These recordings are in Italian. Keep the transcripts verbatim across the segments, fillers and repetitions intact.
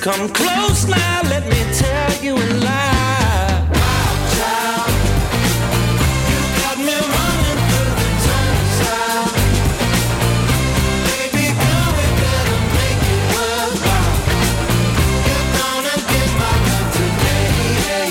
Come close now, let me tell you a lie. Wild child, you got me running through the turnstile. Baby girl, we better make it worthwhile. You're gonna get my love today. Yeah,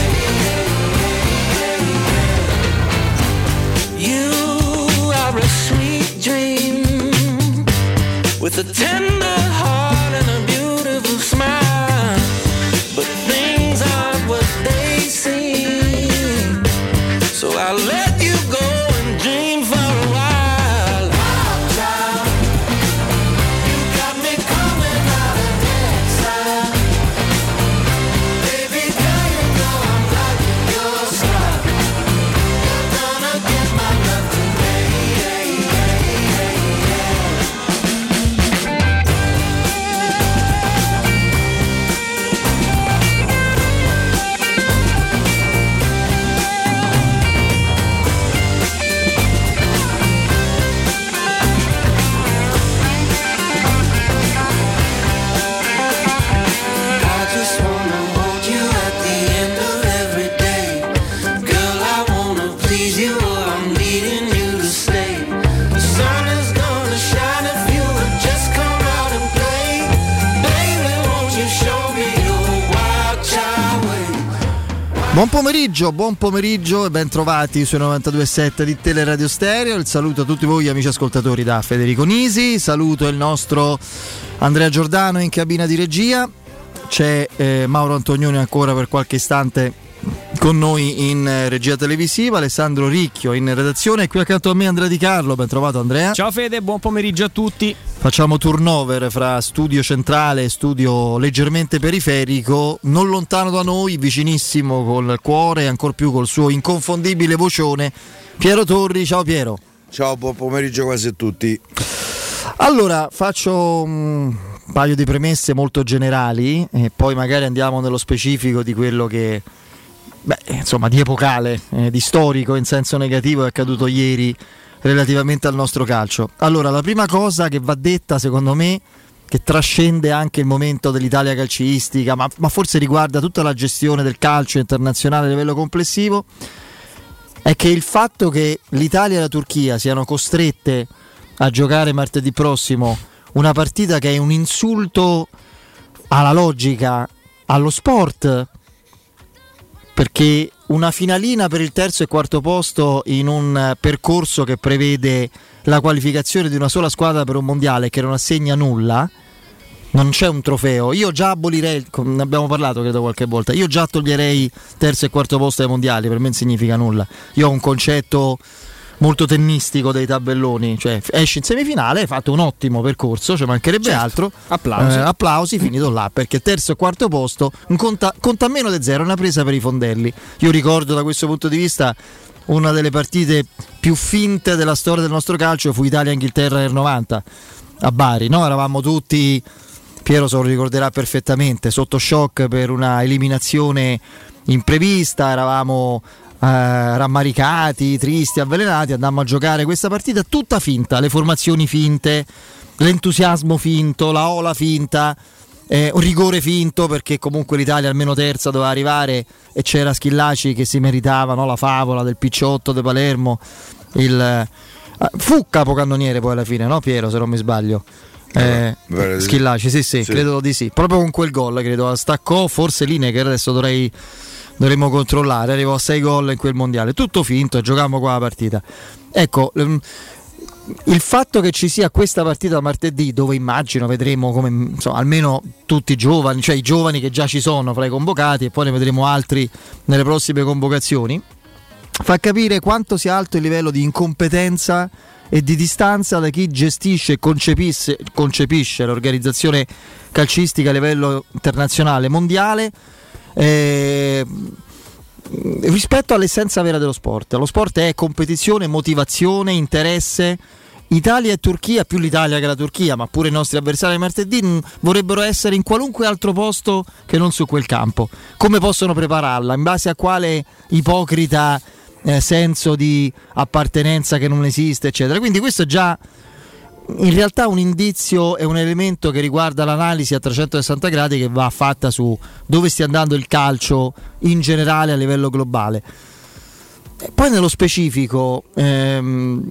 yeah, yeah, yeah, yeah. You are a sweet dream with a tender heart and a beautiful smile, but things aren't what they seem, so I'll let you go and dream for a while. Wild child, you got me coming out of exile. Baby girl, you know I'm liking your style. You're gonna get my love today. Yeah, yeah, yeah, yeah. I just wanna hold you at the end of every day. Girl, I wanna please you or I'm needing you to stay. The sun is gonna shine if you would just come out and play. Baby, won't you show me your wild child way? Buon pomeriggio, buon pomeriggio e ben trovati sui novantadue virgola sette di Teleradio Stereo. Il saluto a tutti voi amici ascoltatori da Federico Nisi, saluto il nostro Andrea Giordano in cabina di regia, c'è eh, Mauro Antonioni ancora per qualche istante con noi in eh, regia televisiva, Alessandro Ricchio in redazione e qui accanto a me Andrea Di Carlo. Ben trovato Andrea. Ciao Fede, buon pomeriggio a tutti. Facciamo turnover fra studio centrale e studio leggermente periferico, non lontano da noi, vicinissimo col cuore e ancor più col suo inconfondibile vocione, Piero Torri. Ciao Piero. Ciao, buon pomeriggio quasi a tutti. Allora, faccio un paio di premesse molto generali e poi magari andiamo nello specifico di quello che, beh, insomma, di epocale, eh, di storico in senso negativo è accaduto ieri relativamente al nostro calcio. Allora, la prima cosa che va detta, secondo me, che trascende anche il momento dell'Italia calcistica, ma, ma forse riguarda tutta la gestione del calcio internazionale a livello complessivo, è che il fatto che l'Italia e la Turchia siano costrette a giocare martedì prossimo una partita che è un insulto alla logica, allo sport, perché una finalina per il terzo e quarto posto in un percorso che prevede la qualificazione di una sola squadra per un mondiale che non assegna nulla, non c'è un trofeo. Io già abolirei, ne abbiamo parlato credo qualche volta, io già toglierei terzo e quarto posto ai mondiali, per me non significa nulla. Io ho un concetto molto tennistico dei tabelloni, cioè esci in semifinale, hai fatto un ottimo percorso, ci mancherebbe certo. altro, applausi. Eh, applausi, finito là, perché terzo e quarto posto conta, conta meno di zero, è una presa per i fondelli. Io ricordo da questo punto di vista una delle partite più finte della storia del nostro calcio fu Italia-Inghilterra nel novanta a Bari, no? Eravamo tutti, Piero se lo ricorderà perfettamente, sotto shock per una eliminazione imprevista, eravamo Uh, rammaricati, tristi, avvelenati, andammo a giocare questa partita tutta finta, le formazioni finte, l'entusiasmo finto, la ola finta, eh, un rigore finto perché comunque l'Italia almeno terza doveva arrivare e c'era Schillaci che si meritava, no? La favola del Picciotto di Palermo, il, uh, fu capocannoniere poi alla fine, no Piero, se non mi sbaglio. Eh, eh, Schillaci, sì, sì, sì, credo di sì, proprio con quel gol credo staccò, forse Lineker, adesso dovrei dovremmo controllare, arrivò a sei gol in quel mondiale, tutto finto, giocavamo qua la partita. Ecco, il fatto che ci sia questa partita martedì, dove immagino vedremo come, insomma, almeno tutti i giovani, cioè i giovani che già ci sono fra i convocati e poi ne vedremo altri nelle prossime convocazioni, fa capire quanto sia alto il livello di incompetenza e di distanza da chi gestisce e concepisce, concepisce l'organizzazione calcistica a livello internazionale, mondiale, Eh, rispetto all'essenza vera dello sport. Lo sport è competizione, motivazione, interesse. Italia e Turchia, più l'Italia che la Turchia, ma pure i nostri avversari martedì vorrebbero essere in qualunque altro posto che non su quel campo. Come possono prepararla? In base a quale ipocrita eh, senso di appartenenza che non esiste, eccetera. Quindi questo è già in realtà un indizio è un elemento che riguarda l'analisi a trecentosessanta gradi che va fatta su dove stia andando il calcio in generale a livello globale. E poi nello specifico, ehm,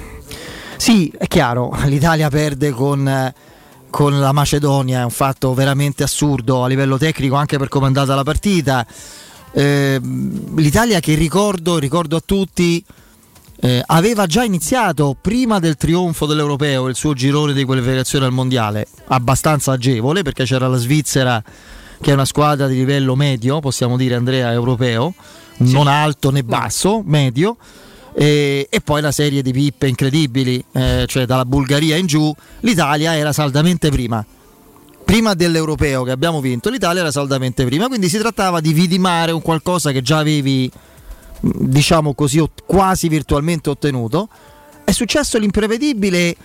sì, è chiaro, l'Italia perde con, con la Macedonia, è un fatto veramente assurdo a livello tecnico anche per come è andata la partita. Eh, L'Italia che ricordo, ricordo a tutti, Eh, aveva già iniziato prima del trionfo dell'Europeo il suo girone di qualificazione al mondiale abbastanza agevole, perché c'era la Svizzera che è una squadra di livello medio, possiamo dire, Andrea, europeo, sì, non alto né basso, medio, e, e poi una serie di pippe incredibili, eh, cioè dalla Bulgaria in giù. L'Italia era saldamente prima prima dell'Europeo che abbiamo vinto, l'Italia era saldamente prima, quindi si trattava di vidimare un qualcosa che già avevi, diciamo così, quasi virtualmente ottenuto. È successo l'imprevedibile.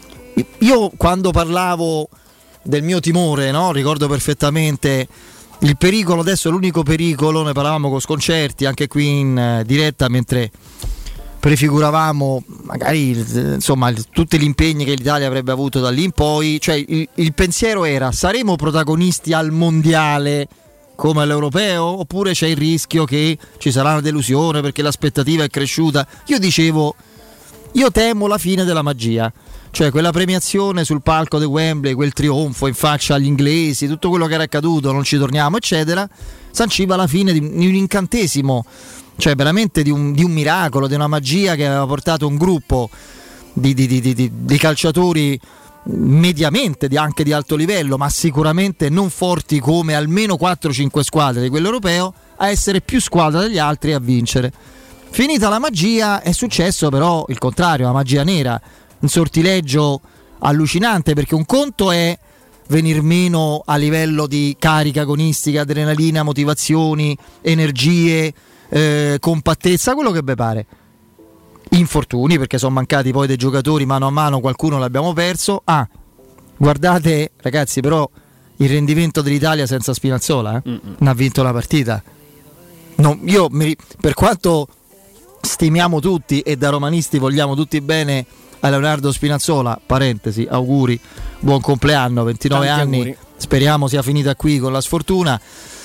Io quando parlavo del mio timore, no? Ricordo perfettamente il pericolo, adesso l'unico pericolo, ne parlavamo con Sconcerti anche qui in eh, diretta mentre prefiguravamo magari insomma tutti gli impegni che l'Italia avrebbe avuto da lì in poi, cioè il, il pensiero era: saremo protagonisti al mondiale come all'Europeo, oppure c'è il rischio che ci sarà una delusione perché l'aspettativa è cresciuta? Io dicevo, io temo la fine della magia, cioè quella premiazione sul palco di Wembley, quel trionfo in faccia agli inglesi, tutto quello che era accaduto, non ci torniamo eccetera, sanciva la fine di un incantesimo, cioè veramente di un, di un miracolo, di una magia che aveva portato un gruppo di, di, di, di, di calciatori mediamente di, anche di alto livello, ma sicuramente non forti come almeno quattro cinque squadre di quello europeo, a essere più squadra degli altri e a vincere. Finita la magia è successo però il contrario, la magia nera, un sortileggio allucinante, perché un conto è venir meno a livello di carica agonistica, adrenalina, motivazioni, energie, eh, compattezza, quello che vi pare. Infortuni, perché sono mancati poi dei giocatori mano a mano, qualcuno l'abbiamo perso. Ah, guardate ragazzi, però il rendimento dell'Italia senza Spinazzola, eh? non ha vinto la partita. No, io mi, per quanto stimiamo tutti e da romanisti vogliamo tutti bene a Leonardo Spinazzola, parentesi, auguri, buon compleanno, ventinove Tanti anni, auguri. Speriamo sia finita qui con la sfortuna.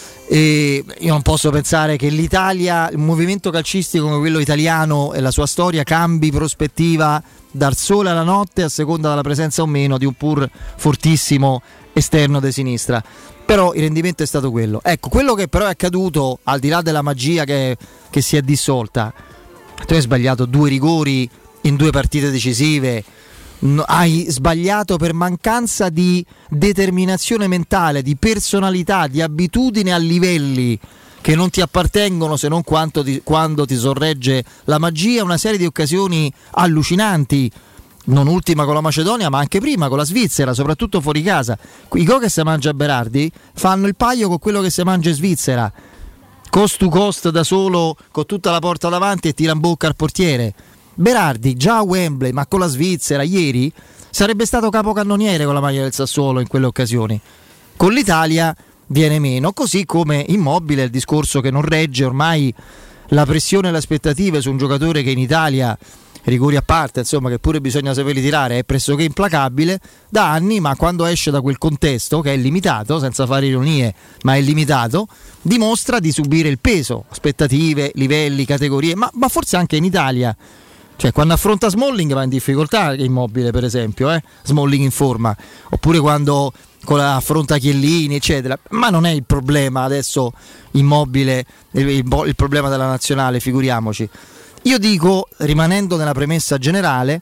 E io non posso pensare che l'Italia, il movimento calcistico come quello italiano e la sua storia cambi prospettiva dal sole alla notte a seconda della presenza o meno di un pur fortissimo esterno di sinistra. Però il rendimento è stato quello. Ecco, quello che però è accaduto, al di là della magia che, che si è dissolta, tu hai sbagliato due rigori in due partite decisive, hai sbagliato per mancanza di determinazione mentale, di personalità, di abitudine a livelli che non ti appartengono se non quanto ti, quando ti sorregge la magia. Una serie di occasioni allucinanti, non ultima con la Macedonia ma anche prima con la Svizzera, soprattutto fuori casa. I gol che si mangia a Berardi fanno il paio con quello che si mangia in Svizzera, cost to cost da solo con tutta la porta davanti e tira in bocca al portiere. Berardi già a Wembley ma con la Svizzera ieri sarebbe stato capocannoniere con la maglia del Sassuolo in quelle occasioni. Con l'Italia viene meno, così come Immobile, il discorso che non regge ormai la pressione e le aspettative su un giocatore che in Italia, rigori a parte, insomma, che pure bisogna saperli tirare, è pressoché implacabile da anni, ma quando esce da quel contesto che è limitato, senza fare ironie ma è limitato, dimostra di subire il peso, aspettative, livelli, categorie, ma, ma forse anche in Italia. Cioè quando affronta Smalling va in difficoltà Immobile, per esempio, eh? Smalling in forma, oppure quando affronta Chiellini eccetera, ma non è il problema adesso Immobile, il, il, il problema della nazionale, figuriamoci. Io dico, rimanendo nella premessa generale,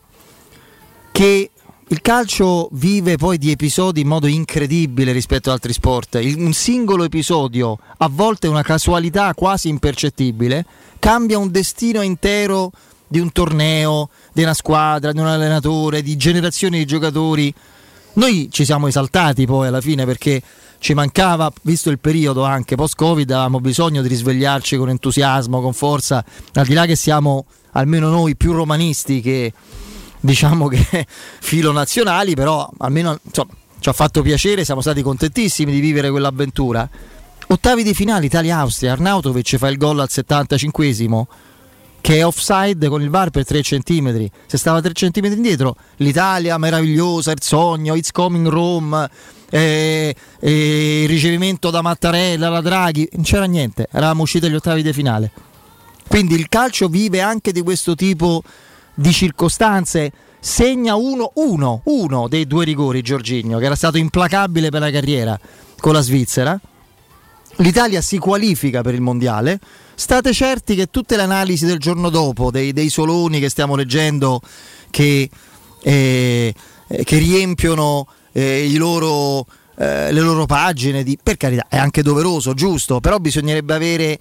che il calcio vive poi di episodi in modo incredibile rispetto ad altri sport. Il, un singolo episodio, a volte una casualità quasi impercettibile, cambia un destino intero di un torneo, di una squadra, di un allenatore, di generazioni di giocatori. Noi ci siamo esaltati poi alla fine perché ci mancava, visto il periodo anche post-Covid, avevamo bisogno di risvegliarci con entusiasmo, con forza, al di là che siamo almeno noi più romanisti che diciamo che filo nazionali, però almeno insomma, ci ha fatto piacere, siamo stati contentissimi di vivere quell'avventura. Ottavi di finale Italia-Austria, Arnautovic fa il gol al settantacinquesimo. che è offside con il V A R per tre centimetri. Se stava tre centimetri indietro, l'Italia meravigliosa, il sogno, it's coming Rome, eh, eh, il ricevimento da Mattarella, la Draghi, non c'era niente, eravamo usciti agli ottavi di finale. Quindi il calcio vive anche di questo tipo di circostanze. Segna uno, uno, uno dei due rigori Jorginho, che era stato implacabile per la carriera con la Svizzera. L'Italia si qualifica per il mondiale. State certi che tutte le analisi del giorno dopo, dei, dei soloni che stiamo leggendo, che, eh, che riempiono eh, i loro, eh, le loro pagine, di, per carità è anche doveroso, giusto, però bisognerebbe avere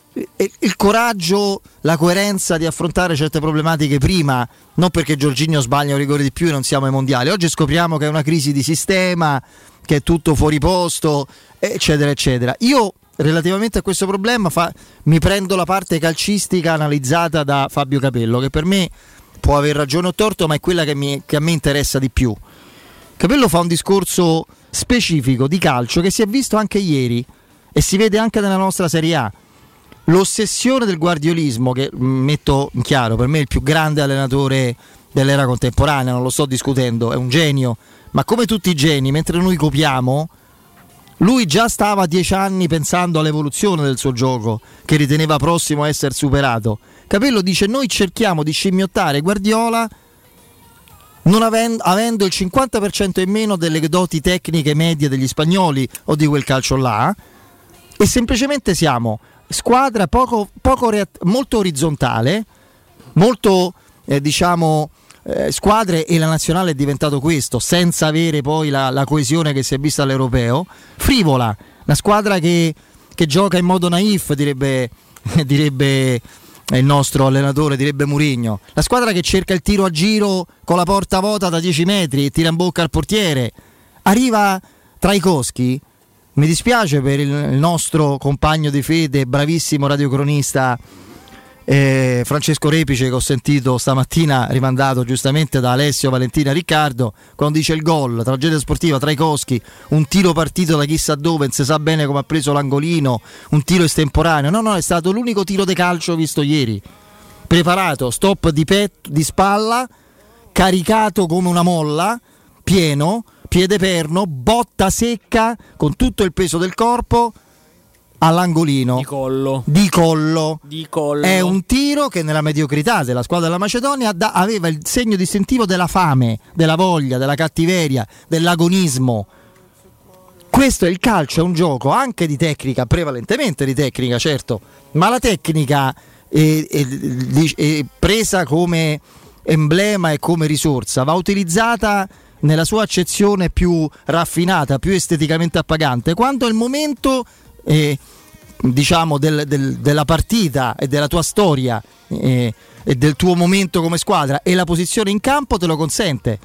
il coraggio, la coerenza di affrontare certe problematiche prima, non perché Jorginho sbaglia un rigore di più e non siamo ai mondiali. Oggi scopriamo che è una crisi di sistema, che è tutto fuori posto, eccetera eccetera. Io relativamente a questo problema fa, mi prendo la parte calcistica analizzata da Fabio Capello, che per me può aver ragione o torto, ma è quella che, mi, che a me interessa di più. Capello fa un discorso specifico di calcio che si è visto anche ieri e si vede anche nella nostra Serie A. L'ossessione del guardiolismo, che metto in chiaro, per me è il più grande allenatore dell'era contemporanea, non lo sto discutendo, è un genio, ma come tutti i geni, mentre noi copiamo, lui già stava a dieci anni pensando all'evoluzione del suo gioco, che riteneva prossimo a essere superato. Capello dice: noi cerchiamo di scimmiottare Guardiola non avendo, avendo il cinquanta per cento in meno delle doti tecniche medie degli spagnoli o di quel calcio là, e semplicemente siamo squadra poco, poco reat- molto orizzontale, molto eh, diciamo eh, squadre, e la nazionale è diventato questo, senza avere poi la, la coesione che si è vista all'europeo, frivola, una squadra che, che gioca in modo naif, direbbe, direbbe il nostro allenatore, direbbe Mourinho, la squadra che cerca il tiro a giro con la porta vuota da dieci metri e tira in bocca al portiere. Arriva Trajkovskij. Mi dispiace per il nostro compagno di fede, bravissimo radiocronista eh, Francesco Repice, che ho sentito stamattina rimandato giustamente da Alessio, Valentina, Riccardo, quando dice il gol, tragedia sportiva, Trajkovskij, un tiro partito da chissà dove, non si sa bene come ha preso l'angolino, un tiro estemporaneo. No, no, è stato l'unico tiro di calcio visto ieri, preparato, stop di petto, di spalla, caricato come una molla, pieno, piede perno, botta secca con tutto il peso del corpo all'angolino di collo. Di collo. Di collo. È un tiro che nella mediocrità della squadra della Macedonia da, aveva il segno distintivo della fame, della voglia, della cattiveria, dell'agonismo. Questo è il calcio, è un gioco anche di tecnica, prevalentemente di tecnica, certo, ma la tecnica è, è, è presa come emblema e come risorsa, va utilizzata nella sua accezione più raffinata, più esteticamente appagante, quando è il momento eh, diciamo del, del, della partita e della tua storia eh, e del tuo momento come squadra, e la posizione in campo te lo consente.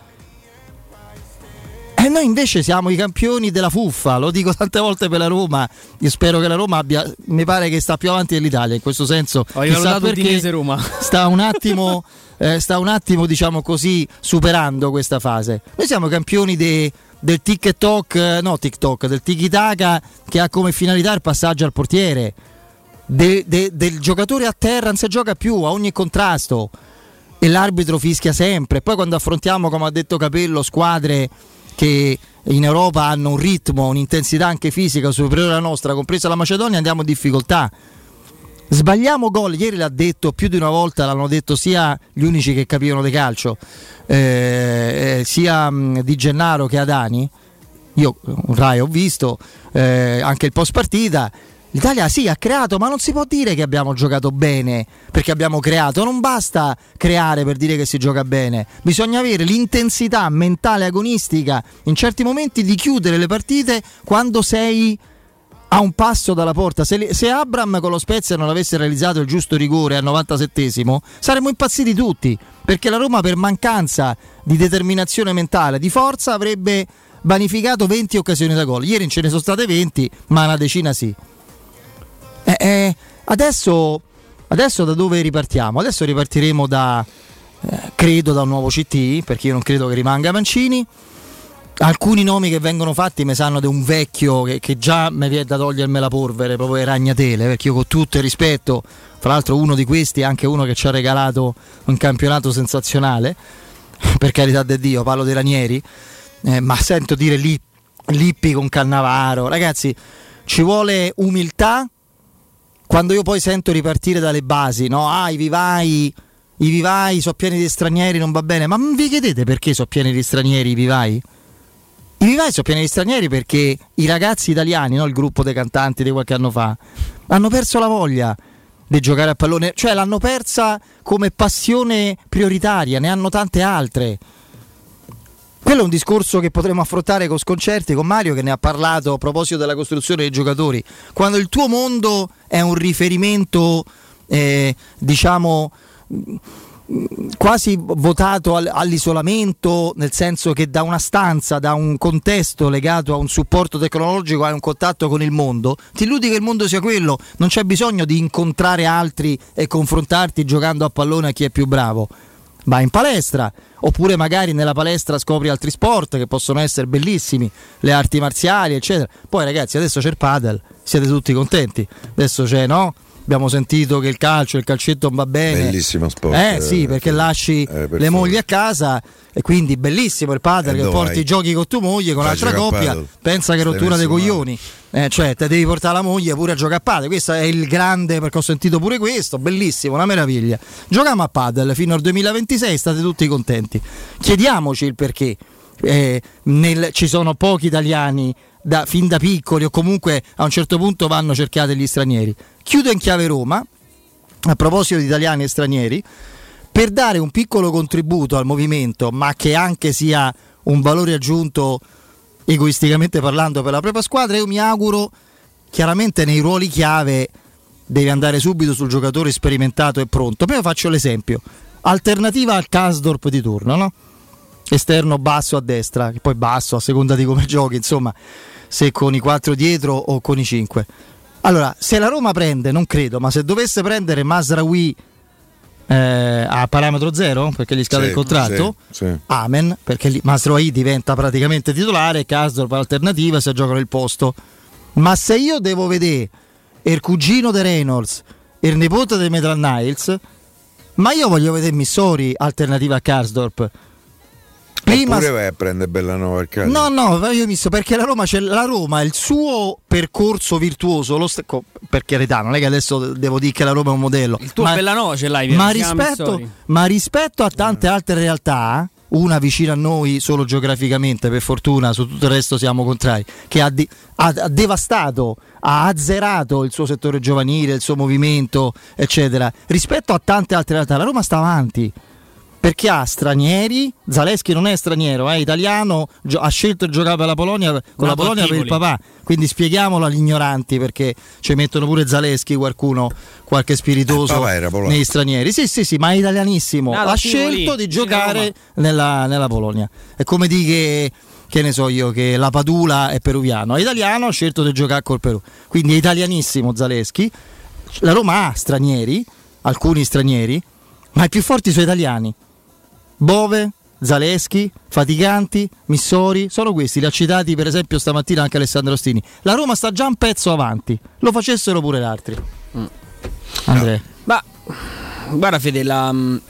E noi invece siamo i campioni della fuffa, lo dico tante volte per la Roma. Io spero che la Roma abbia, mi pare che sta più avanti dell'Italia in questo senso. Ho rivalutato Udinese Roma. Sta un attimo, eh, sta un attimo diciamo così superando questa fase. Noi siamo campioni de, del TikTok, no TikTok, del tiki-taka, che ha come finalità il passaggio al portiere, de, de, del giocatore a terra, non si gioca più a ogni contrasto e l'arbitro fischia sempre. Poi quando affrontiamo, come ha detto Capello, squadre che in Europa hanno un ritmo, un'intensità anche fisica superiore alla nostra, compresa la Macedonia, andiamo in difficoltà. Sbagliamo gol, ieri l'ha detto più di una volta, l'hanno detto sia gli unici che capivano di calcio, eh, sia mh, Di Gennaro che Adani. Io un Rai ho visto eh, anche il post partita. L'Italia sì ha creato, ma non si può dire che abbiamo giocato bene perché abbiamo creato. Non basta creare per dire che si gioca bene, bisogna avere l'intensità mentale agonistica in certi momenti di chiudere le partite quando sei a un passo dalla porta. Se, se Abram con lo Spezia non avesse realizzato il giusto rigore al novantasettesimo saremmo impazziti tutti, perché la Roma, per mancanza di determinazione mentale, di forza, avrebbe vanificato venti occasioni da gol. Ieri ce ne sono state venti, ma una decina sì. Eh, eh, adesso, adesso da dove ripartiamo? Adesso ripartiremo da eh, credo da un nuovo C T, perché io non credo che rimanga Mancini, alcuni nomi che vengono fatti mi sanno di un vecchio che, che già mi viene da togliermi la polvere, proprio le ragnatele, perché io con tutto il rispetto, fra l'altro uno di questi è anche uno che ci ha regalato un campionato sensazionale, per carità di Dio, parlo dei Ranieri, eh, ma sento dire lì Lippi con Cannavaro, ragazzi, ci vuole umiltà quando io poi sento ripartire dalle basi, no? Ah, i vivai, i vivai sono pieni di stranieri, non va bene, ma vi chiedete perché sono pieni di stranieri i vivai? I vivai sono pieni di stranieri perché i ragazzi italiani, no, il gruppo dei cantanti di qualche anno fa, hanno perso la voglia di giocare a pallone, cioè l'hanno persa come passione prioritaria, ne hanno tante altre. Quello è un discorso che potremo affrontare con Sconcerti, con Mario che ne ha parlato a proposito della costruzione dei giocatori. Quando il tuo mondo è un riferimento, eh, diciamo, quasi votato all'isolamento, nel senso che da una stanza, da un contesto legato a un supporto tecnologico, hai un contatto con il mondo, ti illudi che il mondo sia quello, non c'è bisogno di incontrare altri e confrontarti giocando a pallone a chi è più bravo. Vai in palestra, oppure magari nella palestra scopri altri sport che possono essere bellissimi, le arti marziali eccetera. Poi ragazzi, adesso c'è il padel, siete tutti contenti, adesso c'è, no? Abbiamo sentito che il calcio, il calcetto va bene. Bellissimo sport. Eh sì, perché eh, lasci eh, per le mogli a casa e quindi bellissimo il padel, eh, che porti i giochi con tua moglie, con l'altra coppia, pensa che rottura dei coglioni. Eh, cioè te devi portare la moglie pure a giocare a padel, questo è il grande, perché ho sentito pure questo, bellissimo, una meraviglia. Giochiamo a padel fino al duemilaventisei, state tutti contenti. Chiediamoci il perché. Eh, nel, ci sono pochi italiani da, fin da piccoli, o comunque a un certo punto vanno cercati gli stranieri. Chiudo in chiave Roma, a proposito di italiani e stranieri, per dare un piccolo contributo al movimento, ma che anche sia un valore aggiunto egoisticamente parlando per la propria squadra. Io mi auguro, chiaramente nei ruoli chiave devi andare subito sul giocatore sperimentato e pronto. Poi faccio l'esempio, alternativa al Karsdorp di turno, no? Esterno basso a destra, che poi basso a seconda di come giochi, insomma, se con i quattro dietro o con i cinque. Allora, se la Roma prende, non credo, ma se dovesse prendere Mazraoui eh, a parametro zero, perché gli scade sì, il contratto, sì, sì. amen, perché lì Mazraoui diventa praticamente titolare e Karsdorp alternativa se giocano il posto. Ma se io devo vedere il cugino di Reynolds e il nipote di Maitland Niles, ma io voglio vedere Missori alternativa a Karsdorp. Prima Oppure vai a prendere Bellanova al calcio. No, no, io ho visto perché la Roma c'è la Roma, il suo percorso virtuoso, lo st- per carità, non è che adesso devo dire che la Roma è un modello. Il tuo ma, Bellanova ce l'hai, ma rispetto, ma rispetto a tante altre realtà, una vicina a noi solo geograficamente, per fortuna, su tutto il resto siamo contrari, che ha, di, ha, ha devastato, ha azzerato il suo settore giovanile, il suo movimento, eccetera. Rispetto a tante altre realtà, la Roma sta avanti. Perché ha stranieri, Zaleschi non è straniero, è italiano, gio- ha scelto di giocare per la Polonia, con Una la Polonia per il papà, quindi spieghiamolo agli ignoranti, perché ci mettono pure Zaleschi, qualcuno, qualche spiritoso negli stranieri. Sì, sì, sì, ma è italianissimo, no, ha scelto lì, di giocare nella, nella Polonia. È come dire che, che ne so io, che la Padula è peruviano, è italiano, ha scelto di giocare col Perù, quindi è italianissimo Zaleschi. La Roma ha stranieri, alcuni stranieri, ma i più forti sono italiani. Bove, Zaleschi, Faticanti, Missori, sono questi, li ha citati per esempio stamattina anche Alessandro Ostini. La Roma sta già un pezzo avanti, lo facessero pure gli altri. Mm. Andrea. Ma guarda Fede, la, um,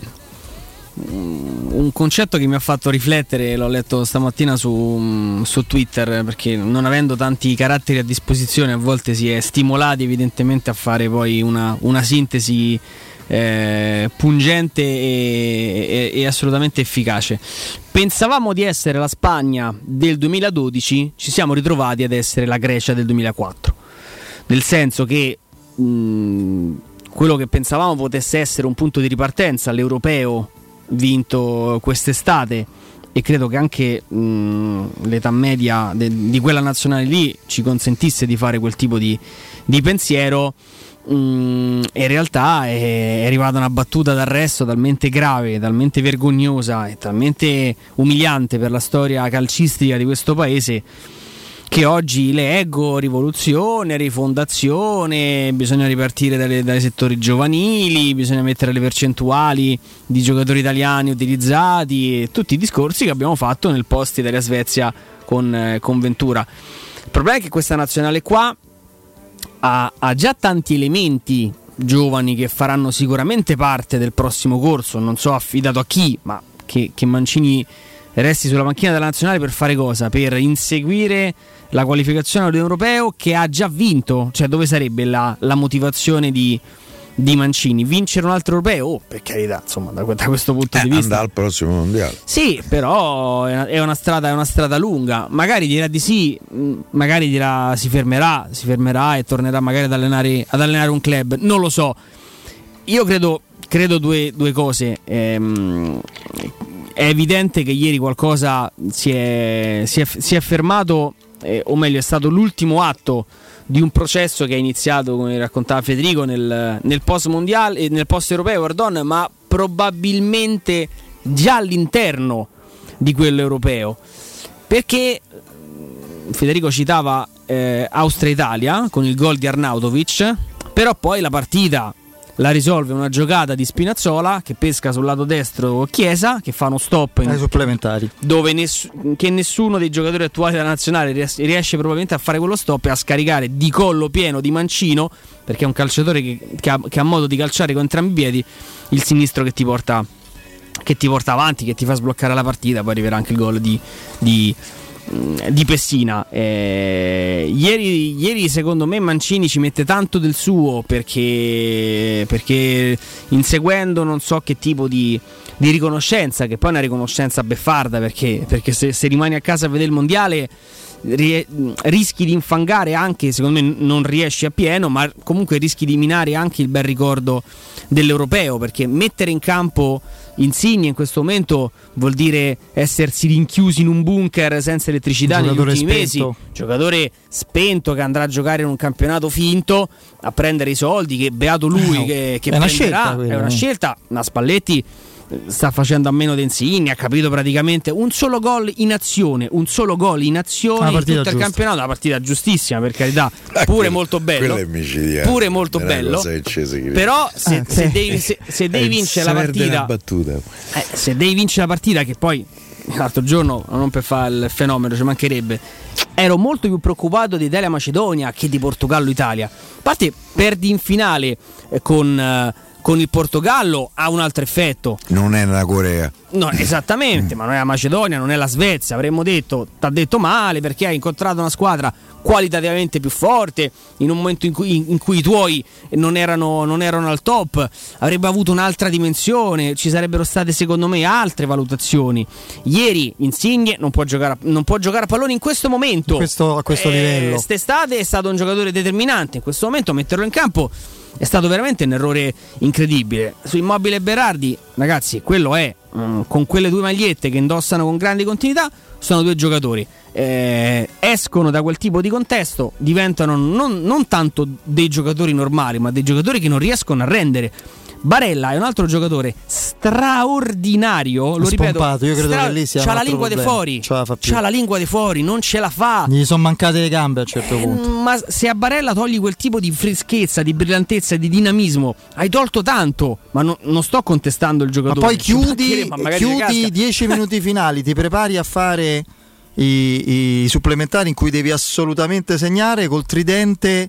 un concetto che mi ha fatto riflettere, l'ho letto stamattina su, um, su Twitter, perché non avendo tanti caratteri a disposizione a volte si è stimolati evidentemente a fare poi una, una sintesi Eh, pungente e, e, e assolutamente efficace. Pensavamo di essere la Spagna del duemiladodici, ci siamo ritrovati ad essere la Grecia del duemilaquattro, nel senso che mh, quello che pensavamo potesse essere un punto di ripartenza all'europeo vinto quest'estate, e credo che anche mh, l'età media de, di quella nazionale lì ci consentisse di fare quel tipo di, di pensiero. Mm, in realtà è, è arrivata una battuta d'arresto talmente grave, talmente vergognosa e talmente umiliante per la storia calcistica di questo paese, che oggi leggo rivoluzione, rifondazione, bisogna ripartire dalle, dai settori giovanili, bisogna mettere le percentuali di giocatori italiani utilizzati, e tutti i discorsi che abbiamo fatto nel post Italia-Svezia con, eh, con Ventura. Il problema è che questa nazionale qua ha, ha già tanti elementi giovani che faranno sicuramente parte del prossimo corso, non so affidato a chi, ma che, che Mancini resti sulla panchina della nazionale per fare cosa? Per inseguire la qualificazione all'Europeo che ha già vinto, cioè dove sarebbe la, la motivazione di, di Mancini? Vincere un altro Europeo? Oh, per carità, insomma, da, da questo punto eh, di vista andare al prossimo mondiale. sì, però è una, è una strada è una strada lunga, magari dirà di sì, magari dirà si fermerà si fermerà e tornerà magari ad allenare, ad allenare un club, non lo so. Io credo, credo due, due cose. ehm, è evidente che ieri qualcosa si è, si è, si è fermato, eh, o meglio è stato l'ultimo atto di un processo che è iniziato, come raccontava Federico, nel, nel post mondiale, nel post europeo, pardon, ma probabilmente già all'interno di quello europeo, perché Federico citava eh, Austria-Italia con il gol di Arnautovic, però poi la partita la risolve una giocata di Spinazzola che pesca sul lato destro Chiesa, che fa uno stop in, ai supplementari, dove ness- che nessuno dei giocatori attuali della nazionale ries- riesce probabilmente a fare quello stop e a scaricare di collo pieno di mancino, perché è un calciatore che, che, ha, che ha modo di calciare con entrambi i piedi, il sinistro che ti porta che ti porta avanti, che ti fa sbloccare la partita. Poi arriverà anche il gol di, di di Pessina. Eh, ieri, ieri secondo me Mancini ci mette tanto del suo, perché, perché inseguendo non so che tipo di, di riconoscenza, che poi è una riconoscenza beffarda, perché, perché se, se rimani a casa a vedere il mondiale rie, rischi di infangare anche, secondo me non riesci a pieno, ma comunque rischi di minare anche il bel ricordo dell'europeo, perché mettere in campo Insigne in questo momento vuol dire essersi rinchiusi in un bunker senza elettricità negli ultimi mesi, giocatore spento che andrà a giocare in un campionato finto a prendere i soldi, che beato lui no, che, che è una prenderà, scelta, è una scelta. Ma Spalletti sta facendo a meno di Insigne, ha capito praticamente un solo gol in azione, un solo gol in azione in tutto giusta. Il campionato, una partita giustissima, per carità, pure quello, molto bello, pure molto bello, però se, ah, se devi, se, se devi vincere la partita, eh, se devi vincere la partita, che poi l'altro giorno, non per fare il fenomeno, ci mancherebbe, ero molto più preoccupato di Italia-Macedonia che di Portogallo-Italia. A parte perdi in finale eh, con eh, con il Portogallo, ha un altro effetto. Non è la Corea. No, esattamente, ma non è la Macedonia, non è la Svezia. Avremmo detto, t'ha detto male perché hai incontrato una squadra qualitativamente più forte in un momento in cui, in cui i tuoi non erano, non erano al top. Avrebbe avuto un'altra dimensione, ci sarebbero state secondo me altre valutazioni. Ieri Insigne non può giocare, non può giocare a pallone in questo momento, questo, a questo eh, livello. Quest'estate è stato un giocatore determinante, in questo momento metterlo in campo è stato veramente un errore incredibile. Su Immobile e Berardi, ragazzi, quello è, um, con quelle due magliette che indossano con grande continuità, sono due giocatori, eh, escono da quel tipo di contesto, diventano non, non tanto dei giocatori normali, ma dei giocatori che non riescono a rendere. Barella è un altro giocatore straordinario, lo ripeto, io credo stra- che lì sia c'ha la lingua di fuori, c'ha la lingua di fuori, non ce la fa. Gli sono mancate le gambe a un certo eh, punto. Ma se a Barella togli quel tipo di freschezza, di brillantezza, di dinamismo, hai tolto tanto. Ma no, non sto contestando il giocatore. Ma poi chiudi, ma chiudi dieci minuti finali, ti prepari a fare i, i supplementari in cui devi assolutamente segnare col tridente.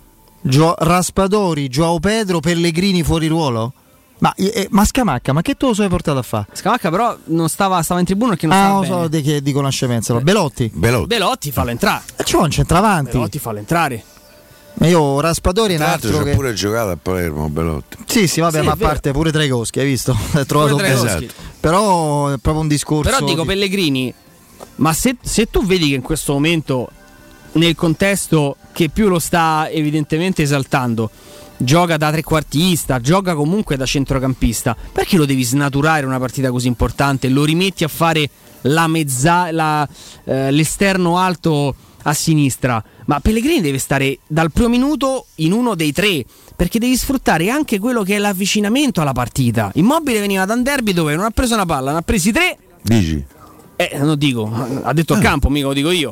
Gio- Raspadori, Joao Pedro, Pellegrini fuori ruolo? Ma, eh, ma Scamacca, ma che tu lo sei portato a fare? Scamacca però non stava, stava in tribuna perché non ah, stava bene. Ah, lo so di che dico una scemenza. Eh. Belotti. Belotti. Belotti fallo entrare. Eh, c'è un centravanti. Belotti fallo entrare. Ma io Raspadori è un altro c'è che... pure giocato a Palermo Belotti. Sì, sì, vabbè, sì, ma a parte pure Tregoschi, hai visto? È trovato pure esatto. Però è proprio un discorso. Però dico di... Pellegrini, ma se, se tu vedi che in questo momento, nel contesto che più lo sta evidentemente esaltando, gioca da trequartista, gioca comunque da centrocampista, perché lo devi snaturare una partita così importante? Lo rimetti a fare la mezza, la, eh, l'esterno alto a sinistra? Ma Pellegrini deve stare dal primo minuto in uno dei tre, perché devi sfruttare anche quello che è l'avvicinamento alla partita. Immobile veniva da un derby dove non ha preso una palla, ne ha presi tre. Dici? Eh, non dico, ha detto a campo, mica lo dico io.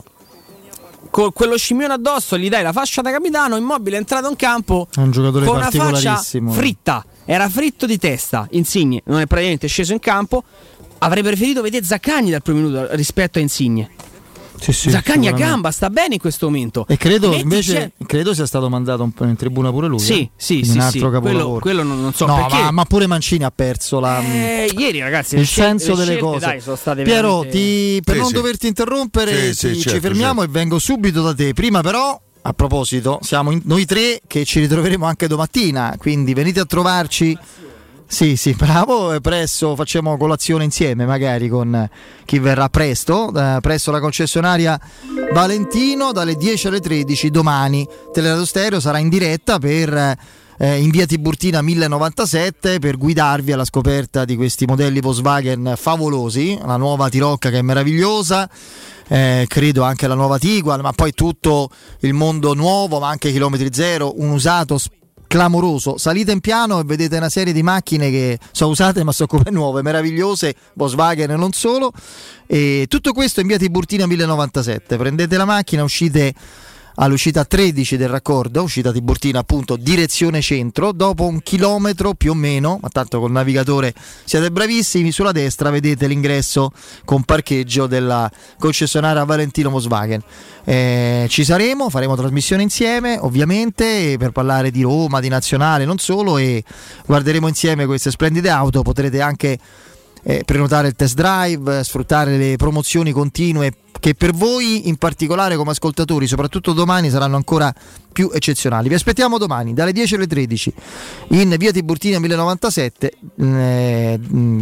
Con quello scimmione addosso gli dai la fascia da capitano. Immobile è entrato in campo è un giocatore con una faccia particolarissimo, fritta, era fritto di testa. Insigne non è praticamente sceso in campo. Avrei preferito vedere Zaccagni dal primo minuto rispetto a Insigne. Sì, sì, Zaccagni a gamba, sta bene in questo momento. E credo Metti invece c'è... credo sia stato mandato un po' in tribuna pure lui. Sì, eh? sì, in sì, un altro sì. capolavoro. Quello, quello non, non so no, perché. Ma, ma pure Mancini ha perso la, eh, ieri ragazzi, il scel- senso delle scelte, cose. dai, sono state Piero, veramente... ti, per Sì, non sì. doverti interrompere, Sì, ti- sì, ci certo, fermiamo certo. e vengo subito da te. Prima però, a proposito, siamo in- noi tre che ci ritroveremo anche domattina, quindi venite a trovarci. Sì, sì, bravo, e presto facciamo colazione insieme, magari con chi verrà presto, eh, presso la concessionaria Valentino dalle dieci alle tredici domani. Teleradio Stereo sarà in diretta per eh, in via Tiburtina mille novantasette per guidarvi alla scoperta di questi modelli Volkswagen favolosi, la nuova Tirocca che è meravigliosa. Eh, credo anche la nuova Tiguan, ma poi tutto il mondo nuovo, ma anche chilometri zero, un usato sp- clamoroso. Salite in piano e vedete una serie di macchine che sono usate ma sono come nuove, meravigliose, Volkswagen e non solo. E tutto questo in via Tiburtina mille novantasette. Prendete la macchina, uscite all'uscita tredici del raccordo, uscita Tiburtina appunto direzione centro, dopo un chilometro più o meno, ma tanto col navigatore siete bravissimi, sulla destra vedete l'ingresso con parcheggio della concessionaria Valentino Volkswagen. Eh, ci saremo, faremo trasmissione insieme ovviamente per parlare di Roma, di nazionale, non solo, e guarderemo insieme queste splendide auto. Potrete anche eh, prenotare il test drive, sfruttare le promozioni continue che per voi in particolare come ascoltatori, soprattutto domani, saranno ancora più eccezionali. Vi aspettiamo domani dalle dieci alle tredici in via Tiburtina mille novantasette eh,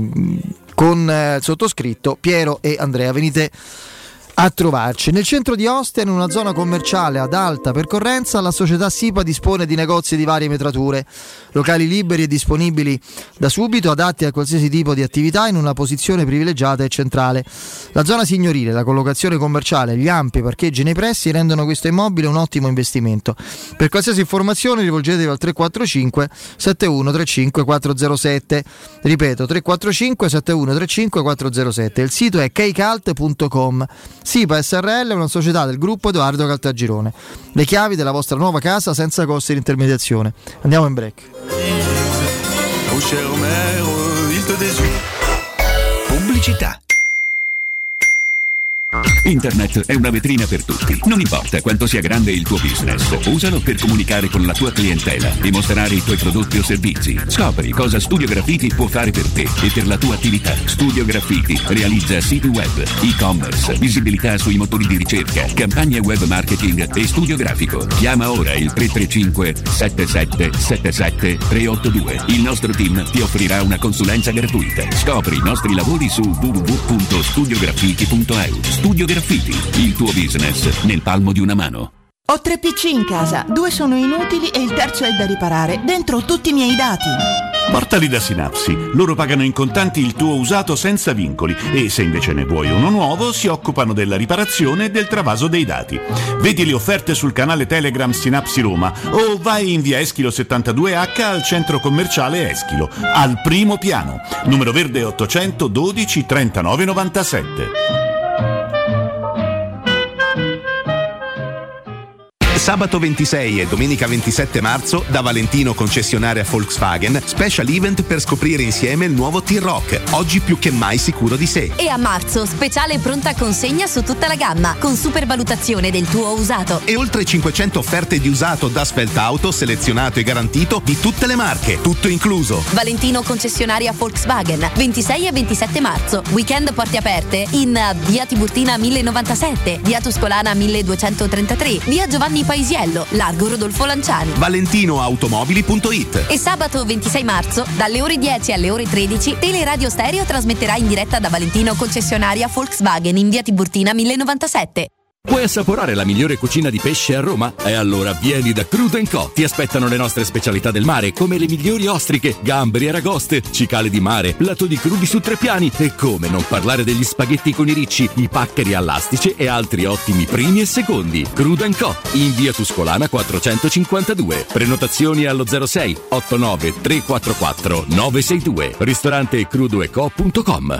con eh, il sottoscritto Piero e Andrea. Venite a trovarci. Nel centro di Ostia, in una zona commerciale ad alta percorrenza, la società SIPA dispone di negozi di varie metrature, locali liberi e disponibili da subito, adatti a qualsiasi tipo di attività, in una posizione privilegiata e centrale. La zona signorile, la collocazione commerciale e gli ampi parcheggi nei pressi rendono questo immobile un ottimo investimento. Per qualsiasi informazione rivolgetevi al tre quattro cinque sette uno tre cinque quattro zero sette, ripeto tre quattro cinque sette uno tre cinque quattro zero sette. Il sito è keicalt punto com. SIPA S R L è una società del gruppo Edoardo Caltagirone. Le chiavi della vostra nuova casa senza costi di intermediazione. Andiamo in break. Pubblicità. Internet è una vetrina per tutti. Non importa quanto sia grande il tuo business, usalo per comunicare con la tua clientela e mostrare i tuoi prodotti o servizi. Scopri cosa Studio Graffiti può fare per te e per la tua attività. Studio Graffiti realizza siti web, e-commerce, visibilità sui motori di ricerca, campagne web marketing e studio grafico. Chiama ora il tre tre cinque sette sette sette sette tre otto due. Il nostro team ti offrirà una consulenza gratuita. Scopri i nostri lavori su w w w punto studio graffiti punto e u. Studio Graffiti, il tuo business nel palmo di una mano. Ho tre P C in casa, due sono inutili e il terzo è da riparare. Dentro ho tutti i miei dati. Portali da Synapsi, loro pagano in contanti il tuo usato senza vincoli e se invece ne vuoi uno nuovo si occupano della riparazione e del travaso dei dati. Vedi le offerte sul canale Telegram Synapsi Roma o vai in via Eschilo settantadue H al centro commerciale Eschilo, al primo piano, numero verde ottocentododici trentanove novantasette. Sabato ventisei e domenica ventisette marzo da Valentino concessionaria Volkswagen, special event per scoprire insieme il nuovo T-Roc, oggi più che mai sicuro di sé. E a marzo speciale pronta consegna su tutta la gamma con supervalutazione del tuo usato. E oltre cinquecento offerte di usato da Sveltauto selezionato e garantito di tutte le marche, tutto incluso. Valentino concessionaria Volkswagen, ventisei e ventisette marzo, weekend porte aperte in via Tiburtina mille novantasette, via Tuscolana milleduecentotrentatré, via Giovanni Paisiello, largo Rodolfo Lanciani. valentinoautomobili punto it. E sabato ventisei marzo, dalle ore dieci alle ore tredici, Teleradio Stereo trasmetterà in diretta da Valentino concessionaria Volkswagen in via Tiburtina mille novantasette. Vuoi assaporare la migliore cucina di pesce a Roma? E allora vieni da Crudo and Co. Ti aspettano le nostre specialità del mare, come le migliori ostriche, gamberi e aragoste, cicale di mare, lato di crudi su tre piani e come non parlare degli spaghetti con i ricci, i paccheri all'astice e altri ottimi primi e secondi. Crudo and Co. in via Tuscolana quattrocentocinquantadue. Prenotazioni allo zero sei ottantanove tre quattro quattro nove sei due. Ristorante crudo e co punto com.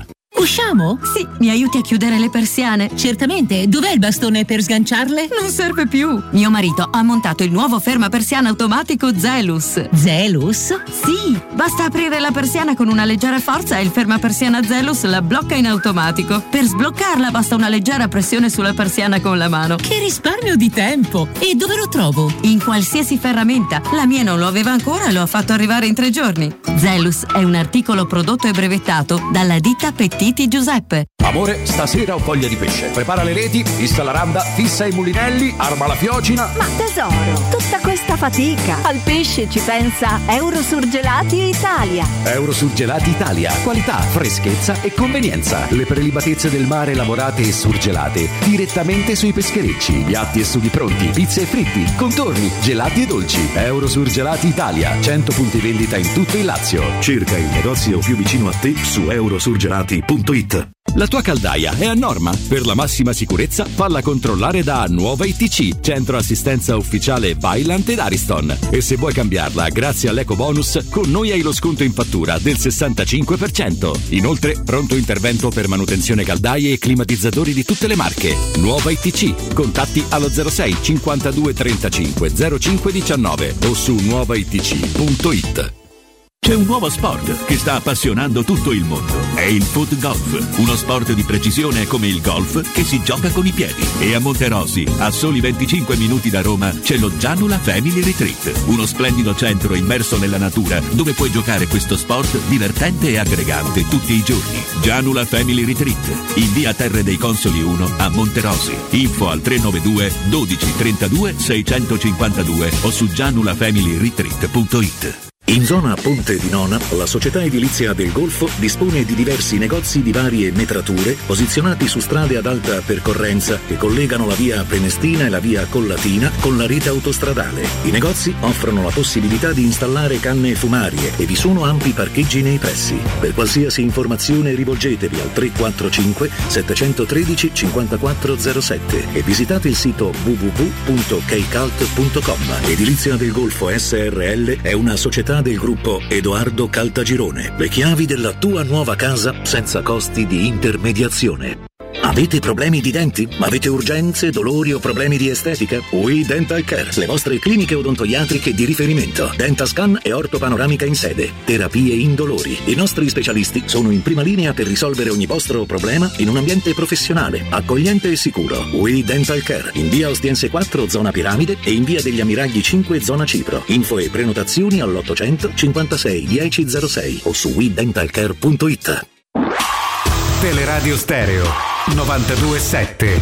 Usciamo? Sì, mi aiuti a chiudere le persiane? Certamente, dov'è il bastone per sganciarle? Non serve più. Mio marito ha montato il nuovo fermapersiana automatico Zelus. Zelus? Sì, basta aprire la persiana con una leggera forza e il fermapersiana Zelus la blocca in automatico. Per sbloccarla basta una leggera pressione sulla persiana con la mano. Che risparmio di tempo! E dove lo trovo? In qualsiasi ferramenta. La mia non lo aveva ancora e l'ho fatto arrivare in tre giorni. Zelus è un articolo prodotto e brevettato dalla ditta Pettiti Giuseppe. Amore, stasera ho voglia di pesce. Prepara le reti, fissa la randa, fissa i mulinelli, arma la fiocina. Ma tesoro, tutta questa fatica. Al pesce ci pensa Eurosurgelati Italia. Eurosurgelati Italia. Qualità, freschezza e convenienza. Le prelibatezze del mare lavorate e surgelate direttamente sui pescherecci. Piatti e sughi pronti, pizze e fritti, contorni, gelati e dolci. Eurosurgelati Italia. cento punti vendita in tutto il Lazio. Cerca il negozio più vicino a te su eurosurgelati punto it. La tua caldaia è a norma. Per la massima sicurezza, falla controllare da Nuova I T C, centro assistenza ufficiale Vaillant ed Ariston. E se vuoi cambiarla grazie all'eco bonus, con noi hai lo sconto in fattura del sessantacinque per cento. Inoltre, pronto intervento per manutenzione caldaie e climatizzatori di tutte le marche. Nuova I T C. Contatti allo zero sei cinquantadue trentacinque zero cinque diciannove o su nuova i t c punto it. C'è un nuovo sport che sta appassionando tutto il mondo. È il foot golf, uno sport di precisione come il golf che si gioca con i piedi. E a Monterosi, a soli venticinque minuti da Roma, c'è lo Gianula Family Retreat, uno splendido centro immerso nella natura dove puoi giocare questo sport divertente e aggregante tutti i giorni. Gianula Family Retreat, in via Terre dei Consoli uno a Monterosi. Info al tre nove due dodici trentadue seicentocinquantadue o su gianula family retreat punto it. In zona Ponte di Nona, la società edilizia del Golfo dispone di diversi negozi di varie metrature posizionati su strade ad alta percorrenza che collegano la via Prenestina e la via Collatina con la rete autostradale. I negozi offrono la possibilità di installare canne fumarie e vi sono ampi parcheggi nei pressi. Per qualsiasi informazione rivolgetevi al tre quattro cinque sette uno tre cinque zero sette e visitate il sito w w w punto keicalt punto com. Edilizia del Golfo S R L è una società del gruppo Edoardo Caltagirone. Le chiavi della tua nuova casa senza costi di intermediazione. Avete problemi di denti? Avete urgenze, dolori o problemi di estetica? We Dental Care, le vostre cliniche odontoiatriche di riferimento. Dentascan e ortopanoramica in sede. Terapie indolori. I nostri specialisti sono in prima linea per risolvere ogni vostro problema in un ambiente professionale, accogliente e sicuro. We Dental Care, in via Ostiense quattro, zona Piramide e in via degli Ammiragli cinque, zona Cipro. Info e prenotazioni all'ottocento cinquantasei dieci zero sei o su we dental care punto it. Teleradio Stereo novantadue sette.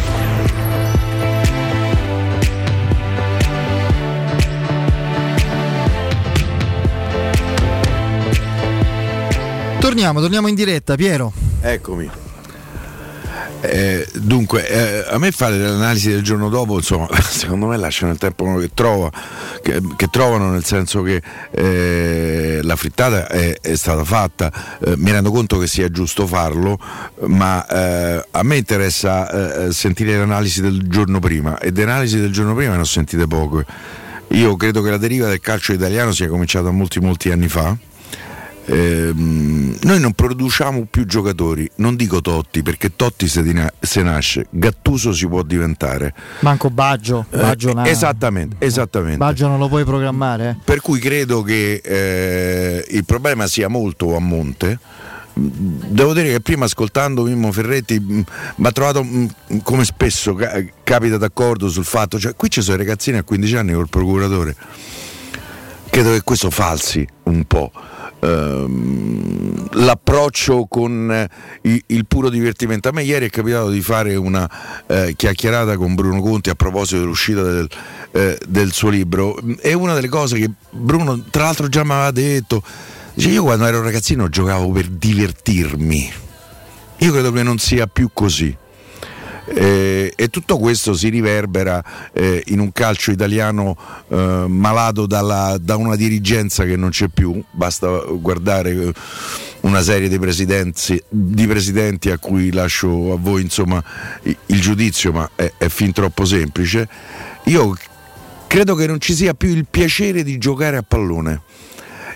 Torniamo, torniamo in diretta, Piero. Eccomi. Eh, dunque, eh, a me fare l'analisi del giorno dopo, insomma, secondo me lasciano il tempo che, trova, che, che trovano, nel senso che eh, la frittata è, è stata fatta, eh, mi rendo conto che sia giusto farlo, ma eh, a me interessa eh, sentire l'analisi del giorno prima, e di analisi del giorno prima ne ho sentite poche. Io credo che la deriva del calcio italiano sia cominciata molti molti anni fa. Eh, noi non produciamo più giocatori, non dico Totti perché Totti se, dina- se nasce, Gattuso si può diventare, manco Baggio, Baggio eh, esattamente, esattamente. Baggio non lo puoi programmare, eh? Per cui credo che eh, il problema sia molto a monte. Devo dire che prima, ascoltando Mimmo Ferretti, mi ha trovato, come spesso ca- capita, d'accordo sul fatto, cioè qui ci sono i ragazzini a quindici anni col procuratore. Credo che questo falsi un po' ehm, l'approccio con eh, il, il puro divertimento. A me ieri è capitato di fare una eh, chiacchierata con Bruno Conti a proposito dell'uscita del, eh, del suo libro, e una delle cose che Bruno tra l'altro già mi aveva detto, dice: io quando ero ragazzino giocavo per divertirmi. Io credo che non sia più così. Eh, e tutto questo si riverbera eh, in un calcio italiano eh, malato dalla, da una dirigenza che non c'è più. Basta guardare una serie di presidenti, di presidenti a cui lascio a voi, insomma, il, il giudizio, ma è, è fin troppo semplice. Io credo che non ci sia più il piacere di giocare a pallone.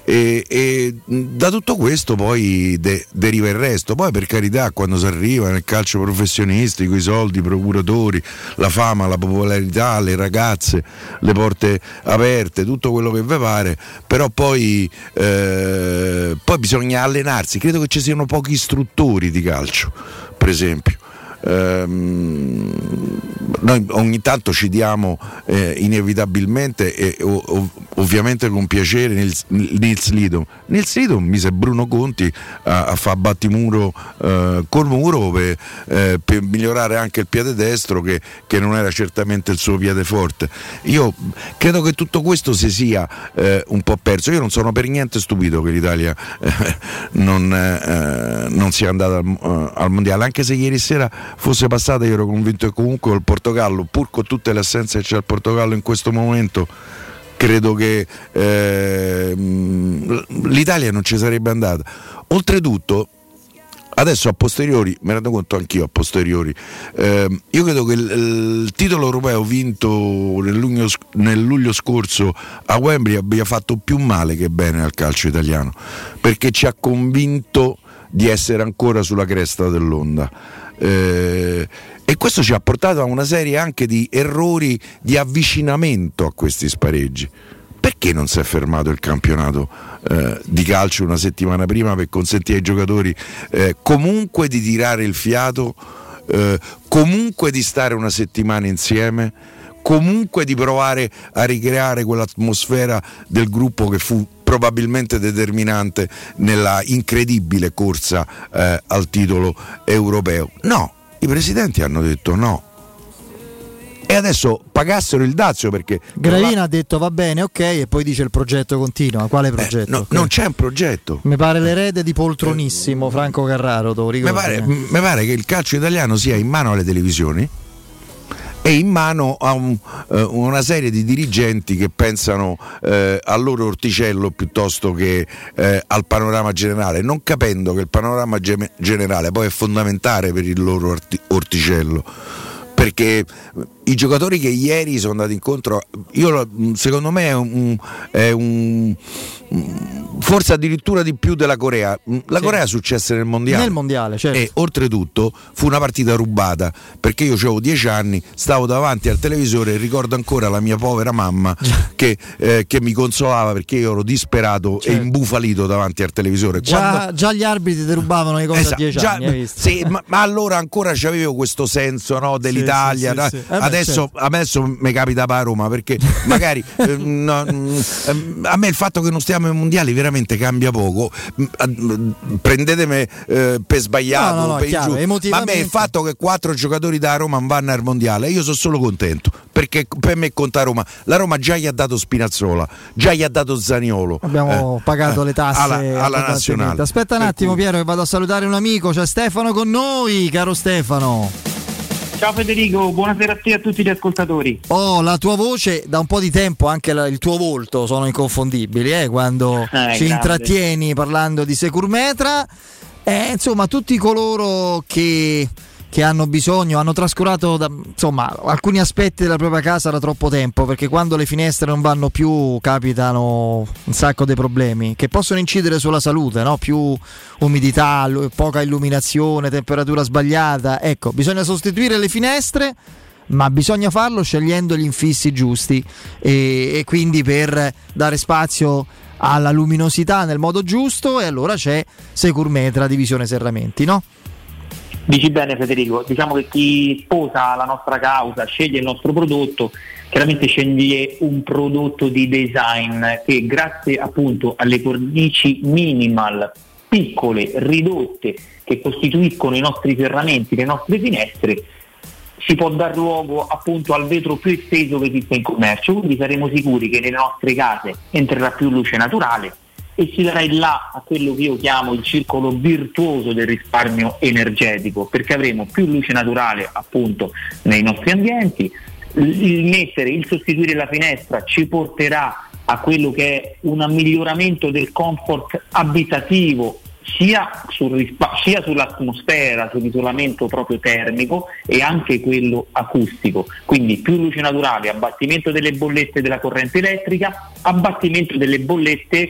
e, e da tutto questo poi de, deriva il resto. Poi per carità, quando si arriva nel calcio professionistico, i soldi, i procuratori, la fama, la popolarità, le ragazze, le porte aperte, tutto quello che vi pare, però poi, eh, poi bisogna allenarsi. Credo che ci siano pochi istruttori di calcio, per esempio. Um, noi ogni tanto ci diamo eh, inevitabilmente e o, o, ovviamente con piacere Nils, Nils Lidom. Nils Lidom mise Bruno Conti a, a fare battimuro eh, col muro per, eh, per migliorare anche il piede destro che, che non era certamente il suo piede forte. Io credo che tutto questo si sia eh, un po' perso. Io non sono per niente stupito che l'Italia eh, non, eh, non sia andata al, uh, al mondiale, anche se ieri sera fosse passata, io ero convinto che comunque il Portogallo, pur con tutte le assenze che c'è al Portogallo in questo momento, credo che eh, l'Italia non ci sarebbe andata. Oltretutto, adesso a posteriori, me ne rendo conto anch'io a posteriori, eh, io credo che il, il titolo europeo vinto nel luglio, nel luglio scorso a Wembley abbia fatto più male che bene al calcio italiano, perché ci ha convinto di essere ancora sulla cresta dell'onda. Eh, e questo ci ha portato a una serie anche di errori di avvicinamento a questi spareggi. Perché non si è fermato il campionato eh, di calcio una settimana prima per consentire ai giocatori eh, comunque di tirare il fiato, eh, comunque di stare una settimana insieme, comunque di provare a ricreare quell'atmosfera del gruppo che fu probabilmente determinante nella incredibile corsa eh, al titolo europeo? No, i presidenti hanno detto no. E adesso pagassero il dazio, perché Gravina ha detto va bene, ok, e poi dice il progetto continua. Quale progetto? Eh, no, okay. Non c'è un progetto. Mi pare l'erede di Poltronissimo, Franco Carraro, te lo ricordo. Mi pare, mi pare che il calcio italiano sia in mano alle televisioni e in mano a un, eh, una serie di dirigenti che pensano eh, al loro orticello piuttosto che eh, al panorama generale, non capendo che il panorama ge- generale poi è fondamentale per il loro orti- orticello. Perché i giocatori che ieri sono andati incontro, io, secondo me è un, è un forse addirittura di più della Corea. La sì. Corea successe nel mondiale. Nel mondiale, certo. E oltretutto fu una partita rubata, perché io avevo dieci anni, stavo davanti al televisore e ricordo ancora la mia povera mamma che, eh, che mi consolava perché io ero disperato certo. e imbufalito davanti al televisore. Già, Quando... già gli arbitri derubavano le cose esatto, a dieci già, anni. Hai visto? Sì, ma, ma allora ancora c'avevo questo senso, no, dell'Italia. Sì, sì, sì, sì. Eh beh, adesso, certo. adesso mi capita a Roma, perché magari eh, no, eh, a me il fatto che non stiamo ai mondiali veramente cambia poco. Prendetemi eh, per sbagliato, no, no, no, per chiaro, giù. Ma a me il fatto che quattro giocatori da Roma vanno al mondiale, io sono solo contento, perché per me conta Roma. La Roma già gli ha dato Spinazzola, già gli ha dato Zaniolo. Abbiamo eh, pagato le tasse alla, alla nazionale. Aspetta un per attimo, cui... Piero, che vado a salutare un amico. C'è Stefano con noi, caro Stefano. Ciao Federico, buonasera a te e a tutti gli ascoltatori. Oh, la tua voce da un po' di tempo, anche la, il tuo volto sono inconfondibili, eh, quando eh, ci grande. intrattieni parlando di Securmetra. Eh, insomma, tutti coloro che, che hanno bisogno, hanno trascurato da, insomma, alcuni aspetti della propria casa da troppo tempo, perché quando le finestre non vanno più capitano un sacco di problemi che possono incidere sulla salute, no? Più umidità, poca illuminazione, temperatura sbagliata. Ecco, bisogna sostituire le finestre, ma bisogna farlo scegliendo gli infissi giusti e, e quindi per dare spazio alla luminosità nel modo giusto. E allora c'è Securmetra Divisione Serramenti, no? Dici bene Federico, diciamo che chi sposa la nostra causa, sceglie il nostro prodotto, chiaramente sceglie un prodotto di design che grazie appunto alle cornici minimal, piccole, ridotte, che costituiscono i nostri serramenti, le nostre finestre, si può dar luogo appunto al vetro più esteso che esiste in commercio, quindi saremo sicuri che nelle nostre case entrerà più luce naturale e si darà il là a quello che io chiamo il circolo virtuoso del risparmio energetico, perché avremo più luce naturale appunto nei nostri ambienti. Il mettere, il sostituire la finestra ci porterà a quello che è un miglioramento del comfort abitativo sia, sul rispa- sia sull'atmosfera, sull'isolamento proprio termico e anche quello acustico. Quindi più luce naturale, abbattimento delle bollette della corrente elettrica, abbattimento delle bollette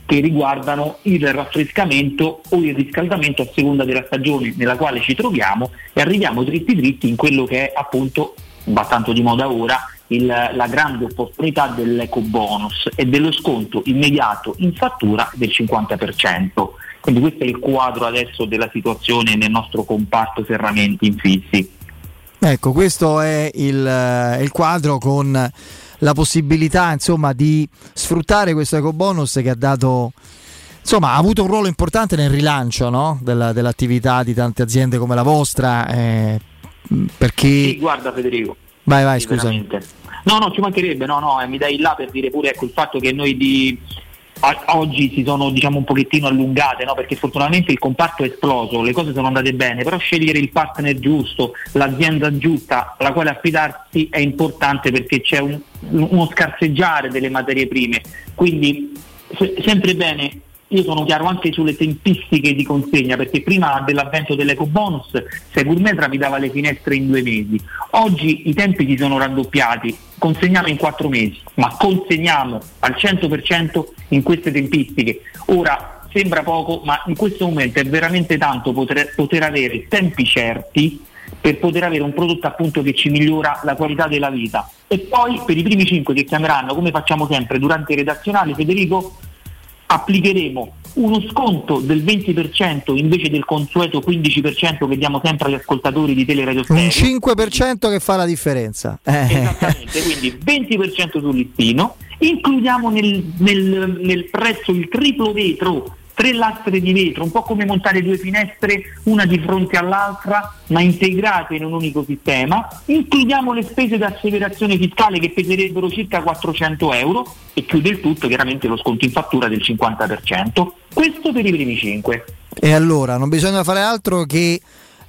che riguardano il raffrescamento o il riscaldamento a seconda della stagione nella quale ci troviamo, e arriviamo dritti dritti in quello che è appunto, va tanto di moda ora, il, la grande opportunità dell'eco bonus e dello sconto immediato in fattura del cinquanta per cento. Quindi questo è il quadro adesso della situazione nel nostro comparto serramenti infissi. Ecco, questo è il, il quadro, con la possibilità insomma di sfruttare questo ecobonus che ha dato, insomma, ha avuto un ruolo importante nel rilancio, no? Della, dell'attività di tante aziende come la vostra, eh, perché sì, guarda Federico, vai vai sì, scusami veramente. no no ci mancherebbe, no no eh, mi dai là per dire pure, ecco, il fatto che noi di a, oggi si sono, diciamo, un pochettino allungate, no? Perché fortunatamente il comparto è esploso, le cose sono andate bene, però scegliere il partner giusto, l'azienda giusta alla quale affidarsi è importante, perché c'è un, uno scarseggiare delle materie prime, quindi se, sempre bene. Io sono chiaro anche sulle tempistiche di consegna, perché prima dell'avvento dell'ecobonus Securmetra mi dava le finestre in due mesi, oggi i tempi si sono raddoppiati, consegniamo in quattro mesi, ma consegniamo al cento per cento in queste tempistiche. Ora sembra poco, ma in questo momento è veramente tanto poter, poter avere tempi certi per poter avere un prodotto appunto che ci migliora la qualità della vita. E poi per i primi cinque che chiameranno, come facciamo sempre durante i redazionali, Federico, applicheremo uno sconto del venti per cento invece del consueto quindici per cento che diamo sempre agli ascoltatori di Teleradio Stereo. Un cinque per cento che fa la differenza. Eh. Esattamente, quindi venti per cento sul listino, includiamo nel, nel, nel prezzo il triplo vetro, tre lastre di vetro, un po' come montare due finestre una di fronte all'altra ma integrate in un unico sistema, includiamo le spese di asseverazione fiscale che peserebbero circa quattrocento euro e chiude il tutto chiaramente lo sconto in fattura del cinquanta per cento. Questo per i primi cinque. E allora non bisogna fare altro che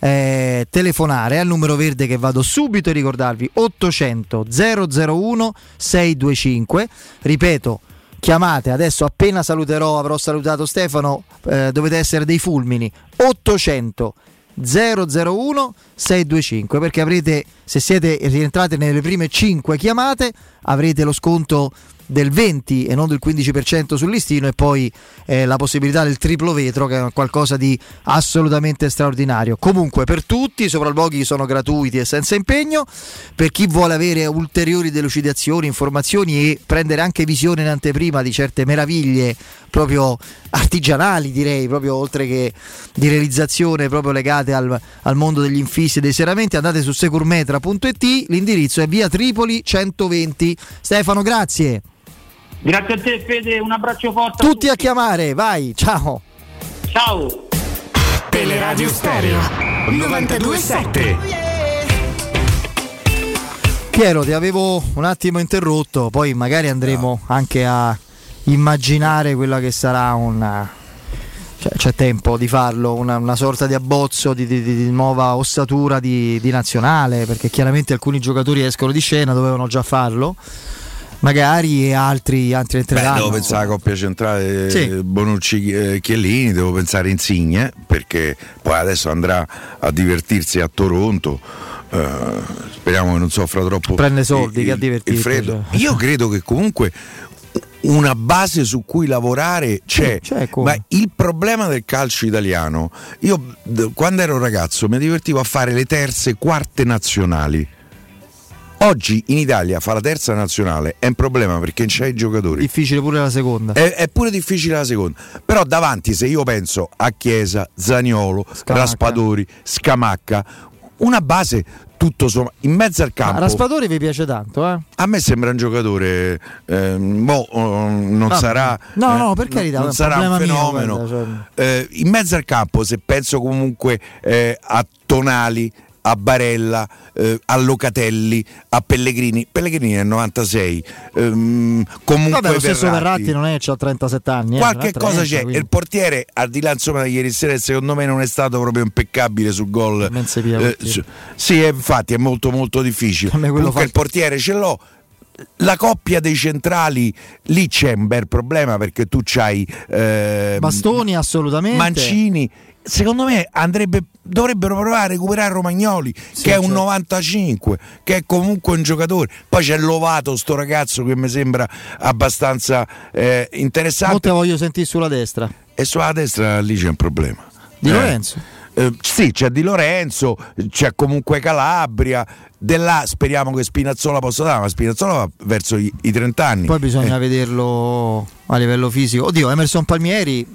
eh, telefonare al numero verde che vado subito a ricordarvi, ottocento zero zero uno sei due cinque, ripeto, chiamate adesso, appena saluterò, avrò salutato Stefano, eh, dovete essere dei fulmini, ottocento zero zero uno sei due cinque, perché avrete, se siete rientrate nelle prime cinque chiamate, avrete lo sconto del venti e non del quindici per cento sul listino, e poi eh, la possibilità del triplo vetro, che è qualcosa di assolutamente straordinario. Comunque per tutti i sopralluoghi sono gratuiti e senza impegno. Per chi vuole avere ulteriori delucidazioni, informazioni e prendere anche visione in anteprima di certe meraviglie proprio artigianali, direi, proprio oltre che di realizzazione, proprio legate al, al mondo degli infissi e dei serramenti, andate su securmetra punto it, l'indirizzo è via Tripoli centoventi. Stefano, grazie. Grazie a te Fede, un abbraccio forte. Tutti a, tutti a chiamare, vai, ciao. Ciao. Teleradio Stereo novantadue sette. Piero, ti avevo un attimo interrotto, poi magari andremo no. anche a immaginare quella che sarà una, cioè, c'è tempo di farlo, una, una sorta di abbozzo di, di, di nuova ossatura di, di nazionale, perché chiaramente alcuni giocatori escono di scena, dovevano già farlo magari, e altri altri entreranno. Beh, devo pensare alla coppia centrale, sì. Bonucci-Chiellini, devo pensare a Insigne, perché poi adesso andrà a divertirsi a Toronto, uh, speriamo che non soffra troppo, prende soldi, il, che a divertirsi, il freddo. Cioè. Io credo che comunque una base su cui lavorare c'è, c'è ma il problema del calcio italiano, io quando ero ragazzo mi divertivo a fare le terze, quarte nazionali. Oggi in Italia fa la terza nazionale è un problema, perché non c'è i giocatori. Difficile pure la seconda. È, è pure difficile la seconda. Però davanti, se io penso a Chiesa, Zaniolo, Scamacca. Raspadori, Scamacca, una base tutto sommato in mezzo al campo. Ma Raspadori vi piace tanto, eh? A me sembra un giocatore eh, boh, non no, sarà no, eh, no, per carità, non sarà un fenomeno. Mio, guarda, cioè... eh, in mezzo al campo, se penso comunque eh, a Tonali, a Barella, eh, a Locatelli, a Pellegrini. Pellegrini è novantasei. Ehm, comunque vabbè, lo stesso Verratti, Verratti non è, c'ha trentasette anni. Qualche eh, cosa trenta, c'è. Quindi. Il portiere, al di là insomma di ieri sera, secondo me non è stato proprio impeccabile sul gol. Eh, su, sì, infatti è molto molto difficile. Comunque il portiere ce l'ho. la coppia dei centrali lì c'è un bel problema, perché tu c'hai eh, Bastoni assolutamente, Mancini. Secondo me andrebbe, dovrebbero provare a recuperare Romagnoli, sì, che è un certo. novantacinque, che è comunque un giocatore. Poi c'è Lovato, sto ragazzo che mi sembra abbastanza eh, interessante. Mo te voglio sentire sulla destra. E sulla destra lì c'è un problema. Di eh. Lorenzo? Eh, sì, c'è Di Lorenzo, c'è comunque Calabria. De là speriamo che Spinazzola possa dare, ma Spinazzola va verso i, i trenta anni. Poi bisogna eh. vederlo a livello fisico. Oddio, Emerson Palmieri,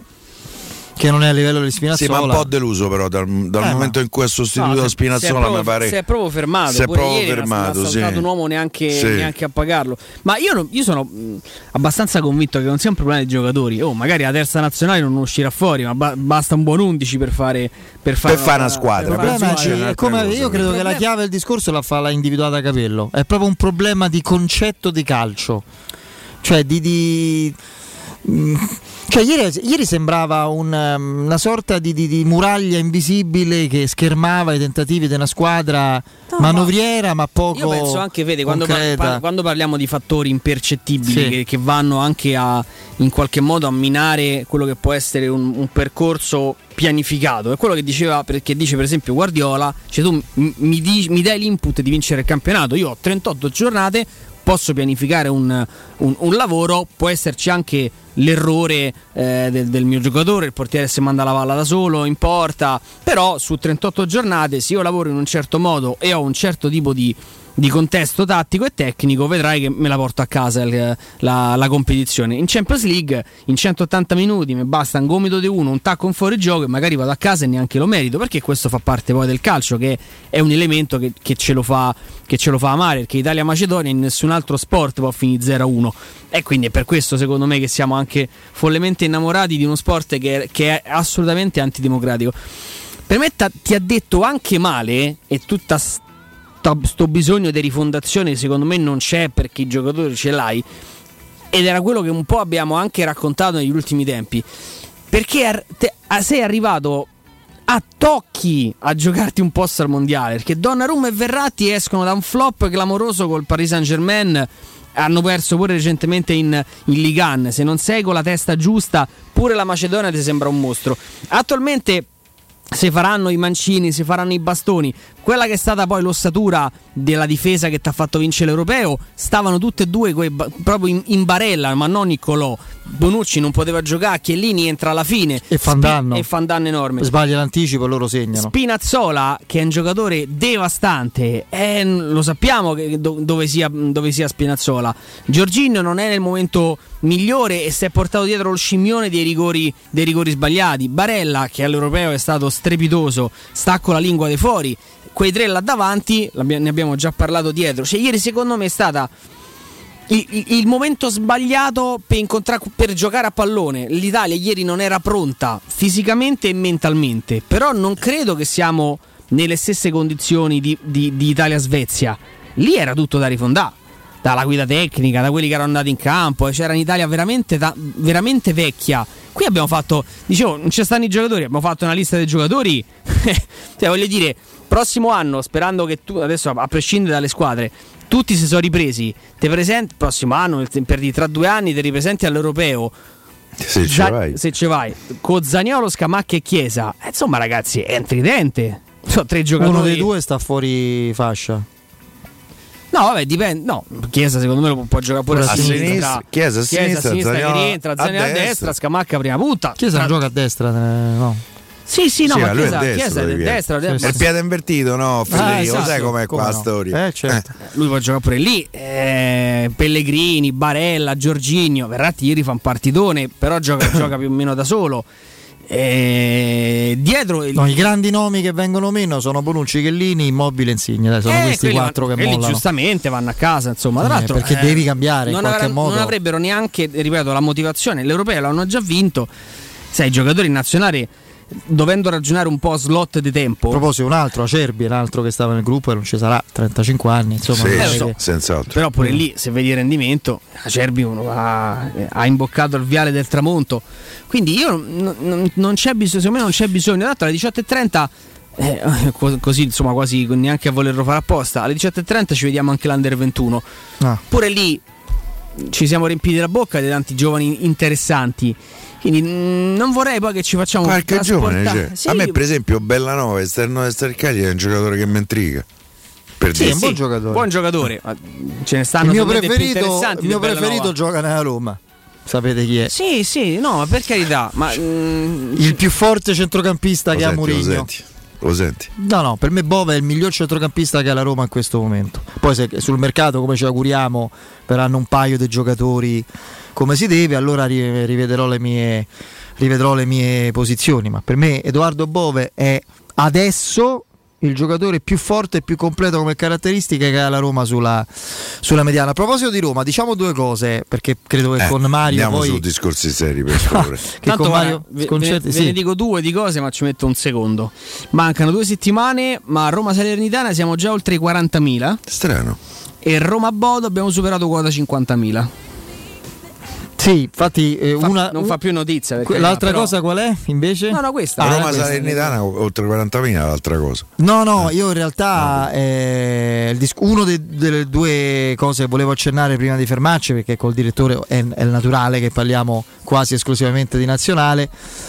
che non è a livello di Spinazzola. Sì, ma un po' deluso però dal, dal eh, momento ma... in cui ha sostituito no, Spinazzola, mi pare. Si è proprio fermato. Si è Pure proprio ieri fermato, non ha saltato sì. un uomo neanche, Sì. neanche a pagarlo. Ma io, non, io sono mh, abbastanza convinto che non sia un problema dei giocatori. Oh, magari la terza nazionale non uscirà fuori, ma ba- basta un buon undici per fare per fare, per fare una squadra. Il problema è, è come, io credo che la chiave del discorso la fa la individuata Capello. È proprio un problema di concetto di calcio, cioè di, di mh, cioè ieri, ieri sembrava un, um, una sorta di, di, di muraglia invisibile che schermava i tentativi di una squadra no, manovriera, ma, ma poco. Io penso anche, vede, quando, par- par- quando parliamo di fattori impercettibili, sì. che, che vanno anche a in qualche modo a minare quello che può essere un, un percorso pianificato, è quello che diceva, perché dice per esempio Guardiola, cioè tu mi, mi, di, mi dai l'input di vincere il campionato, io ho trentotto giornate, posso pianificare un, un, un lavoro, può esserci anche l'errore eh, del, del mio giocatore, il portiere se manda la palla da solo in porta, però su trentotto giornate, se io lavoro in un certo modo e ho un certo tipo di, di contesto tattico e tecnico, vedrai che me la porto a casa il, la, la competizione. In Champions League in centottanta minuti mi basta un gomito di uno, un tacco in fuorigioco e magari vado a casa e neanche lo merito, perché questo fa parte poi del calcio, che è un elemento che, che ce lo fa che ce lo fa amare, perché Italia-Macedonia in nessun altro sport può finire zero a uno, e quindi è per questo secondo me che siamo anche follemente innamorati di uno sport che è, che è assolutamente antidemocratico. Per me ta, ti ha detto anche male, e tutta sto bisogno di rifondazione secondo me non c'è, perché i giocatori ce l'hai, ed era quello che un po' abbiamo anche raccontato negli ultimi tempi, perché ar- te, a, sei arrivato a tocchi a giocarti un posto al mondiale, perché Donnarumma e Verratti escono da un flop clamoroso col Paris Saint-Germain, hanno perso pure recentemente in, in Ligue uno, se non sei con la testa giusta pure la Macedonia ti sembra un mostro. Attualmente si faranno i mancini, si faranno i bastoni, quella che è stata poi l'ossatura della difesa che ti ha fatto vincere l'Europeo, stavano tutte e due quei ba- proprio in, in barella, ma non Niccolò. Bonucci non poteva giocare, Chiellini entra alla fine e fa un danno, e fa un danno enorme, sbaglia l'anticipo e loro segnano. Spinazzola, che è un giocatore devastante, eh, lo sappiamo che do- dove, sia, dove sia Spinazzola. Jorginho non è nel momento migliore e si è portato dietro lo scimmione dei rigori, dei rigori sbagliati. Barella, che all'Europeo è stato strepitoso, sta con la lingua dei fuori. Quei tre là davanti, ne abbiamo già parlato dietro. Cioè, ieri secondo me è stata il, il, il momento sbagliato per, incontrare, per giocare a pallone. L'Italia ieri non era pronta fisicamente e mentalmente, però non credo che siamo nelle stesse condizioni di, di, di Italia-Svezia. Lì era tutto da rifondare, dalla guida tecnica, da quelli che erano andati in campo, c'era un'Italia veramente, ta- veramente vecchia. Qui abbiamo fatto, dicevo, non ci stanno i giocatori, abbiamo fatto una lista dei giocatori, cioè voglio dire, prossimo anno, sperando che tu, adesso a prescindere dalle squadre, tutti si sono ripresi, te presenti, prossimo anno, per di tra due anni, ti ripresenti all'Europeo, se Za- ce vai. se ce vai, con Zaniolo, Scamacca e Chiesa, eh, insomma ragazzi, è un tridente, sono tre giocatori. Uno dei due sta fuori fascia. No, vabbè, dipende. No, Chiesa secondo me lo può, può giocare pure a, a sinistra. sinistra. Chiesa a Chiesa sinistra, a sinistra Zaniolo che rientra, Zaniolo a destra, destra, Scamacca prima punta. Chiesa non gioca a destra, eh, no. Sì, sì, no, sì, ma lui Chiesa, è destra, Chiesa è destra, sì, destra. È il piede invertito, no? Federico, ah, esatto. Sai com'è Come qua la no? storia? Eh, certo. eh. Lui può giocare pure lì. Eh, Pellegrini, Barella, Jorginho, Verratti ieri fa un partitone, però gioca, gioca più o meno da solo. Eh, dietro il... no, i grandi nomi che vengono meno sono Bonucci, Chiellini, Immobile, Insigne. Dai, sono eh, questi quattro van- che mollano. Giustamente vanno a casa, insomma. Tra eh, l'altro, perché eh, devi cambiare in qualche avre- modo. Non avrebbero neanche, ripeto, la motivazione. L'Europeo l'hanno già vinto. Sai, i giocatori nazionali, dovendo ragionare un po' slot di tempo. A proposito, un altro, Acerbi, un altro che stava nel gruppo e non ci sarà, trentacinque anni, insomma. Sì, eh, so, che... senz'altro. Però pure lì, se vedi il rendimento, Acerbi uno ha, ha imboccato il viale del tramonto. Quindi io non, non, non c'è bisogno, secondo me non c'è bisogno. Tra l'altro alle diciotto e trenta eh, così insomma quasi neanche a volerlo fare apposta. Alle diciotto e trenta ci vediamo anche l'Under ventuno. Ah. Pure lì ci siamo riempiti la bocca di tanti giovani interessanti. Quindi mh, non vorrei poi che ci facciamo qualche giovane, cioè. Sì. A me per esempio Bellanova, esterno Estercagli è un giocatore che mi intriga. Per sì, dire. è un buon giocatore. Buon giocatore. Ce ne stanno il mio più preferito, interessanti. il mio di preferito Bellanova. gioca nella Roma. Sapete chi è? Sì, sì, no, ma per carità, ma mh, il più forte centrocampista lo che senti, ha Mourinho. Lo senti, lo senti? No, no, per me Bove è il miglior centrocampista che ha la Roma in questo momento. Poi se sul mercato, come ci auguriamo, verranno un paio di giocatori come si deve, allora rivederò le mie rivedrò le mie posizioni, ma per me Edoardo Bove è adesso il giocatore più forte e più completo come caratteristiche che ha la Roma sulla, sulla mediana. A proposito di Roma, diciamo due cose, perché credo che eh, con Mario andiamo poi su discorsi seri, per favore. che tanto con Mario ve, Sconcerti, ve, sì. ve ne dico due di cose, ma ci metto un secondo. Mancano due settimane, ma a Roma Salernitana siamo già oltre i quarantamila. Strano. E Roma Bodo abbiamo superato quota cinquantamila. Sì, infatti eh, fa, una, non fa più notizia. Perché l'altra no, però... cosa qual è invece? No, no, questa. Ah, Roma questa. Salernitana oltre quarantamila, l'altra cosa. No, no, io in realtà eh, il dis- uno de- delle due cose che volevo accennare prima di fermarci, perché col direttore è, è naturale che parliamo quasi esclusivamente di nazionale.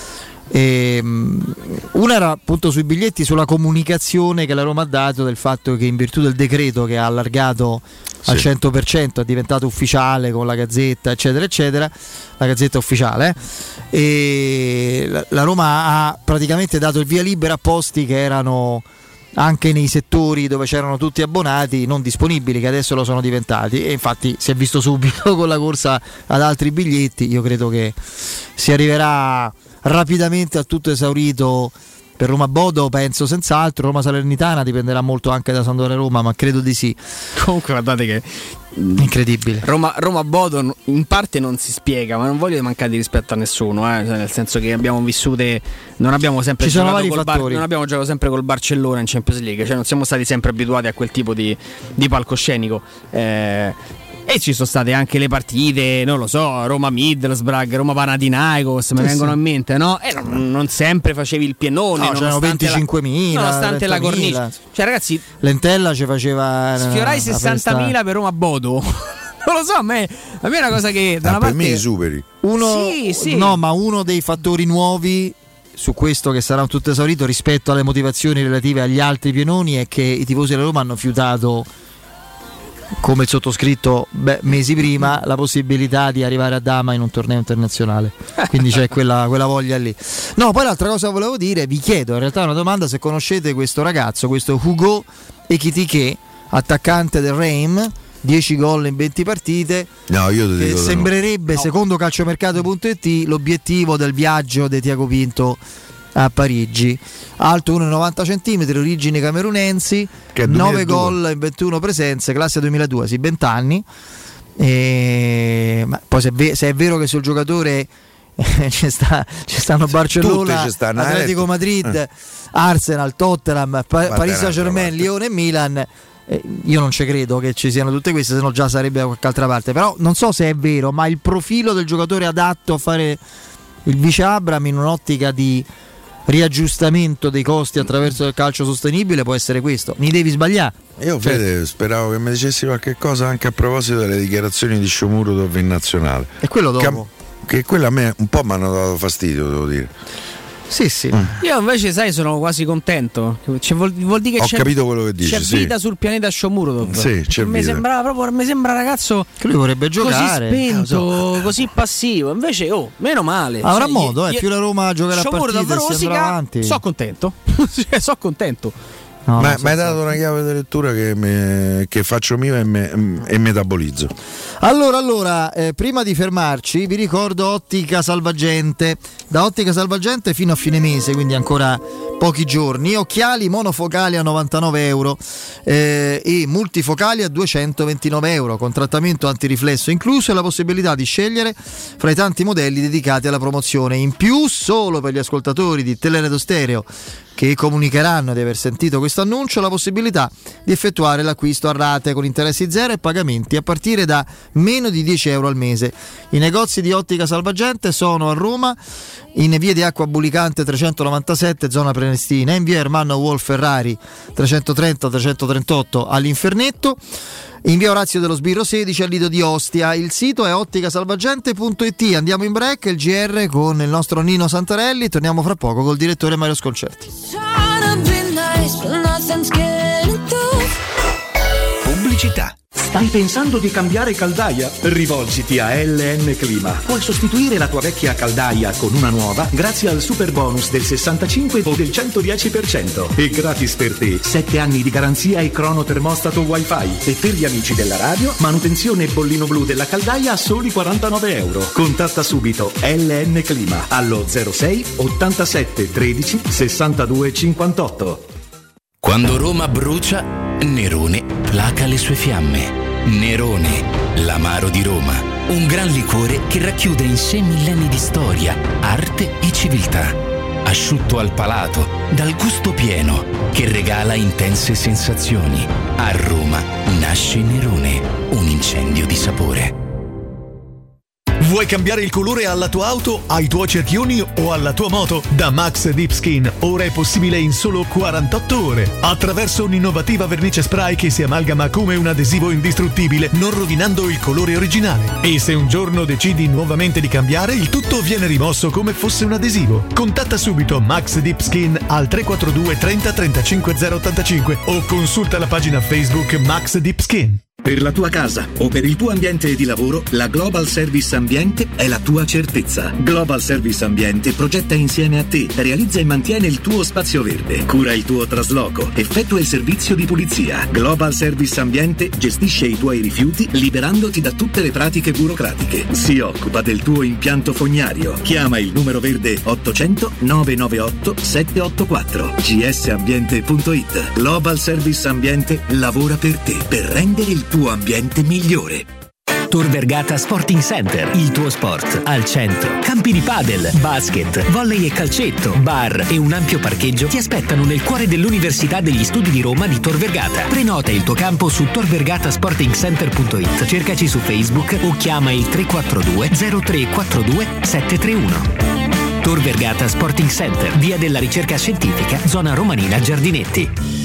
E, um, una era appunto sui biglietti, sulla comunicazione che la Roma ha dato del fatto che in virtù del decreto che ha allargato sì. al cento per cento è diventato ufficiale con la Gazzetta eccetera eccetera, la Gazzetta ufficiale eh? E la, la Roma ha praticamente dato il via libera a posti che erano anche nei settori dove c'erano tutti abbonati non disponibili, che adesso lo sono diventati, e infatti si è visto subito con la corsa ad altri biglietti. Io credo che si arriverà rapidamente a tutto esaurito per Roma Bodo, penso senz'altro. Roma Salernitana dipenderà molto anche da Sampdoria Roma, ma credo di sì. Comunque guardate che incredibile. Roma, Roma Bodo in parte non si spiega, ma non voglio mancare di rispetto a nessuno, eh? Nel senso che abbiamo vissute, non abbiamo sempre Ci sono giocato vari col Bar, fattori. non abbiamo giocato sempre col Barcellona in Champions League, cioè non siamo stati sempre abituati a quel tipo di, di palcoscenico. Eh, E ci sono state anche le partite, non lo so, Roma Middlesbrough, Roma Panathinaikos, mi sì, vengono sì. in mente, no? E non, non sempre facevi il pienone, no, c'erano venticinquemila, la, nonostante la cornice. Cioè ragazzi, L'Entella ci faceva sfiorai sessantamila per Roma Bodo. Non lo so, a me, a me è una cosa che da ah, una per parte me i superi. Uno, sì, sì. No, ma uno dei fattori nuovi su questo che sarà tutto esaurito rispetto alle motivazioni relative agli altri pienoni è che i tifosi della Roma hanno fiutato, come il sottoscritto beh, mesi prima, la possibilità di arrivare a Dama in un torneo internazionale, quindi c'è quella, quella voglia lì. No, poi l'altra cosa che volevo dire, vi chiedo in realtà una domanda, se conoscete questo ragazzo, questo Hugo Ekitike, attaccante del Reims, dieci gol in venti partite. No, io ti dico sembrerebbe no. secondo calciomercato punto it l'obiettivo del viaggio di Tiago Pinto a Parigi. Alto uno virgola novanta centimetri, origini camerunensi, nove gol in ventuno presenze, classe duemiladue, sì, venti anni. E... ma poi se è, ve- se è vero che sul giocatore ci, sta, ci stanno Barcellona, ci stanno, Atletico eh. Madrid, eh. Arsenal, Tottenham, pa- Paris Saint-Germain, Lione e Milan, eh, io non ci credo che ci siano tutte queste, se no già sarebbe da qualche altra parte. Però non so se è vero, ma il profilo del giocatore adatto a fare il vice Abram in un'ottica di riaggiustamento dei costi attraverso il calcio sostenibile può essere questo. Mi devi sbagliare. Io Fede, speravo che mi dicessi qualche cosa anche a proposito delle dichiarazioni di Shomurodov in nazionale. E quello dopo? Che, che quella a me un po' mi hanno dato fastidio, devo dire. Sì, sì. Mm. Io invece, sai, sono quasi contento. Cioè, vuol, vuol dire che Ho c'è, capito quello che dici, c'è sì. vita sul pianeta Shomurodov. Sì, c'è mi vita. sembrava proprio, mi sembra un ragazzo che lui vorrebbe giocare, così spento, so. così passivo. Invece, oh, meno male. Avrà cioè, modo, eh, gli, più la Roma giocherà a partite e si andrà avanti. So contento. cioè, so contento. No, ma no, mi hai dato una chiave di lettura che, me, che faccio mia e, me, e metabolizzo. Allora, allora eh, prima di fermarci vi ricordo Ottica Salvagente. Da Ottica Salvagente fino a fine mese, quindi ancora pochi giorni, occhiali monofocali a novantanove euro eh, e multifocali a duecentoventinove euro, con trattamento antiriflesso incluso e la possibilità di scegliere fra i tanti modelli dedicati alla promozione. In più, solo per gli ascoltatori di Teleredo Stereo che comunicheranno di aver sentito questo questo annuncio la possibilità di effettuare l'acquisto a rate con interessi zero e pagamenti a partire da meno di dieci euro al mese. I negozi di Ottica Salvagente sono a Roma, in via di Acqua Bulicante trecentonovantasette, zona Prenestina, in via Ermanno Wolf Ferrari trecentotrenta trecentotrentotto all'Infernetto, in via Orazio dello Sbirro sedici al Lido di Ostia. Il sito è otticasalvagente punto it. Andiamo in break, il G R con il nostro Nino Santarelli, torniamo fra poco col direttore Mario Sconcerti. Pubblicità. Stai pensando di cambiare caldaia? Rivolgiti a L N Clima. Puoi sostituire la tua vecchia caldaia con una nuova grazie al super bonus del sessantacinque o del centodieci per cento. E gratis per te sette anni di garanzia e crono termostato wifi. E per gli amici della radio, manutenzione e bollino blu della caldaia a soli quarantanove euro. Contatta subito L N Clima allo zero sei ottantasette tredici sessantadue cinquantotto. Quando Roma brucia, Nerone placa le sue fiamme. Nerone, l'amaro di Roma. Un gran liquore che racchiude in sé millenni di storia, arte e civiltà. Asciutto al palato, dal gusto pieno, che regala intense sensazioni. A Roma nasce Nerone, un incendio di sapore. Vuoi cambiare il colore alla tua auto, ai tuoi cerchioni o alla tua moto? Da Max Deep Skin ora è possibile in solo quarantotto ore attraverso un'innovativa vernice spray che si amalgama come un adesivo indistruttibile, non rovinando il colore originale. E se un giorno decidi nuovamente di cambiare, il tutto viene rimosso come fosse un adesivo. Contatta subito Max Deep Skin al tre quattro due trenta trentacinque zero ottantacinque o consulta la pagina Facebook Max Deep Skin. Per la tua casa o per il tuo ambiente di lavoro, la Global Service Ambiente è la tua certezza. Global Service Ambiente progetta insieme a te, realizza e mantiene il tuo spazio verde, cura il tuo trasloco, effettua il servizio di pulizia. Global Service Ambiente gestisce i tuoi rifiuti liberandoti da tutte le pratiche burocratiche. Si occupa del tuo impianto fognario. Chiama il numero verde ottocento nove nove otto sette otto quattro g s ambiente punto it. Global Service Ambiente lavora per te, per rendere il tuo ambiente migliore. Tor Vergata Sporting Center, il tuo sport al centro. Campi di padel, basket, volley e calcetto, bar e un ampio parcheggio ti aspettano nel cuore dell'Università degli Studi di Roma di Tor Vergata. Prenota il tuo campo su tor vergata sporting center punto it, cercaci su Facebook o chiama il tre quattro due zero tre quattro due sette tre uno. Tor Vergata Sporting Center, via della ricerca scientifica, zona Romanina Giardinetti.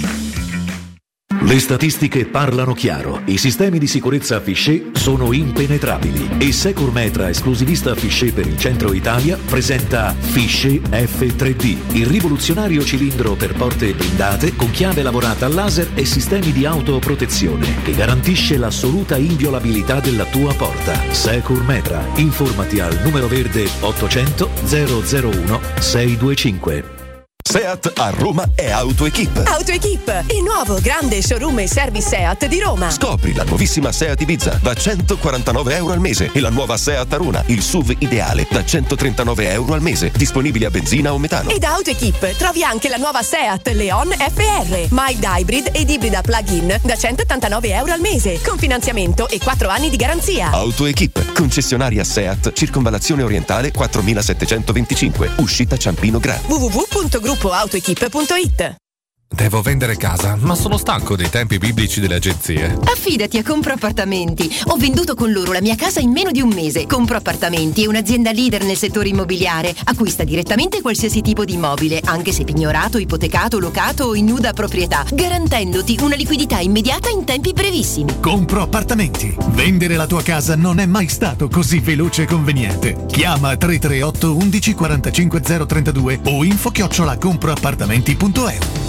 Le statistiche parlano chiaro. I sistemi di sicurezza Fichet sono impenetrabili e Securmetra, esclusivista Fichet per il centro Italia, presenta Fichet F tre D, il rivoluzionario cilindro per porte blindate con chiave lavorata a laser e sistemi di autoprotezione che garantisce l'assoluta inviolabilità della tua porta. Securmetra. Informati al numero verde ottocento zero zero uno sei due cinque. Seat a Roma è AutoEquip. AutoEquip, il nuovo grande showroom e service Seat di Roma. Scopri la nuovissima Seat Ibiza da centoquarantanove euro al mese e la nuova Seat Arona, il S U V ideale, da centotrentanove euro al mese, disponibili a benzina o metano. E da AutoEquip trovi anche la nuova Seat Leon F R, mild hybrid ed ibrida plug-in da centottantanove euro al mese, con finanziamento e quattro anni di garanzia. AutoEquip, concessionaria Seat, Circonvallazione Orientale quattromilasettecentoventicinque, uscita Ciampino Grande. w w w punto gruppo autoequip punto it. Devo vendere casa, ma sono stanco dei tempi biblici delle agenzie. Affidati a Compro Appartamenti. Ho venduto con loro la mia casa in meno di un mese. Compro Appartamenti è un'azienda leader nel settore immobiliare. Acquista direttamente qualsiasi tipo di immobile, anche se pignorato, ipotecato, locato o in nuda proprietà, garantendoti una liquidità immediata in tempi brevissimi. Compro Appartamenti. Vendere la tua casa non è mai stato così veloce e conveniente. Chiama tre tre otto undici quarantacinque zero trentadue o info chiocciola comproappartamenti punto e u.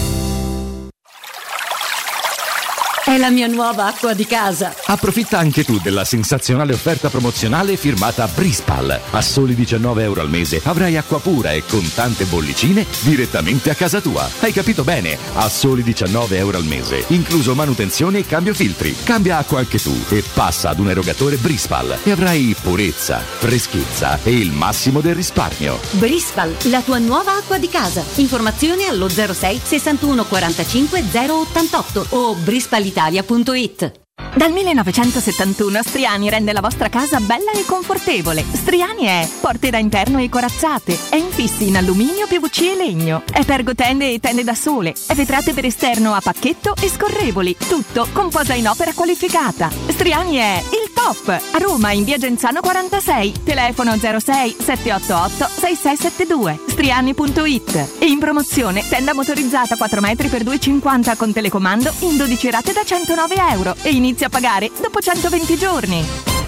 È la mia nuova acqua di casa. Approfitta anche tu della sensazionale offerta promozionale firmata Brispal. A soli diciannove euro al mese avrai acqua pura e con tante bollicine direttamente a casa tua. Hai capito bene? A soli diciannove euro al mese, incluso manutenzione e cambio filtri. Cambia acqua anche tu e passa ad un erogatore Brispal e avrai purezza, freschezza e il massimo del risparmio. Brispal, la tua nuova acqua di casa. Informazioni allo zero sei sessantuno quarantacinque zero ottantotto o brispal italia punto it. Dal millenovecentosettantuno Striani rende la vostra casa bella e confortevole. Striani è porte da interno e corazzate, è infissi in alluminio, P V C e legno, è pergotende e tende da sole, è vetrate per esterno a pacchetto e scorrevoli, tutto con posa in opera qualificata. Striani è il top! A Roma in via Genzano quarantasei, telefono zero sei sette otto otto sei sei sette due, striani punto it. E in promozione tenda motorizzata quattro metri per due e cinquanta con telecomando in dodici rate da centonove euro e inizia a pagare dopo centoventi giorni.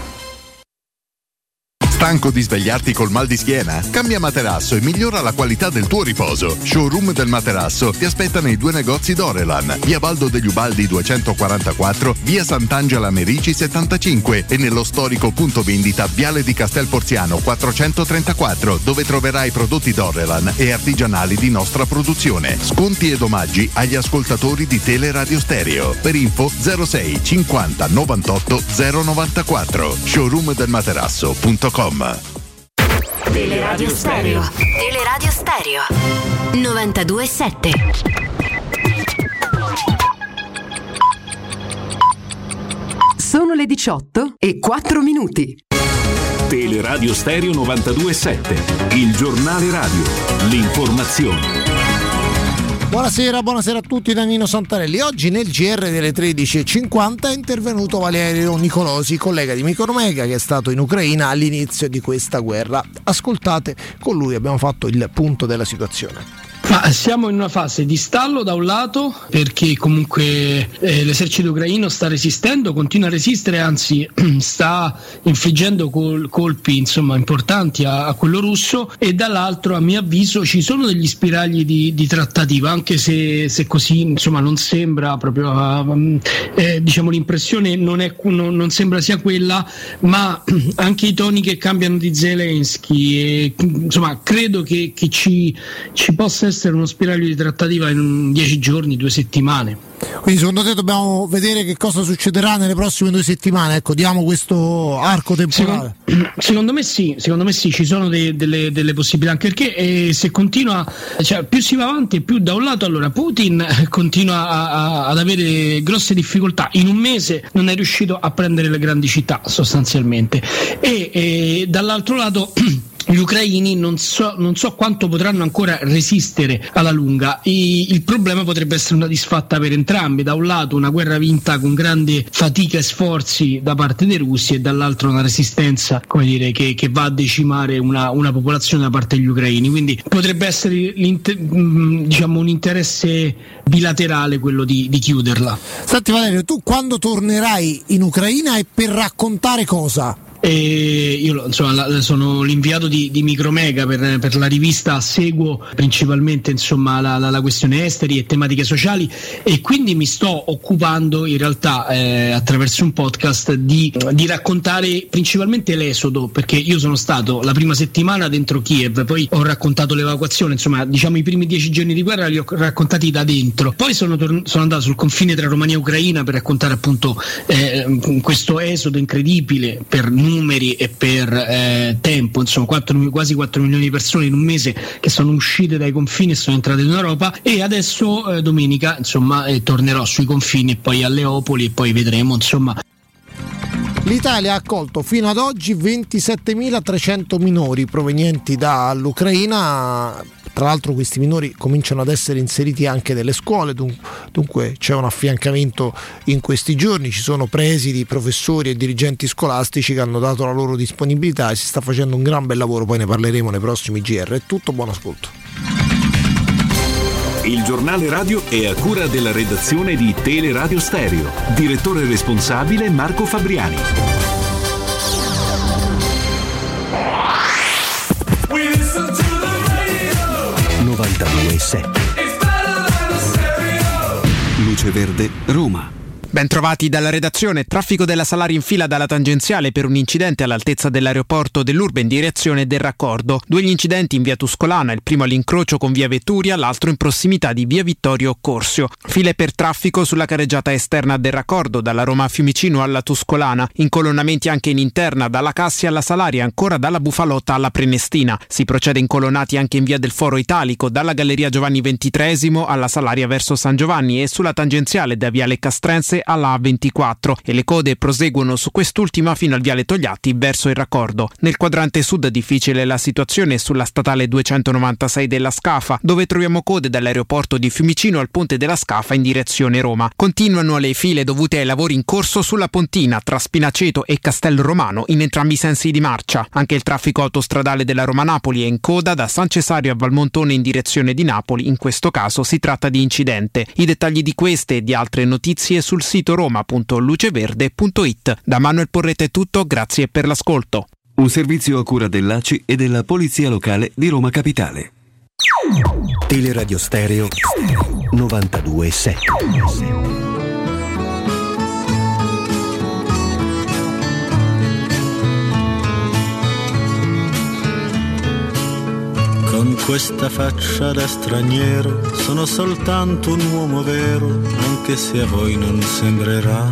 Stanco di svegliarti col mal di schiena? Cambia materasso e migliora la qualità del tuo riposo. Showroom del materasso ti aspetta nei due negozi Dorelan, via Baldo degli Ubaldi duecentoquarantaquattro, via Sant'Angela Merici settantacinque e nello storico punto vendita Viale di Castel Porziano quattrocentotrentaquattro, dove troverai prodotti Dorelan e artigianali di nostra produzione. Sconti ed omaggi agli ascoltatori di Teleradio Stereo. Per info zero sei cinquanta novantotto zero novantaquattro. showroom del materasso punto com. Teleradio Stereo. Teleradio Stereo. novantadue sette. Sono le diciotto e quattro minuti. Teleradio Stereo novantadue sette. Il giornale radio. L'informazione. Buonasera, buonasera a tutti da Nino Santarelli. Oggi nel G R delle tredici e cinquanta è intervenuto Valerio Nicolosi, collega di Micromega che è stato in Ucraina all'inizio di questa guerra. Ascoltate, con lui abbiamo fatto il punto della situazione. Ma siamo in una fase di stallo da un lato perché comunque eh, l'esercito ucraino sta resistendo, continua a resistere, anzi sta infliggendo col- colpi insomma importanti a-, a quello russo, e dall'altro a mio avviso ci sono degli spiragli di, di trattativa, anche se, se così insomma non sembra proprio uh, eh, diciamo l'impressione non, è, non, non sembra sia quella, ma anche i toni che cambiano di Zelensky e, insomma credo che, che ci, ci possa essere uno spiraglio di trattativa in dieci giorni, due settimane. Quindi secondo te dobbiamo vedere che cosa succederà nelle prossime due settimane? Ecco, diamo questo arco temporale. Secondo, secondo me sì, secondo me sì, ci sono dei, delle, delle possibilità, anche perché eh, se continua, cioè più si va avanti, più da un lato allora Putin continua a, a, ad avere grosse difficoltà. In un mese non è riuscito a prendere le grandi città sostanzialmente, e, e dall'altro lato gli ucraini non so, non so quanto potranno ancora resistere alla lunga. I, il problema potrebbe essere una disfatta per entrambi: da un lato una guerra vinta con grande fatica e sforzi da parte dei russi, e dall'altro una resistenza, come dire, che, che va a decimare una, una popolazione da parte degli ucraini. Quindi potrebbe essere diciamo un interesse bilaterale quello di, di chiuderla. Senti Valerio, tu quando tornerai in Ucraina e per raccontare cosa? E io insomma sono l'inviato di, di Micromega per, per la rivista, seguo principalmente insomma la, la, la questione esteri e tematiche sociali, e quindi mi sto occupando in realtà eh, attraverso un podcast di, di raccontare principalmente l'esodo, perché io sono stato la prima settimana dentro Kiev, poi ho raccontato l'evacuazione, insomma diciamo i primi dieci giorni di guerra li ho raccontati da dentro, poi sono, tor- sono andato sul confine tra Romania e Ucraina per raccontare appunto eh, questo esodo incredibile per numeri e per eh, tempo, insomma quattro, quasi quattro milioni di persone in un mese che sono uscite dai confini e sono entrate in Europa, e adesso eh, domenica insomma eh, tornerò sui confini e poi a Leopoli, e poi vedremo insomma. L'Italia ha accolto fino ad oggi ventisettemilatrecento minori provenienti dall'Ucraina. Tra l'altro questi minori cominciano ad essere inseriti anche nelle scuole, dunque c'è un affiancamento in questi giorni, ci sono presidi, professori e dirigenti scolastici che hanno dato la loro disponibilità e si sta facendo un gran bel lavoro, poi ne parleremo nei prossimi G R. È tutto, buon ascolto. Il giornale radio è a cura della redazione di Teleradio Stereo. Direttore responsabile Marco Fabriani. novantadue sette. Luce Verde, Roma. Ben trovati dalla redazione. Traffico della Salaria in fila dalla tangenziale per un incidente all'altezza dell'aeroporto dell'Urbe in direzione del raccordo. Due gli incidenti in via Tuscolana, il primo all'incrocio con via Vetturia, l'altro in prossimità di via Vittorio Corsio. File per traffico sulla carreggiata esterna del raccordo dalla Roma a Fiumicino alla Tuscolana. Incolonnamenti anche in interna dalla Cassia alla Salaria, ancora dalla Bufalotta alla Prenestina. Si procede incolonnati anche in via del Foro Italico dalla Galleria Giovanni ventitreesimo alla Salaria verso San Giovanni, e sulla tangenziale da viale Castrense alla A ventiquattro e le code proseguono su quest'ultima fino al viale Togliatti verso il raccordo. Nel quadrante sud difficile la situazione sulla statale duecentonovantasei della Scafa, dove troviamo code dall'aeroporto di Fiumicino al ponte della Scafa in direzione Roma. Continuano le file dovute ai lavori in corso sulla pontina tra Spinaceto e Castel Romano in entrambi i sensi di marcia. Anche il traffico autostradale della Roma-Napoli è in coda da San Cesario a Valmontone in direzione di Napoli. In questo caso si tratta di incidente. I dettagli di queste e di altre notizie sul sito roma punto luceverde punto it. Da Manuel Porretta è tutto, grazie per l'ascolto. Un servizio a cura dell'A C I e della Polizia Locale di Roma Capitale. Teleradio Stereo novantadue sette. Con questa faccia da straniero sono soltanto un uomo vero, anche se a voi non sembrerà.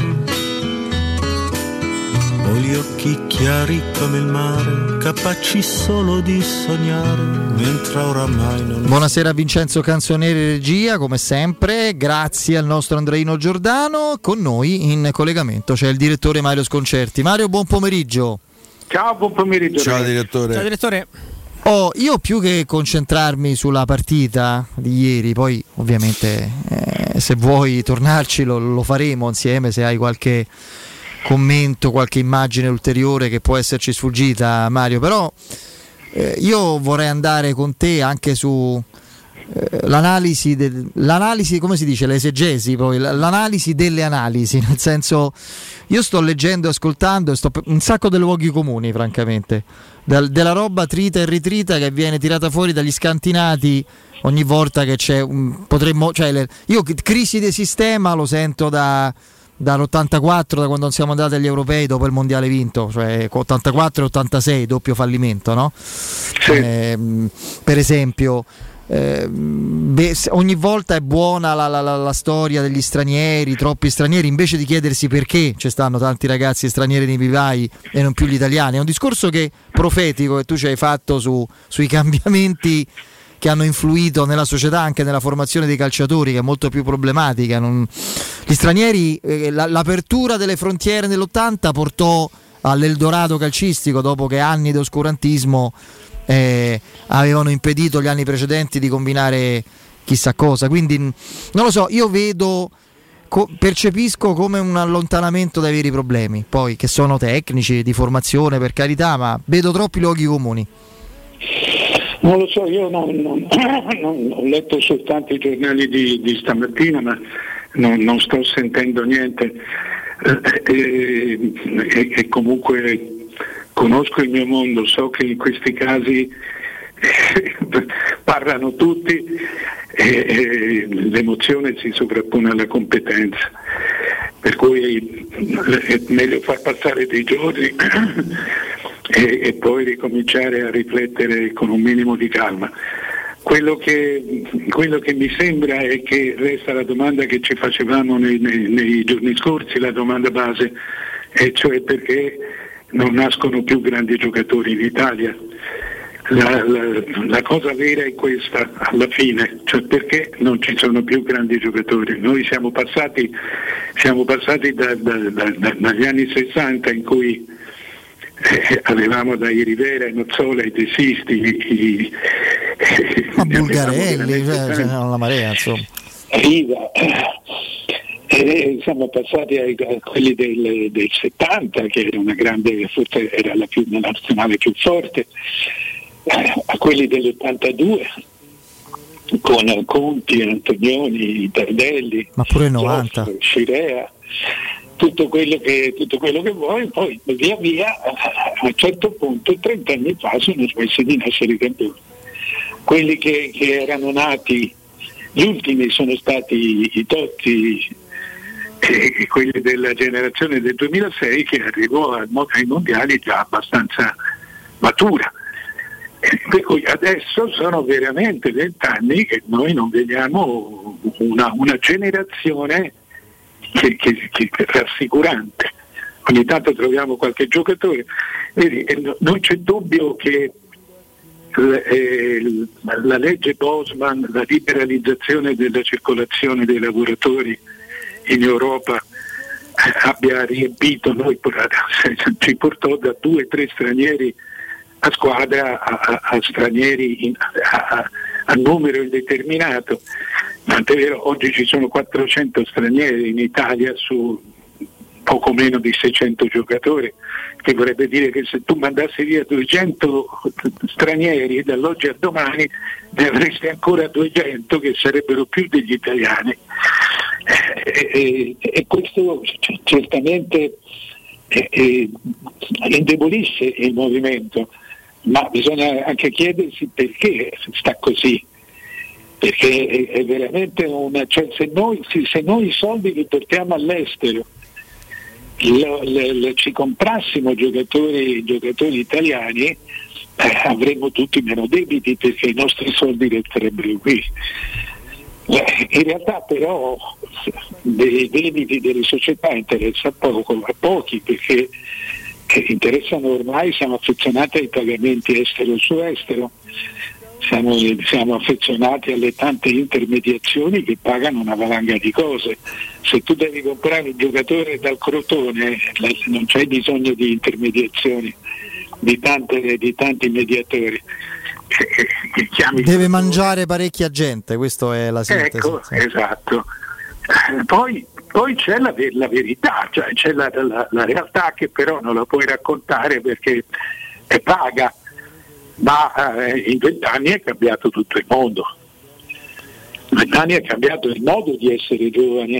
Ho gli occhi chiari come il mare, capaci solo di sognare, mentre oramai non... Buonasera a Vincenzo Canzonieri regia, come sempre, grazie al nostro Andreino Giordano. Con noi in collegamento c'è il direttore Mario Sconcerti. Mario, buon pomeriggio. Ciao, buon pomeriggio. Ciao direttore. Ciao direttore. Oh, io più che concentrarmi sulla partita di ieri, poi ovviamente eh, se vuoi tornarci lo, lo faremo insieme, se hai qualche commento, qualche immagine ulteriore che può esserci sfuggita, Mario, però eh, io vorrei andare con te anche su eh, l'analisi, del, l'analisi, come si dice, l'esegesi, poi l'analisi delle analisi, nel senso, io sto leggendo e ascoltando e sto un sacco di luoghi comuni, francamente, Del, della roba trita e ritrita che viene tirata fuori dagli scantinati ogni volta che c'è un, potremmo, cioè le, io crisi di sistema lo sento da dall'ottantaquattro, da quando siamo andati agli europei dopo il mondiale vinto, cioè ottantaquattro e ottantasei, doppio fallimento, no? Sì. Eh, per esempio eh, beh, ogni volta è buona la, la, la, la storia degli stranieri, troppi stranieri, invece di chiedersi perché ci stanno tanti ragazzi stranieri nei vivai e non più gli italiani. È un discorso che profetico che tu ci hai fatto su, sui cambiamenti che hanno influito nella società, anche nella formazione dei calciatori, che è molto più problematica. Non... Gli stranieri, eh, la, l'apertura delle frontiere nell'ottanta portò all'Eldorado calcistico, dopo che anni di oscurantismo eh, avevano impedito gli anni precedenti di combinare chissà cosa. Quindi non lo so, io vedo, co- percepisco come un allontanamento dai veri problemi, poi che sono tecnici, di formazione, per carità, ma vedo troppi luoghi comuni. Non lo so, io non, non, non, ho letto soltanto i giornali di, di stamattina, ma non, non sto sentendo niente e, e, e comunque conosco il mio mondo, so che in questi casi parlano tutti e, e l'emozione si sovrappone alla competenza, per cui è meglio far passare dei giorni e, e poi ricominciare a riflettere con un minimo di calma. Quello che, quello che mi sembra è che resta la domanda che ci facevamo nei, nei, nei giorni scorsi, la domanda base, e cioè perché non nascono più grandi giocatori in Italia. La, la, la cosa vera è questa alla fine, cioè perché non ci sono più grandi giocatori. Noi siamo passati, siamo passati da, da, da, da, dagli anni sessanta in cui eh, avevamo dai Rivera, i Nozzola, i De Sisti, i, ma Bulgarelli, cioè, cioè, una marea, insomma. Riva. E siamo passati ai, a quelli del, del settanta, che era una grande, forse era la, più, la nazionale più forte, a quelli dell'ottantadue con Conti, Antonioni, Tardelli, ma pure novanta, Zoff, Scirea, tutto quello che tutto quello che vuoi, poi via via a un certo punto trent'anni fa sono smessi di nascere i campioni. Quelli che, che erano nati, gli ultimi sono stati i Totti e quelli della generazione del duemilasei, che arrivò ai mondiali già abbastanza matura. Per cui adesso sono veramente vent'anni che noi non vediamo una, una generazione che, che, che è rassicurante. Ogni tanto troviamo qualche giocatore. Vedi, non c'è dubbio che la legge Bosman, la liberalizzazione della circolazione dei lavoratori in Europa abbia riempito, noi ci portò da due o tre stranieri a squadra a, a, a stranieri in, a, a numero indeterminato. Tant'è vero, oggi ci sono quattrocento stranieri in Italia su poco meno di seicento giocatori, che vorrebbe dire che se tu mandassi via duecento stranieri dall'oggi al domani ne avresti ancora duecento che sarebbero più degli italiani. E, e, e questo certamente e, e, indebolisce il movimento, ma bisogna anche chiedersi perché sta così, perché è, è veramente una, cioè se noi, se noi i soldi li portiamo all'estero, lo, le, le, ci comprassimo giocatori, giocatori italiani, eh, avremmo tutti meno debiti perché i nostri soldi resterebbero qui. In realtà però dei debiti delle società interessa poco, a pochi, perché interessano ormai, siamo affezionati ai pagamenti estero su estero, siamo, siamo affezionati alle tante intermediazioni che pagano una valanga di cose. Se tu devi comprare un giocatore dal Crotone non c'hai bisogno di intermediazioni, di, tante, di tanti mediatori. Deve mangiare parecchia gente, questa è la sintesi. Ecco, sì. Esatto. Poi, poi c'è la, la verità, cioè c'è la, la, la realtà che però non la puoi raccontare perché è vaga, ma eh, in vent'anni è cambiato tutto il mondo. In vent'anni è cambiato il modo di essere giovani.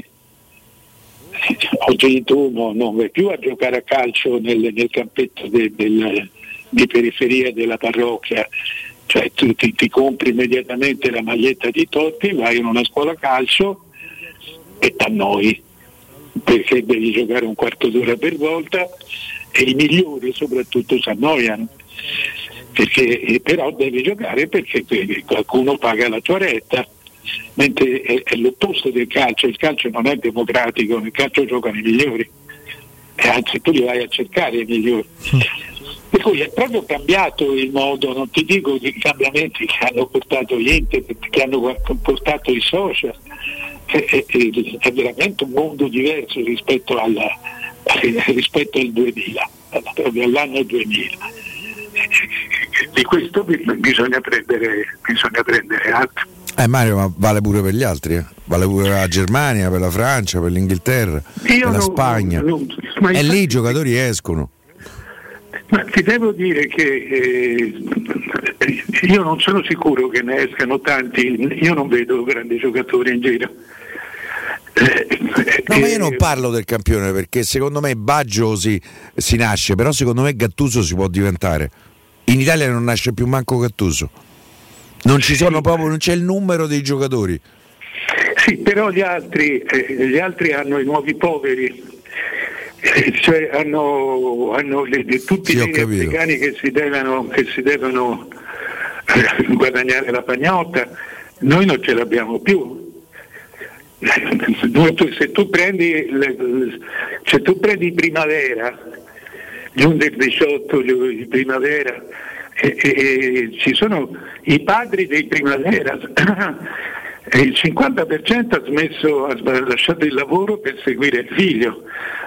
Oggi tu no, non vai più a giocare a calcio nel, nel campetto de, del, di periferia della parrocchia, cioè tu ti, ti compri immediatamente la maglietta di Totti, vai in una scuola calcio e t'annoi perché devi giocare un quarto d'ora per volta e i migliori soprattutto si annoiano, perché però devi giocare perché qualcuno paga la tua retta, mentre è, è l'opposto del calcio. Il calcio non è democratico, nel calcio giocano i migliori e anzi tu li vai a cercare i migliori. Per cui è proprio cambiato il modo, non ti dico i cambiamenti che hanno portato gli internet, che hanno portato i social, è, è, è veramente un mondo diverso rispetto, alla, rispetto al duemila, proprio all'anno duemila. Di questo bisogna prendere, bisogna prendere atto. Eh Mario, ma vale pure per gli altri, eh? Vale pure per la Germania, per la Francia, per l'Inghilterra, Io per la non, Spagna. Non, non, e lì i giocatori escono. Ma ti devo dire che eh, io non sono sicuro che ne escano tanti, io non vedo grandi giocatori in giro. Eh, no, eh, ma io non parlo del campione, perché secondo me Baggio si, si nasce, però secondo me Gattuso si può diventare. In Italia non nasce più manco Gattuso. Non ci sono proprio, non c'è il numero dei giocatori. Sì, però gli altri, eh, gli altri hanno i nuovi poveri. Cioè hanno, hanno le, le, tutti sì, i africani che si devono, che si devono eh, guadagnare la pagnotta, noi non ce l'abbiamo più. Se tu prendi le, se tu prendi Primavera, gli under diciotto di Primavera, e, e, e ci sono i padri dei Primavera. E il cinquanta per cento ha smesso, ha lasciato il lavoro per seguire il figlio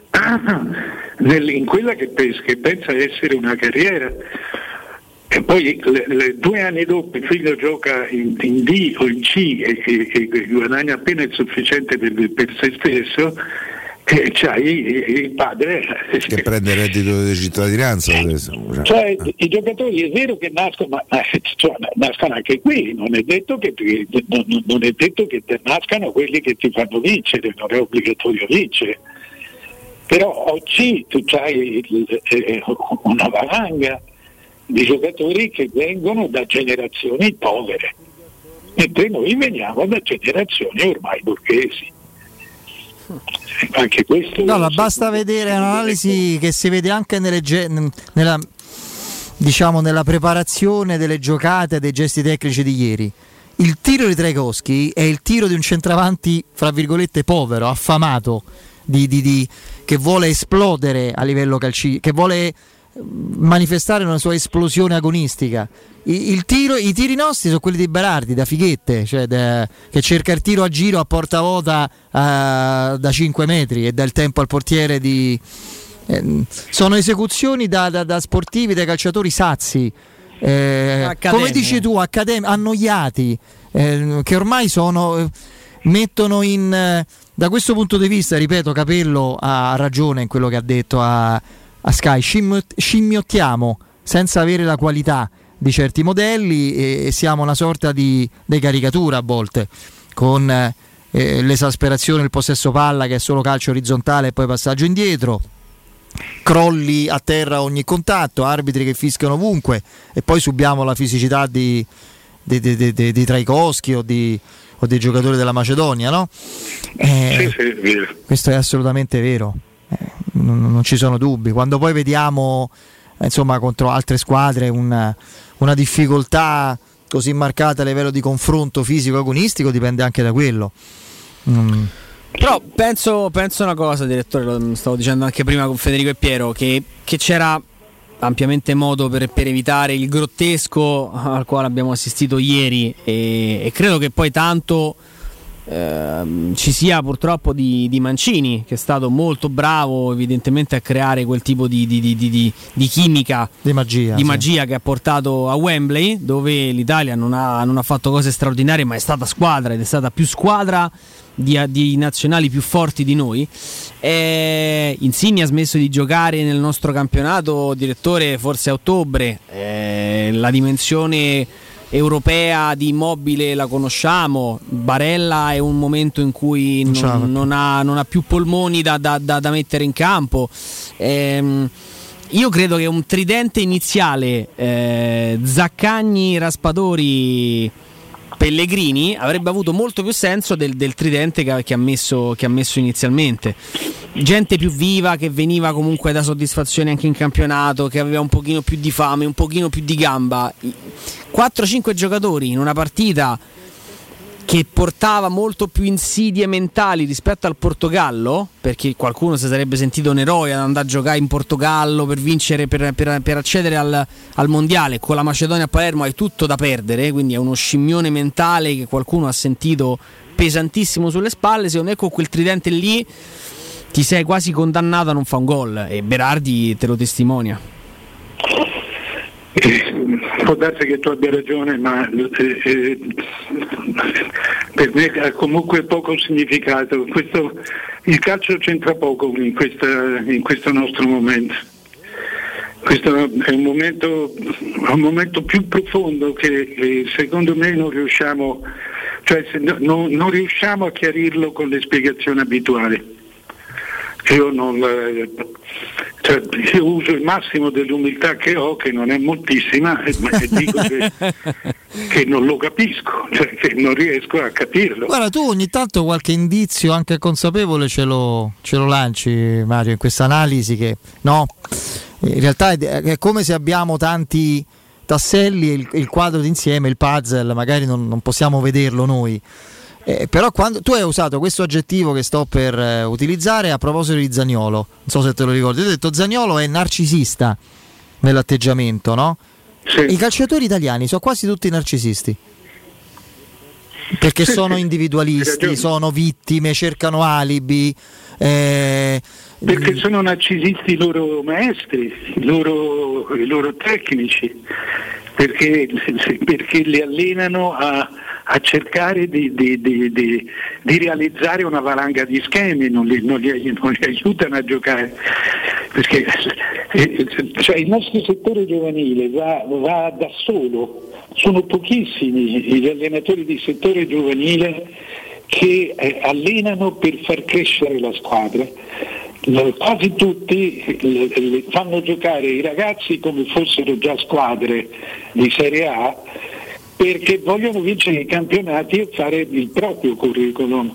in quella che pensa, che pensa essere una carriera, e poi le, le, due anni dopo il figlio gioca in, in D o in C e, e, e guadagna appena il sufficiente per, per se stesso, e c'hai il padre che prende il reddito di cittadinanza. Cioè ah. i giocatori è vero che nascono, ma cioè, nascono anche qui, non è detto che non, non è detto che nascano quelli che ti fanno vincere, non è obbligatorio vincere. Però oggi tu hai una valanga di giocatori che vengono da generazioni povere, mentre noi veniamo da generazioni ormai borghesi. Anche questo no, ma basta vedere un'analisi che si vede anche nelle ge- nella, diciamo, nella preparazione delle giocate, dei gesti tecnici di ieri. Il tiro di Trajkovskij è il tiro di un centravanti fra virgolette povero, affamato, di, di, di, che vuole esplodere a livello calcistico, che vuole manifestare una sua esplosione agonistica. I, il tiro, i tiri nostri sono quelli di Berardi, da fighette, cioè da, che cerca il tiro a giro a porta vuota uh, da cinque metri e dà il tempo al portiere di... Eh, sono esecuzioni da, da, da sportivi, da calciatori sazi, eh, come dici tu, accadem- annoiati, eh, che ormai sono... Eh, mettono in... Eh, da questo punto di vista, ripeto, Capello ha ragione in quello che ha detto a, a Sky, Scimmiot- scimmiottiamo senza avere la qualità di certi modelli e, e siamo una sorta di, di caricatura a volte, con eh, l'esasperazione, il possesso palla che è solo calcio orizzontale e poi passaggio indietro, crolli a terra a ogni contatto, arbitri che fischiano ovunque e poi subiamo la fisicità di, di, di, di, di, di Traikowski o di o dei giocatori della Macedonia, no? Eh, sì, sì, è vero. Questo è assolutamente vero, eh, non, non ci sono dubbi. Quando poi vediamo eh, insomma contro altre squadre una, una difficoltà così marcata a livello di confronto fisico agonistico, dipende anche da quello. Mm. Però penso, penso una cosa, direttore, lo stavo dicendo anche prima con Federico e Piero, che, che c'era ampiamente modo per, per evitare il grottesco al quale abbiamo assistito ieri e, e credo che poi tanto ehm, ci sia purtroppo di, di Mancini, che è stato molto bravo evidentemente a creare quel tipo di, di, di, di, di chimica, di magia, di sì. magia che ha portato a Wembley, dove l'Italia non ha, non ha fatto cose straordinarie, ma è stata squadra ed è stata più squadra Di, di nazionali più forti di noi. eh, Insigne ha smesso di giocare nel nostro campionato, direttore, forse a ottobre. eh, la dimensione europea di Immobile la conosciamo. Barella è un momento in cui non, non, ha, non ha più polmoni da, da, da, da mettere in campo. eh, Io credo che un tridente iniziale eh, Zaccagni, Raspadori, Pellegrini avrebbe avuto molto più senso del, del tridente che, che, ha messo, che ha messo inizialmente. Gente più viva, che veniva comunque da soddisfazione anche in campionato, che aveva un pochino più di fame, un pochino più di gamba. quattro cinque giocatori in una partita che portava molto più insidie mentali rispetto al Portogallo, perché qualcuno si sarebbe sentito un eroe ad andare a giocare in Portogallo per vincere, per, per, per accedere al, al mondiale. Con la Macedonia a Palermo hai tutto da perdere, quindi è uno scimmione mentale che qualcuno ha sentito pesantissimo sulle spalle. Secondo me con quel tridente lì ti sei quasi condannato a non fare un gol, e Berardi te lo testimonia. Può darsi che tu abbia ragione, ma eh, eh, per me ha comunque poco significato. Questo, il calcio c'entra poco in, questa, in questo nostro momento. Questo è un momento, un momento più profondo che eh, secondo me non riusciamo, cioè se no, non, non riusciamo a chiarirlo con le spiegazioni abituali. Io non cioè, io uso il massimo dell'umiltà che ho, che non è moltissima, e, e dico che, che non lo capisco, cioè che non riesco a capirlo. Guarda, tu ogni tanto qualche indizio anche consapevole ce lo, ce lo lanci, Mario, in questa analisi che no, in realtà è, è come se abbiamo tanti tasselli e il, il quadro d'insieme, il puzzle, magari non, non possiamo vederlo noi. Eh, però quando tu hai usato questo aggettivo che sto per eh, utilizzare a proposito di Zaniolo, non so se te lo ricordi, tu hai detto Zaniolo è narcisista nell'atteggiamento, no? Sì. I calciatori italiani sono quasi tutti narcisisti, perché sì, sono sì. individualisti, sono vittime, cercano alibi, eh, perché sono narcisisti i loro maestri, i loro, i loro tecnici, perché, perché li allenano a a cercare di, di, di, di, di realizzare una valanga di schemi, non li, non, li, non li aiutano a giocare, perché cioè, il nostro settore giovanile va, va da solo, sono pochissimi gli allenatori di settore giovanile che eh, allenano per far crescere la squadra. Quasi tutti fanno giocare i ragazzi come fossero già squadre di Serie A, perché vogliono vincere i campionati e fare il proprio curriculum.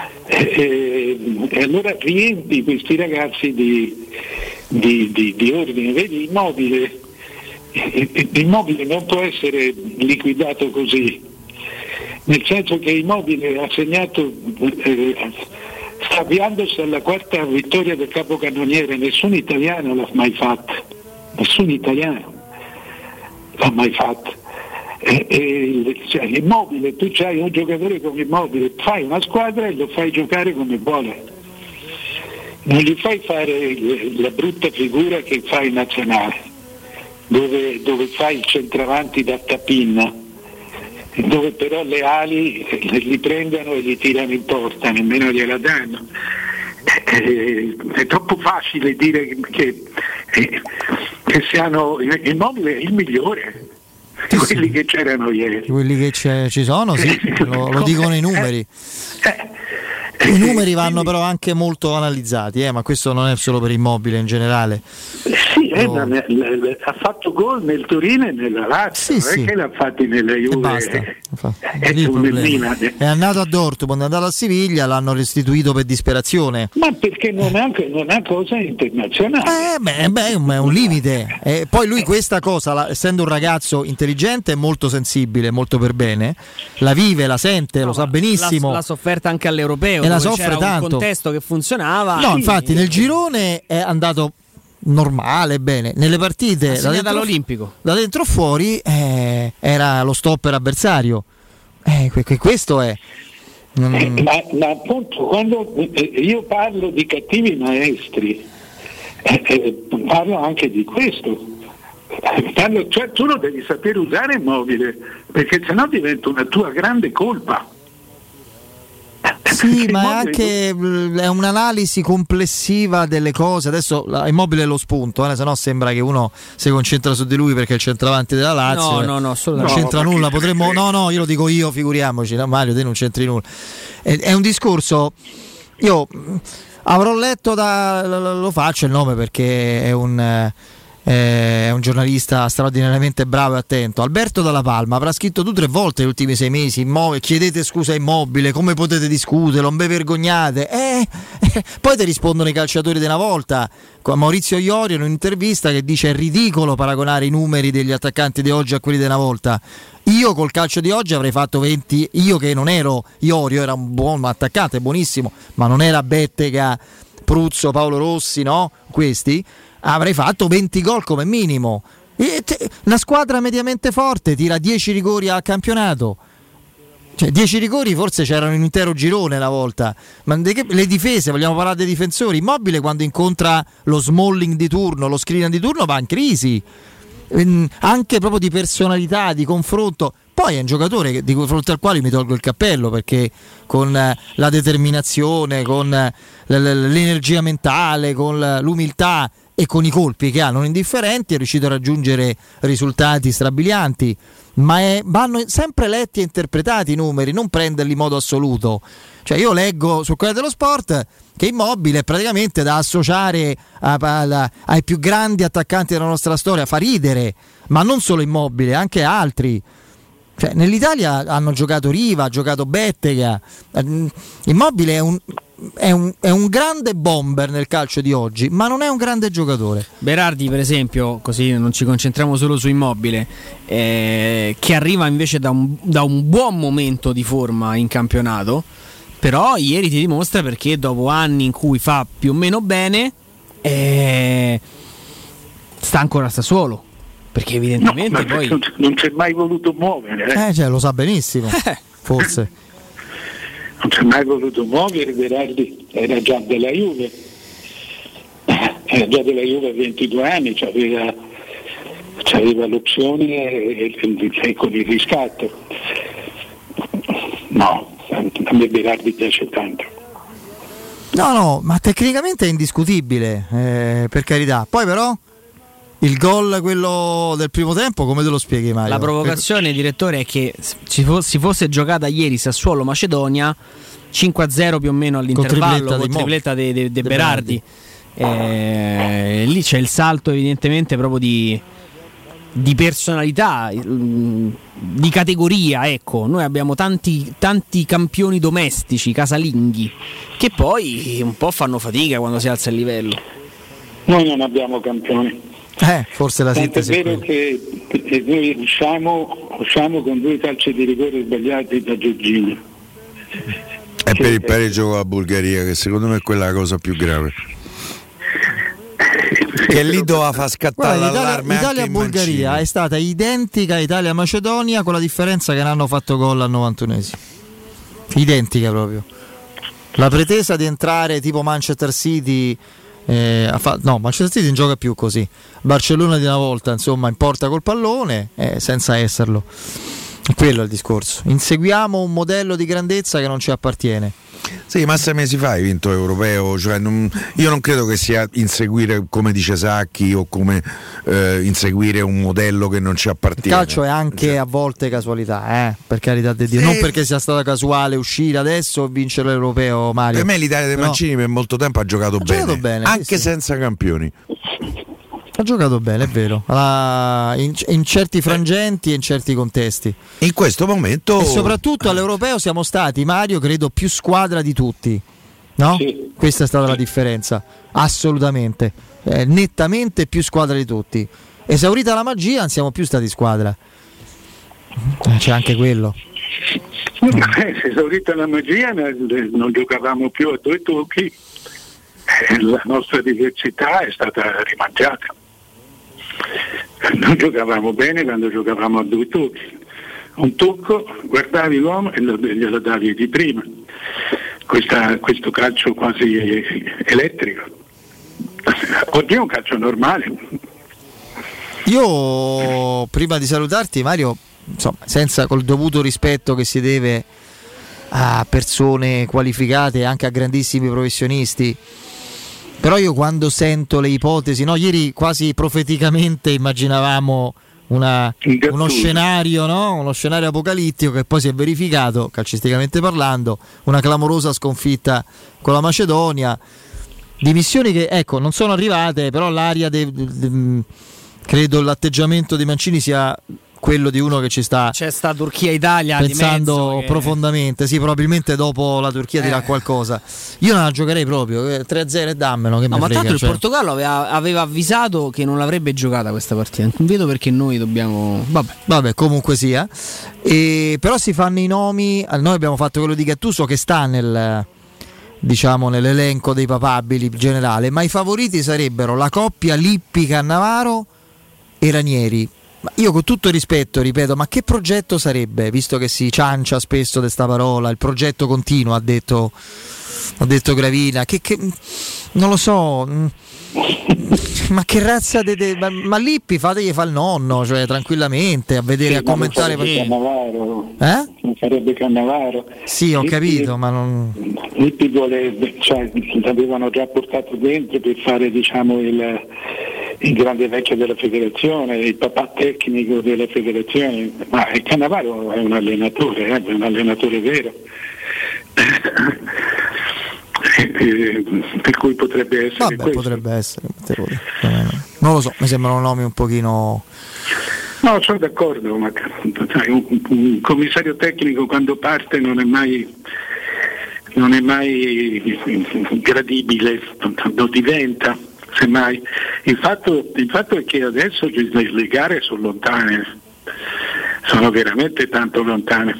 E, e allora riempi questi ragazzi di, di, di, di ordine. Vedi, Immobile, Immobile non può essere liquidato così, nel senso che Immobile ha segnato, eh, sta avviandosi alla quarta vittoria del capocannoniere, nessun italiano l'ha mai fatta. nessun italiano l'ha mai fatto. E, e, cioè, Immobile, tu c'hai un giocatore come Immobile, fai una squadra e lo fai giocare come vuole, non gli fai fare la brutta figura che fai in nazionale, dove, dove fai il centravanti da tapinna, dove però le ali li prendono e li tirano in porta, nemmeno gliela danno. È, è troppo facile dire che, che, che siano Immobile è il migliore di quelli che c'erano ieri, quelli che c'è, ci sono, sì, lo, lo dicono i numeri. Eh, I numeri vanno però anche molto analizzati, eh, ma questo non è solo per Immobile in generale. Sì, eh, ma ne, le, le, ha fatto gol nel Torino e nella Lazio, sì, non sì. è che l'ha fatti nella Juve. E basta. È, è, è andato a Dortmund, è andato a Siviglia, l'hanno restituito per disperazione. Ma perché non è anche non è cosa internazionale. Eh, beh, beh, è un limite. Eh, poi lui questa cosa, la, essendo un ragazzo intelligente e molto sensibile, molto per bene, la vive, la sente, no, lo sa benissimo. L'ha, l'ha sofferta anche all'europeo. E la soffre c'era tanto. Un contesto che funzionava. No, sì. infatti nel girone è andato normale, bene. Nelle partite da dentro, dall'Olimpico, da dentro fuori eh, era lo stopper avversario. Eh, questo è. Mm. Eh, ma, ma appunto quando eh, io parlo di cattivi maestri, eh, eh, parlo anche di questo. Parlo, cioè, tu lo devi sapere usare Immobile, perché sennò diventa una tua grande colpa. Sì, ma è anche è un'analisi complessiva delle cose. Adesso Immobile è lo spunto, eh, se no sembra che uno si concentra su di lui perché è il centravanti della Lazio. No, no, no, non c'entra no, nulla. Potremmo, no, no, io lo dico io, figuriamoci. No, Mario, te non c'entri nulla. È, è un discorso. Io avrò letto da. Lo faccio il nome perché è un. È un giornalista straordinariamente bravo e attento. Alberto Dalla Palma avrà scritto due o tre volte negli ultimi sei mesi: Immobile, chiedete scusa a Immobile, come potete discutere, non vi vergognate. Eh, eh, poi ti rispondono i calciatori di una volta. Con Maurizio Iorio in un'intervista che dice: è ridicolo paragonare i numeri degli attaccanti di oggi a quelli di una volta. Io col calcio di oggi avrei fatto venti. Io che non ero Iorio, era un buon attaccante, buonissimo, ma non era Bettega, Pruzzo, Paolo Rossi, no? Questi avrei fatto venti gol come minimo. E te, una squadra mediamente forte tira dieci rigori al campionato. Cioè dieci rigori forse c'erano in un intero girone una volta. Ma le difese, vogliamo parlare dei difensori. Immobile quando incontra lo Smalling di turno, lo Skriniar di turno, va in crisi. Anche proprio di personalità, di confronto. Poi è un giocatore di fronte al quale mi tolgo il cappello, perché con la determinazione, con l'energia mentale, con l'umiltà e con i colpi che ha non indifferenti è riuscito a raggiungere risultati strabilianti, ma è, vanno sempre letti e interpretati i numeri, non prenderli in modo assoluto. Cioè io leggo sul Corriere dello Sport che Immobile è praticamente da associare a, a, ai più grandi attaccanti della nostra storia, fa ridere, ma non solo Immobile, anche altri. Cioè, nell'Italia hanno giocato Riva, ha giocato Bettega. Immobile è un, è, un, è un grande bomber nel calcio di oggi, ma non è un grande giocatore. Berardi, per esempio, così non ci concentriamo solo su Immobile, eh, che arriva invece da un, da un buon momento di forma in campionato, però ieri ti dimostra perché dopo anni in cui fa più o meno bene, eh, sta ancora a Sassuolo. Perché evidentemente no, poi non si è mai voluto muovere, eh. Eh, cioè, lo sa benissimo, eh. forse. Non si è mai voluto muovere. Berardi era già della Juve, era già della Juve a ventidue anni, c'aveva, c'aveva l'opzione e, e, e con il riscatto. No, a me Berardi piace tanto. No, no, ma tecnicamente è indiscutibile, eh, per carità. Poi però il gol, quello del primo tempo, come te lo spieghi, Mario? La provocazione, direttore, è che si fosse giocata ieri Sassuolo-Macedonia cinque a zero più o meno all'intervallo, con tripletta di de, de, de Berardi. Eh, lì c'è il salto evidentemente proprio di, di personalità, di categoria. Ecco, noi abbiamo tanti, tanti campioni domestici, casalinghi, che poi un po' fanno fatica quando si alza il livello. Noi non abbiamo campioni. Eh, forse la sintesi è vero che, che noi usciamo, usciamo con due calci di rigore sbagliati da Giorginio. E per il pareggio con la Bulgaria, che secondo me è quella la cosa più grave. che lì doveva far scattare Guarda, l'allarme. Italia-Bulgaria è stata identica a Italia-Macedonia, con la differenza che ne hanno fatto gol al novantunesimo. Identica proprio. La pretesa di entrare tipo Manchester City, eh, a fa- no, Manchester City non gioca più così. Barcellona di una volta, insomma, in porta col pallone, eh, senza esserlo. Quello è il discorso. Inseguiamo un modello di grandezza che non ci appartiene. Sì, ma sei mesi fa hai vinto europeo, cioè non, io non credo che sia inseguire, come dice Sacchi, o come eh, inseguire un modello che non ci appartiene. Il calcio è anche cioè. a volte casualità, eh? Per carità di Dio, sì. Non perché sia stata casuale uscire adesso e vincere l'europeo, Mario. Per me l'Italia dei Mancini no. per molto tempo ha giocato, ha bene, giocato bene, anche sì, senza sì. campioni. Ha giocato bene, è vero, uh, in, in certi frangenti e in certi contesti. In questo momento. E soprattutto all'europeo siamo stati, Mario, credo più squadra di tutti, no? Sì. Questa è stata la differenza, assolutamente, eh, nettamente più squadra di tutti. Esaurita la magia, non siamo più stati squadra. Eh, c'è anche quello. Eh, se esaurita la magia non giocavamo più a due tocchi, la nostra diversità è stata rimangiata. Non giocavamo bene quando giocavamo a due tocchi. Un tocco, guardavi l'uomo e glielo davi di prima. Questa, questo calcio quasi elettrico. Oggi è un calcio normale. Io prima di salutarti, Mario, insomma, senza col dovuto rispetto che si deve a persone qualificate e anche a grandissimi professionisti, però io quando sento le ipotesi, no, ieri quasi profeticamente immaginavamo una, uno scenario, no? Uno scenario apocalittico che poi si è verificato, calcisticamente parlando, una clamorosa sconfitta con la Macedonia, dimissioni che ecco non sono arrivate, però l'aria de, de, de, credo l'atteggiamento di Mancini sia quello di uno che ci sta, c'è sta Turchia-Italia pensando di mezzo che... profondamente. Sì, probabilmente dopo la Turchia eh. dirà qualcosa. Io non la giocherei proprio, tre a zero e dammelo, che no, me ma frega, tanto cioè. Il Portogallo aveva, aveva avvisato che non l'avrebbe giocata questa partita, non vedo perché noi dobbiamo vabbè, vabbè comunque sia, e, però si fanno i nomi. Noi abbiamo fatto quello di Gattuso che sta nel, diciamo, nell'elenco dei papabili generale, ma i favoriti sarebbero la coppia Lippi-Cannavaro e Ranieri. Ma io con tutto il rispetto ripeto, ma che progetto sarebbe, visto che si ciancia spesso di sta parola, il progetto continuo, ha detto, ha detto Gravina, che, che non lo so, ma che razza de, de, ma, ma Lippi fategli fa il nonno, cioè tranquillamente a vedere, sì, a commentare perché... Cannavaro, eh? Non sarebbe Cannavaro. Sì, ho Lippi, capito, ma non Lippi vuole, cioè l'avevano già portato dentro per fare, diciamo, il il grande vecchio della federazione, il papà tecnico della federazione, ma il Cannavaro è un allenatore, eh, è un allenatore vero. Per cui potrebbe essere Vabbè, questo. potrebbe essere, non lo so, mi sembrano nomi un pochino. No, sono d'accordo, ma sai, un, un commissario tecnico quando parte non è mai non è mai gradibile, lo diventa. Semmai il fatto, il fatto è che adesso le gare sono lontane, sono veramente tanto lontane,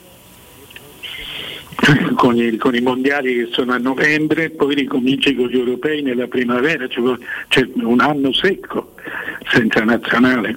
con i, con i mondiali che sono a novembre, poi ricominci con gli europei nella primavera, c'è, c'è un anno secco senza nazionale.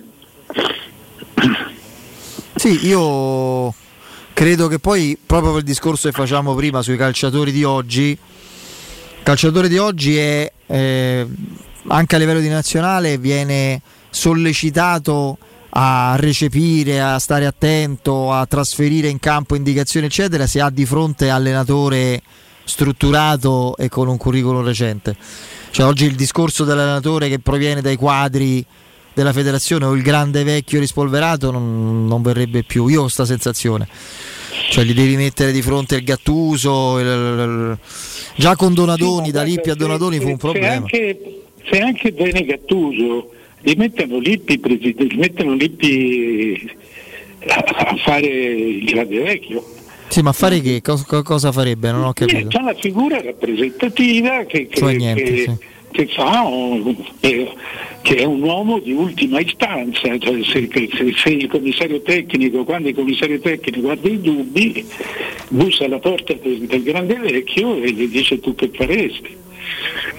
Sì, io credo che poi proprio per il discorso che facciamo prima sui calciatori di oggi, il calciatore di oggi è eh, anche a livello di nazionale viene sollecitato a recepire, a stare attento, a trasferire in campo indicazioni eccetera, se ha di fronte allenatore strutturato e con un curriculum recente. Cioè oggi il discorso dell'allenatore che proviene dai quadri della federazione o il grande vecchio rispolverato non, non verrebbe più. Io ho questa sensazione, cioè li devi mettere di fronte il Gattuso, il, il, già con Donadoni, sì, da Lippi a Donadoni se, fu un problema. Se anche, se anche bene Gattuso li mettono Lippi, li mettono Lippi a fare il grande vecchio. Sì, ma fare che? Cosa, cosa farebbe? Non ho capito. C'è una figura rappresentativa che, che, cioè niente, che, sì. che fa un, che, che è un uomo di ultima istanza, cioè se, se, se il commissario tecnico, quando il commissario tecnico ha dei dubbi, bussa alla porta del, del grande vecchio e gli dice tu che faresti.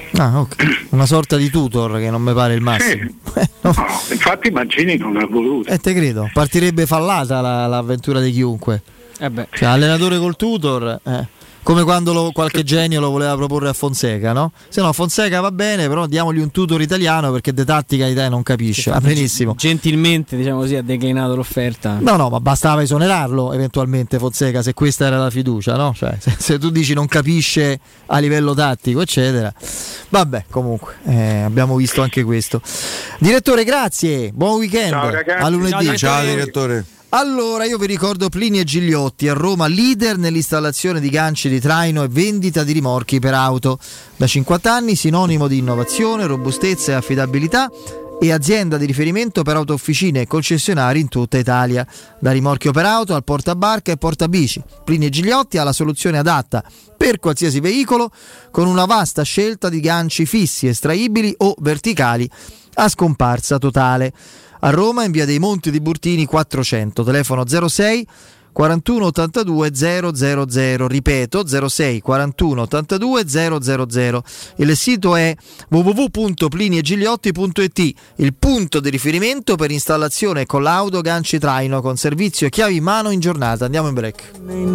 Ah, okay. Una sorta di tutor che non mi pare il massimo. Sì. No, infatti Mancini non l'ha voluto. E te credo, partirebbe fallata la, l'avventura di chiunque. Eh beh. Cioè, allenatore col tutor, eh. Come quando lo, qualche genio lo voleva proporre a Fonseca, no? Se no, Fonseca va bene, però diamogli un tutor italiano perché de tattica di te non capisce. Va benissimo. Gentilmente, diciamo così, ha declinato l'offerta. No, no, ma bastava esonerarlo eventualmente Fonseca se questa era la fiducia, no? Cioè, se, se tu dici non capisce a livello tattico, eccetera. Vabbè, comunque, eh, abbiamo visto anche questo. Direttore, grazie, buon weekend. Ciao ragazzi. A lunedì. Ciao, ciao direttore. Allora, io vi ricordo Plini e Gigliotti, a Roma leader nell'installazione di ganci di traino e vendita di rimorchi per auto. Da cinquanta anni sinonimo di innovazione, robustezza e affidabilità e azienda di riferimento per autofficine e concessionari in tutta Italia. Da rimorchio per auto al portabarca e portabici. Plini e Gigliotti ha la soluzione adatta per qualsiasi veicolo con una vasta scelta di ganci fissi, estraibili o verticali a scomparsa totale. A Roma in via dei Monti di Burtini quattrocento, telefono zero sei quarantuno ottantadue zero zero zero, ripeto zero sei quarantuno ottantadue zero zero zero. Il sito è w w w punto plini e gigliotti punto i t, il punto di riferimento per installazione collaudo ganci traino con servizio chiavi in mano in giornata. Andiamo in break.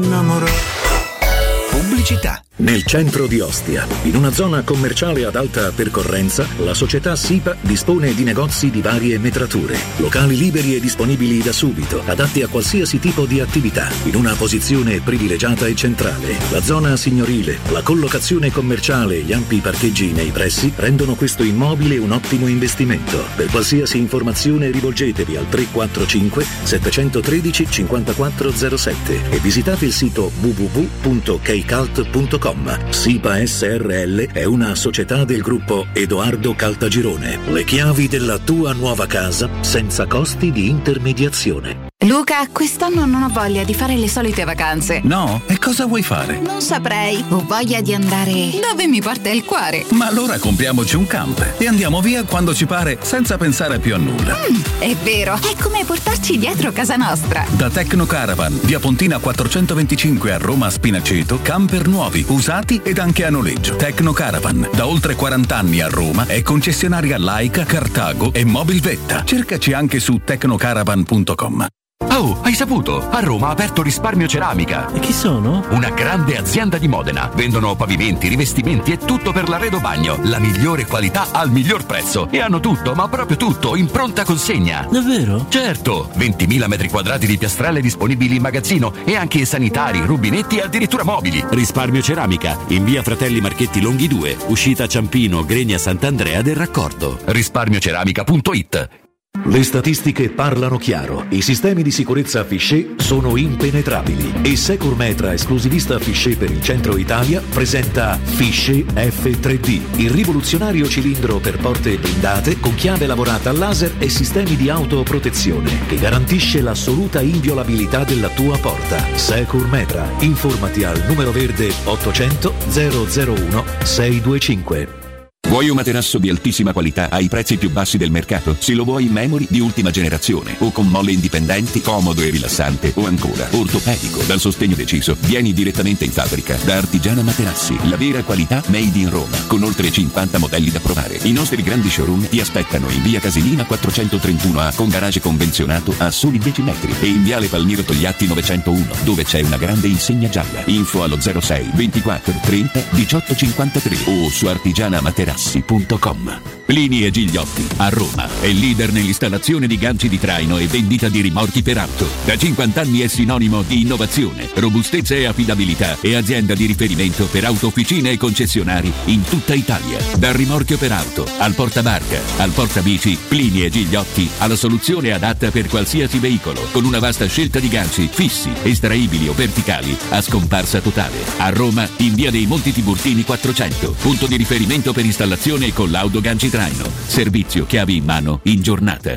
Pubblicità. Nel centro di Ostia, in una zona commerciale ad alta percorrenza, la società SIPA dispone di negozi di varie metrature, locali liberi e disponibili da subito, adatti a qualsiasi tipo di attività, in una posizione privilegiata e centrale. La zona signorile, la collocazione commerciale e gli ampi parcheggi nei pressi rendono questo immobile un ottimo investimento. Per qualsiasi informazione rivolgetevi al tre quattro cinque sette uno tre cinque zero sette e visitate il sito w w w punto keicalt punto com. SIPA S R L è una società del gruppo Edoardo Caltagirone. Le chiavi della tua nuova casa senza costi di intermediazione. Luca, quest'anno non ho voglia di fare le solite vacanze. No? E cosa vuoi fare? Non saprei. Ho voglia di andare dove mi porta il cuore. Ma allora compriamoci un camper e andiamo via quando ci pare senza pensare più a nulla. Mm, è vero, è come portarci dietro casa nostra. Da Tecno Caravan, via Pontina quattrocentoventicinque a Roma Spinaceto, camper nuovi, usati ed anche a noleggio. Tecno Caravan, da oltre quaranta anni a Roma, è concessionaria Laika, Cartago e Mobilvetta. Cercaci anche su tecnocaravan punto com. Oh, hai saputo? A Roma ha aperto Risparmio Ceramica. E chi sono? Una grande azienda di Modena. Vendono pavimenti, rivestimenti e tutto per l'arredo bagno. La migliore qualità al miglior prezzo. E hanno tutto, ma proprio tutto, in pronta consegna. Davvero? Certo! ventimila metri quadrati di piastrelle disponibili in magazzino e anche sanitari, rubinetti e addirittura mobili. Risparmio Ceramica, in via Fratelli Marchetti Longhi due, uscita Ciampino, Gregna Sant'Andrea del Raccordo. risparmio ceramica punto it. Le statistiche parlano chiaro. I sistemi di sicurezza Fichet sono impenetrabili e Securmetra, esclusivista Fichet per il centro Italia, presenta Fichet F tre D, il rivoluzionario cilindro per porte blindate con chiave lavorata a laser e sistemi di autoprotezione che garantisce l'assoluta inviolabilità della tua porta. Securmetra. Informati al numero verde ottocento zero zero uno sei due cinque. Vuoi un materasso di altissima qualità ai prezzi più bassi del mercato? Se lo vuoi in memory di ultima generazione o con molle indipendenti, comodo e rilassante, o ancora ortopedico dal sostegno deciso, vieni direttamente in fabbrica da Artigiana Materassi, la vera qualità made in Roma, con oltre cinquanta modelli da provare. I nostri grandi showroom ti aspettano in via Casilina quattrocentotrentuno A con garage convenzionato a soli dieci metri e in viale Palmiro Togliatti novecentouno dove c'è una grande insegna gialla. Info allo zero sei ventiquattro trenta diciotto cinquantatré o su artigiana materassi punto com. Plini e Gigliotti, a Roma, è leader nell'installazione di ganci di traino e vendita di rimorchi per auto. Da cinquanta anni è sinonimo di innovazione, robustezza e affidabilità e azienda di riferimento per autofficine e concessionari in tutta Italia. Dal rimorchio per auto, al portabarca, al portabici, Plini e Gigliotti ha la soluzione adatta per qualsiasi veicolo, con una vasta scelta di ganci fissi, estraibili o verticali, a scomparsa totale. A Roma, in via dei Monti Tiburtini quattrocento, punto di riferimento per installazione e collaudo ganci traino. Servizio chiavi in mano in giornata.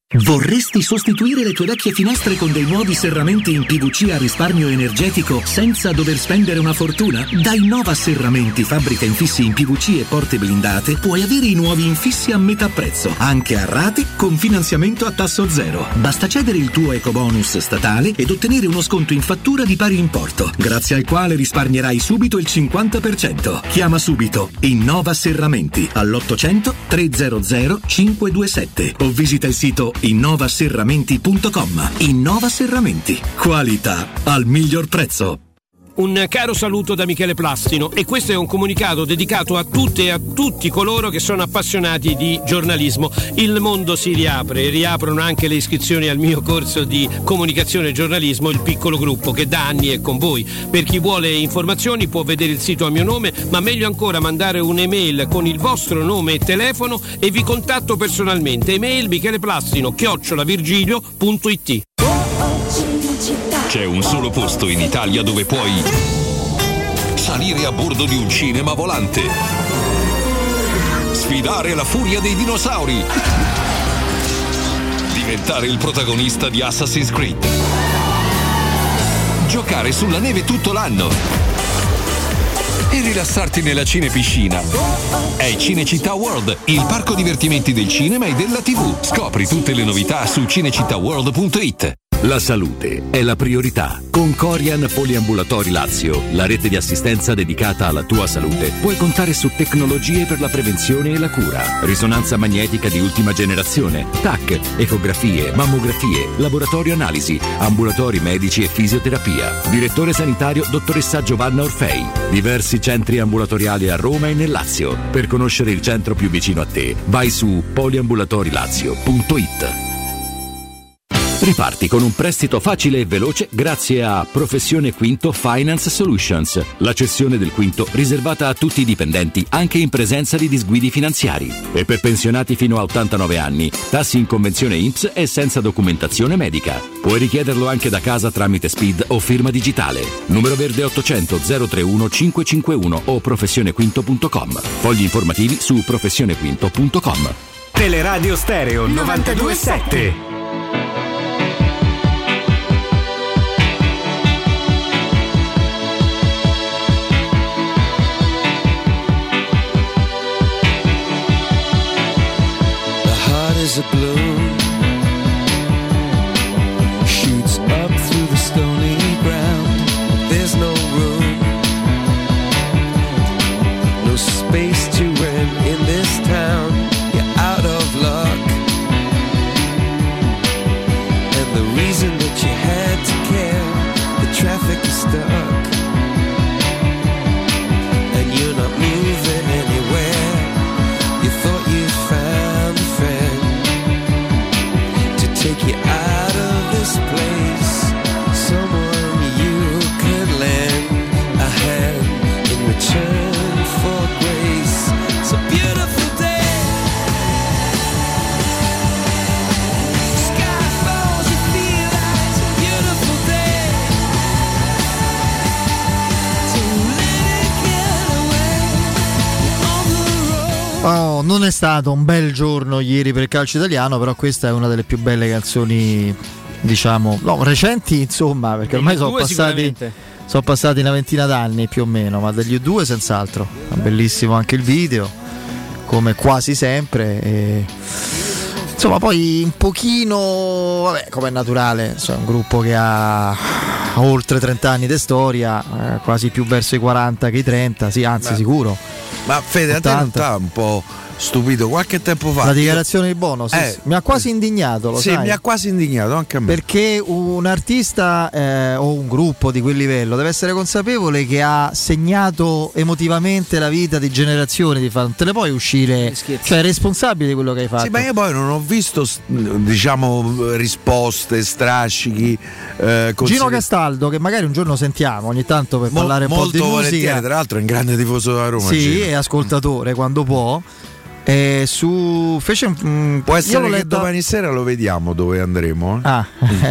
Vorresti sostituire le tue vecchie finestre con dei nuovi serramenti in P V C a risparmio energetico senza dover spendere una fortuna? Da Innova Serramenti, fabbrica infissi in P V C e porte blindate, puoi avere i nuovi infissi a metà prezzo, anche a rate con finanziamento a tasso zero. Basta cedere il tuo ecobonus statale ed ottenere uno sconto in fattura di pari importo, grazie al quale risparmierai subito il cinquanta per cento. Chiama subito Innova Serramenti all'ottocento trecento cinquecentoventisette o visita il sito innova serramenti punto com. Innova Serramenti, qualità al miglior prezzo. Un caro saluto da Michele Plastino, e questo è un comunicato dedicato a tutte e a tutti coloro che sono appassionati di giornalismo. Il mondo si riapre, riaprono anche le iscrizioni al mio corso di comunicazione e giornalismo, il piccolo gruppo, che da anni è con voi. Per chi vuole informazioni può vedere il sito a mio nome, ma meglio ancora mandare un'email con il vostro nome e telefono e vi contatto personalmente. Email micheleplastino chiocciola virgilio punto it. C'è un solo posto in Italia dove puoi salire a bordo di un cinema volante, sfidare la furia dei dinosauri, diventare il protagonista di Assassin's Creed, giocare sulla neve tutto l'anno e rilassarti nella cinepiscina. È Cinecittà World, il parco divertimenti del cinema e della tivù. Scopri tutte le novità su cinecittà world punto it. La salute è la priorità. Con Corian Poliambulatori Lazio, la rete di assistenza dedicata alla tua salute, puoi contare su tecnologie per la prevenzione e la cura. Risonanza magnetica di ultima generazione, T A C, ecografie, mammografie, laboratorio analisi, ambulatori medici e fisioterapia. Direttore sanitario dottoressa Giovanna Orfei. Diversi centri ambulatoriali a Roma e nel Lazio. Per conoscere il centro più vicino a te, vai su poliambulatorilazio punto it. Riparti con un prestito facile e veloce grazie a Professione Quinto Finance Solutions, la cessione del quinto riservata a tutti i dipendenti anche in presenza di disguidi finanziari. E per pensionati fino a ottantanove anni, tassi in convenzione I N P S e senza documentazione medica. Puoi richiederlo anche da casa tramite S P I D o firma digitale. Numero verde ottocento zero trentuno cinquecentocinquantuno o professionequinto punto com. Fogli informativi su professionequinto punto com. Teleradio Stereo novantadue sette. Is a bloom, shoots up through the stony ground. There's no room, no space to rent in this town. You're out of luck, and the reason that you had to care, the traffic is stuck, and you're not moving anywhere. You thought you found a friend take you out of this place, someone you can lend a hand in return for grace. It's a beautiful day, sky falls, you feel like it's a beautiful day, to let it get away on the road. Oh, non è stato un bel giorno ieri per il calcio italiano, però questa è una delle più belle canzoni, diciamo, no, recenti, insomma, perché ormai sono passati, sono passati una ventina d'anni più o meno, ma degli U due senz'altro. Bellissimo anche il video, come quasi sempre. E insomma, poi un pochino, vabbè, come è naturale, insomma, un gruppo che ha oltre trenta anni di storia, eh, quasi più verso i quaranta che i trenta, sì, anzi Beh. sicuro. Ma Fede, a te non t'ha un po' stupito qualche tempo fa la dichiarazione di Bono? Sì, eh, sì. Mi ha quasi indignato, lo sì, sai? mi ha quasi indignato anche a me. Perché un artista eh, o un gruppo di quel livello deve essere consapevole che ha segnato emotivamente la vita di generazioni di fan. Non te ne puoi uscire, cioè è responsabile di quello che hai fatto. Sì, ma io poi non ho visto, diciamo, risposte, strascichi. Eh, Gino Castaldo, che magari un giorno sentiamo ogni tanto per Mo- parlare un po' di musica. Tra l'altro è un grande tifoso della Roma. Sì, Gino. È ascoltatore mm. quando può. Eh, su fece mh, può essere che letto... domani sera lo vediamo dove andremo. Ah.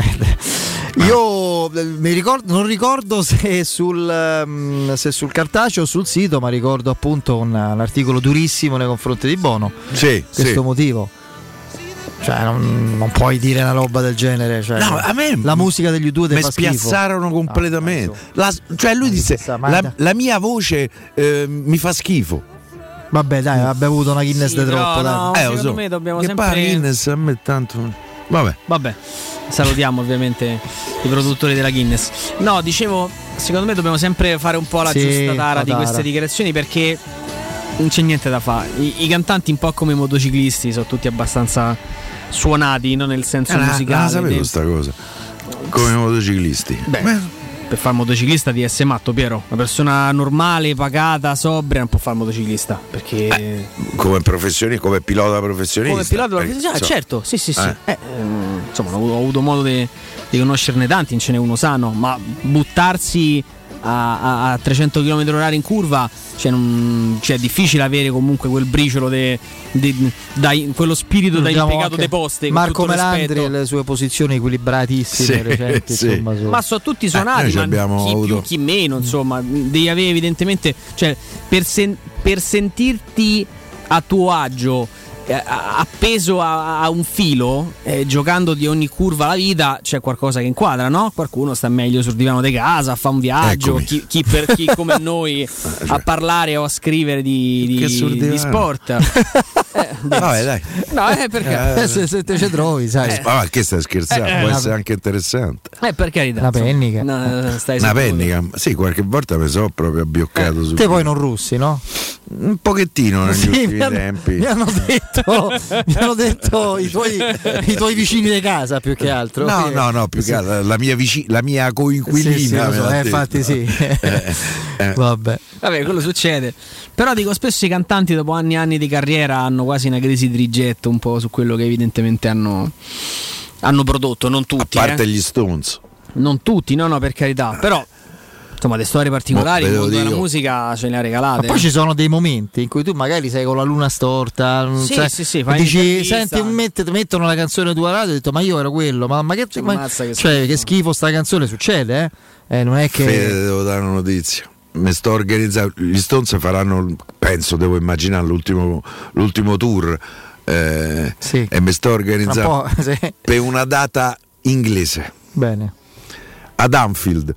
Io mi ricordo, non ricordo se sul, um, se sul cartaceo o sul sito, ma ricordo appunto un, un articolo durissimo nei confronti di Bono. Sì, questo sì. motivo. Cioè, non, non puoi dire una roba del genere. Cioè, no, a me la musica degli U due mi fa schifo. spiazzarono completamente. No, la, cioè, lui disse: la, la mia voce eh, mi fa schifo. Vabbè, dai, ha bevuto una Guinness Sì, di però, troppo. no, dai. Eh, lo secondo so. me dobbiamo che sempre- poi la Guinness a me tanto. Vabbè. Vabbè, salutiamo ovviamente i produttori della Guinness. No, dicevo, secondo me dobbiamo sempre fare un po' la Sì, giusta tara la di tara. queste dichiarazioni, perché non c'è niente da fare. I, i cantanti, un po' come i motociclisti, sono tutti abbastanza suonati, non nel senso Eh, la, musicale. la sapevo de- sta cosa. Come i motociclisti. Beh, per fare motociclista devi essere matto, Piero. Una persona normale, pagata, sobria non può fare motociclista, perché Eh, come professioni, come pilota professionista. come pilota Perché, professionale, insomma, certo, sì, sì, sì. Eh. Eh, ehm, insomma, ho, avuto- ho avuto modo di conoscerne tanti, ce n'è uno sano, ma buttarsi a, a, a trecento chilometri orari in curva, cioè, non, cioè è difficile avere comunque quel briciolo de, de- dai, quello spirito da Diciamo impiegato anche dei posti. con Marco tutto Melandri rispetto. e le sue posizioni equilibratissime Sì, recenti, sì. insomma, su- Ma sono tutti Eh, suonati, noi ci ma abbiamo chi avuto- più, chi meno, insomma, devi avere evidentemente, cioè, per, sen- per sentirti a tuo agio, eh, a- appeso a, a un filo, eh, giocando di ogni curva la vita, c'è qualcosa che inquadra, no? Qualcuno sta meglio sul divano di casa, fa un viaggio, Eccomi. chi, chi per chi come noi a parlare o a scrivere di, Che sul di, divano? di sport. Eh, Vabbè, dai. no, eh, perché? Eh, se, se te ci trovi, sai. Ma va, che stai scherzando? Eh, Può eh, essere anche interessante. Eh, per carità. Una insomma. pennica. No, stai Una sicuro? pennica. Sì, qualche volta mi sono proprio abbioccato su. Te poi non russi, no? Un pochettino negli Sì, ultimi mi hanno, tempi. mi hanno detto, mi hanno detto i, tuoi, i tuoi vicini di casa più che altro. No, Quindi- no, no, più sì. che altro, la mia vicina, la mia coinquilina. Sì, sì, lo me so, l'ha eh, detto. infatti sì. Eh, eh. Vabbè. Vabbè, quello succede. Però dico, spesso i cantanti dopo anni e anni di carriera hanno quasi una crisi di rigetto un po' su quello che evidentemente hanno, hanno prodotto, non tutti. A parte eh. gli Stones. Non tutti, no, no, per carità. Però, insomma, le storie particolari, Boh, il ve lo mondo della dico. musica ce le ha regalate. Ma poi ci sono dei momenti in cui tu magari sei con la luna storta, non Sì, sai, sì, sì, fai dici, un'intervista. senti, mette- mettono la canzone tua radio, ho detto, ma io ero quello, ma, ma che, Cioè, ma- ammazza che cioè, schifo. che schifo sta canzone, succede, eh? Eh, non è che... Fede, devo dare una notizia. Mi sto organizzando. Gli Stones faranno, penso, devo immaginare, l'ultimo, l'ultimo tour. eh, Sì. E mi sto Tra organizzando un po', sì. per una data inglese Bene, ad Anfield.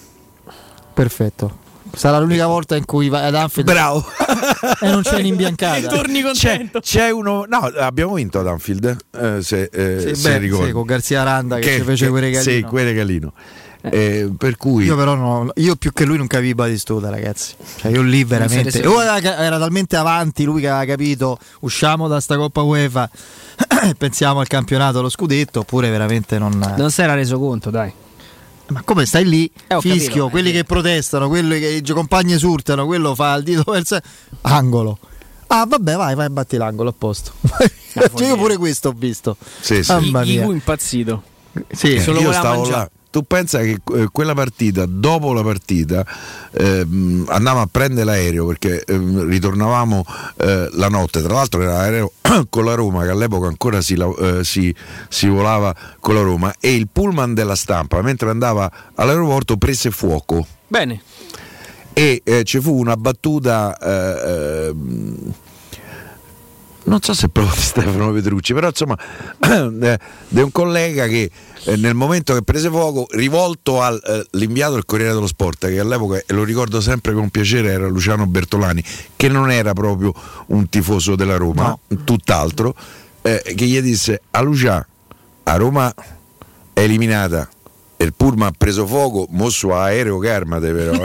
perfetto. Sarà l'unica volta in cui vai ad Anfield Bravo. e non c'è un'imbiancata. Torni C'è, contento. c'è uno. No, abbiamo vinto ad Anfield. eh, se, eh, Sì, se beh, ricordi. sì, con Garzia Aranda che, ci fece quel regalino. Sì, quel regalino. Eh, per cui Io però no, io più che lui non capivo Batistuta, ragazzi. Cioè io lì veramente siete o era, era talmente avanti lui che aveva capito usciamo da sta Coppa UEFA pensiamo al campionato, allo scudetto, oppure veramente non. Non si era reso conto, dai. Ma come stai lì? Eh, ho Fischio, capito, quelli eh. che protestano, quelli che i compagni esultano, quello fa il dito verso angolo. Ah, vabbè, vai, vai, batti l'angolo a posto. Cioè, io pure questo ho visto. sì, sì. Mamma I mia. Igu impazzito. Sì, Eh, se lo io voleva stavo mangiare. là. Tu pensa che eh, quella partita, dopo la partita, ehm, andavamo a prendere l'aereo perché ehm, ritornavamo eh, la notte. Tra l'altro era l'aereo con la Roma, che all'epoca ancora si, la- eh, si, si volava con la Roma, e il pullman della stampa, mentre andava all'aeroporto, prese fuoco. Bene. E eh, ci fu una battuta. eh, ehm, non so se proprio di Stefano Petrucci, però insomma eh, di un collega che eh, nel momento che prese fuoco, rivolto all'inviato del Corriere dello Sport, che all'epoca, e lo ricordo sempre con piacere, era Luciano Bertolani, che non era proprio un tifoso della Roma, No. tutt'altro, eh, che gli disse: a Lucia, a Roma è eliminata, e il pullman ha preso fuoco, mosso a aereo Carmate però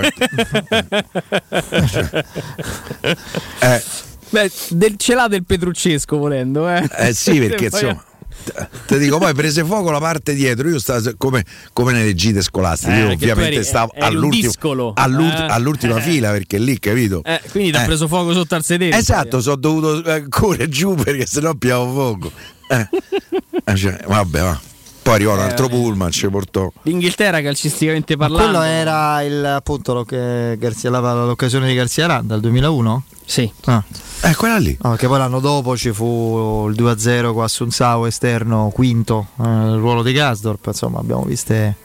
eh. eh, Beh, del, ce l'ha del Petruccesco volendo, eh. eh sì, perché Poi- insomma ti dico, poi prese fuoco la parte dietro, io stavo come, come nelle gite scolastiche, Eh, io perché tu ovviamente eri- stavo eri un all'ultimo, discolo. all'ult- Eh. all'ultima Eh. fila, perché lì, capito? Eh, quindi ti ha Eh. preso fuoco sotto al sedere. Esatto, sono dovuto eh, correre giù perché sennò piavo fuoco. Eh. Eh, cioè, vabbè, va. Poi arrivò un Eh, altro vabbè. pullman, ci portò. L'Inghilterra calcisticamente Ma parlando. quello era il, appunto lo che Garzia, la- l'occasione di Garzia Aranda, il duemilauno? Sì. Ah. Eh, quella lì. No, che poi l'anno dopo ci fu il due a zero con Assunzao esterno quinto, eh, il ruolo di Gasdorp, insomma abbiamo viste.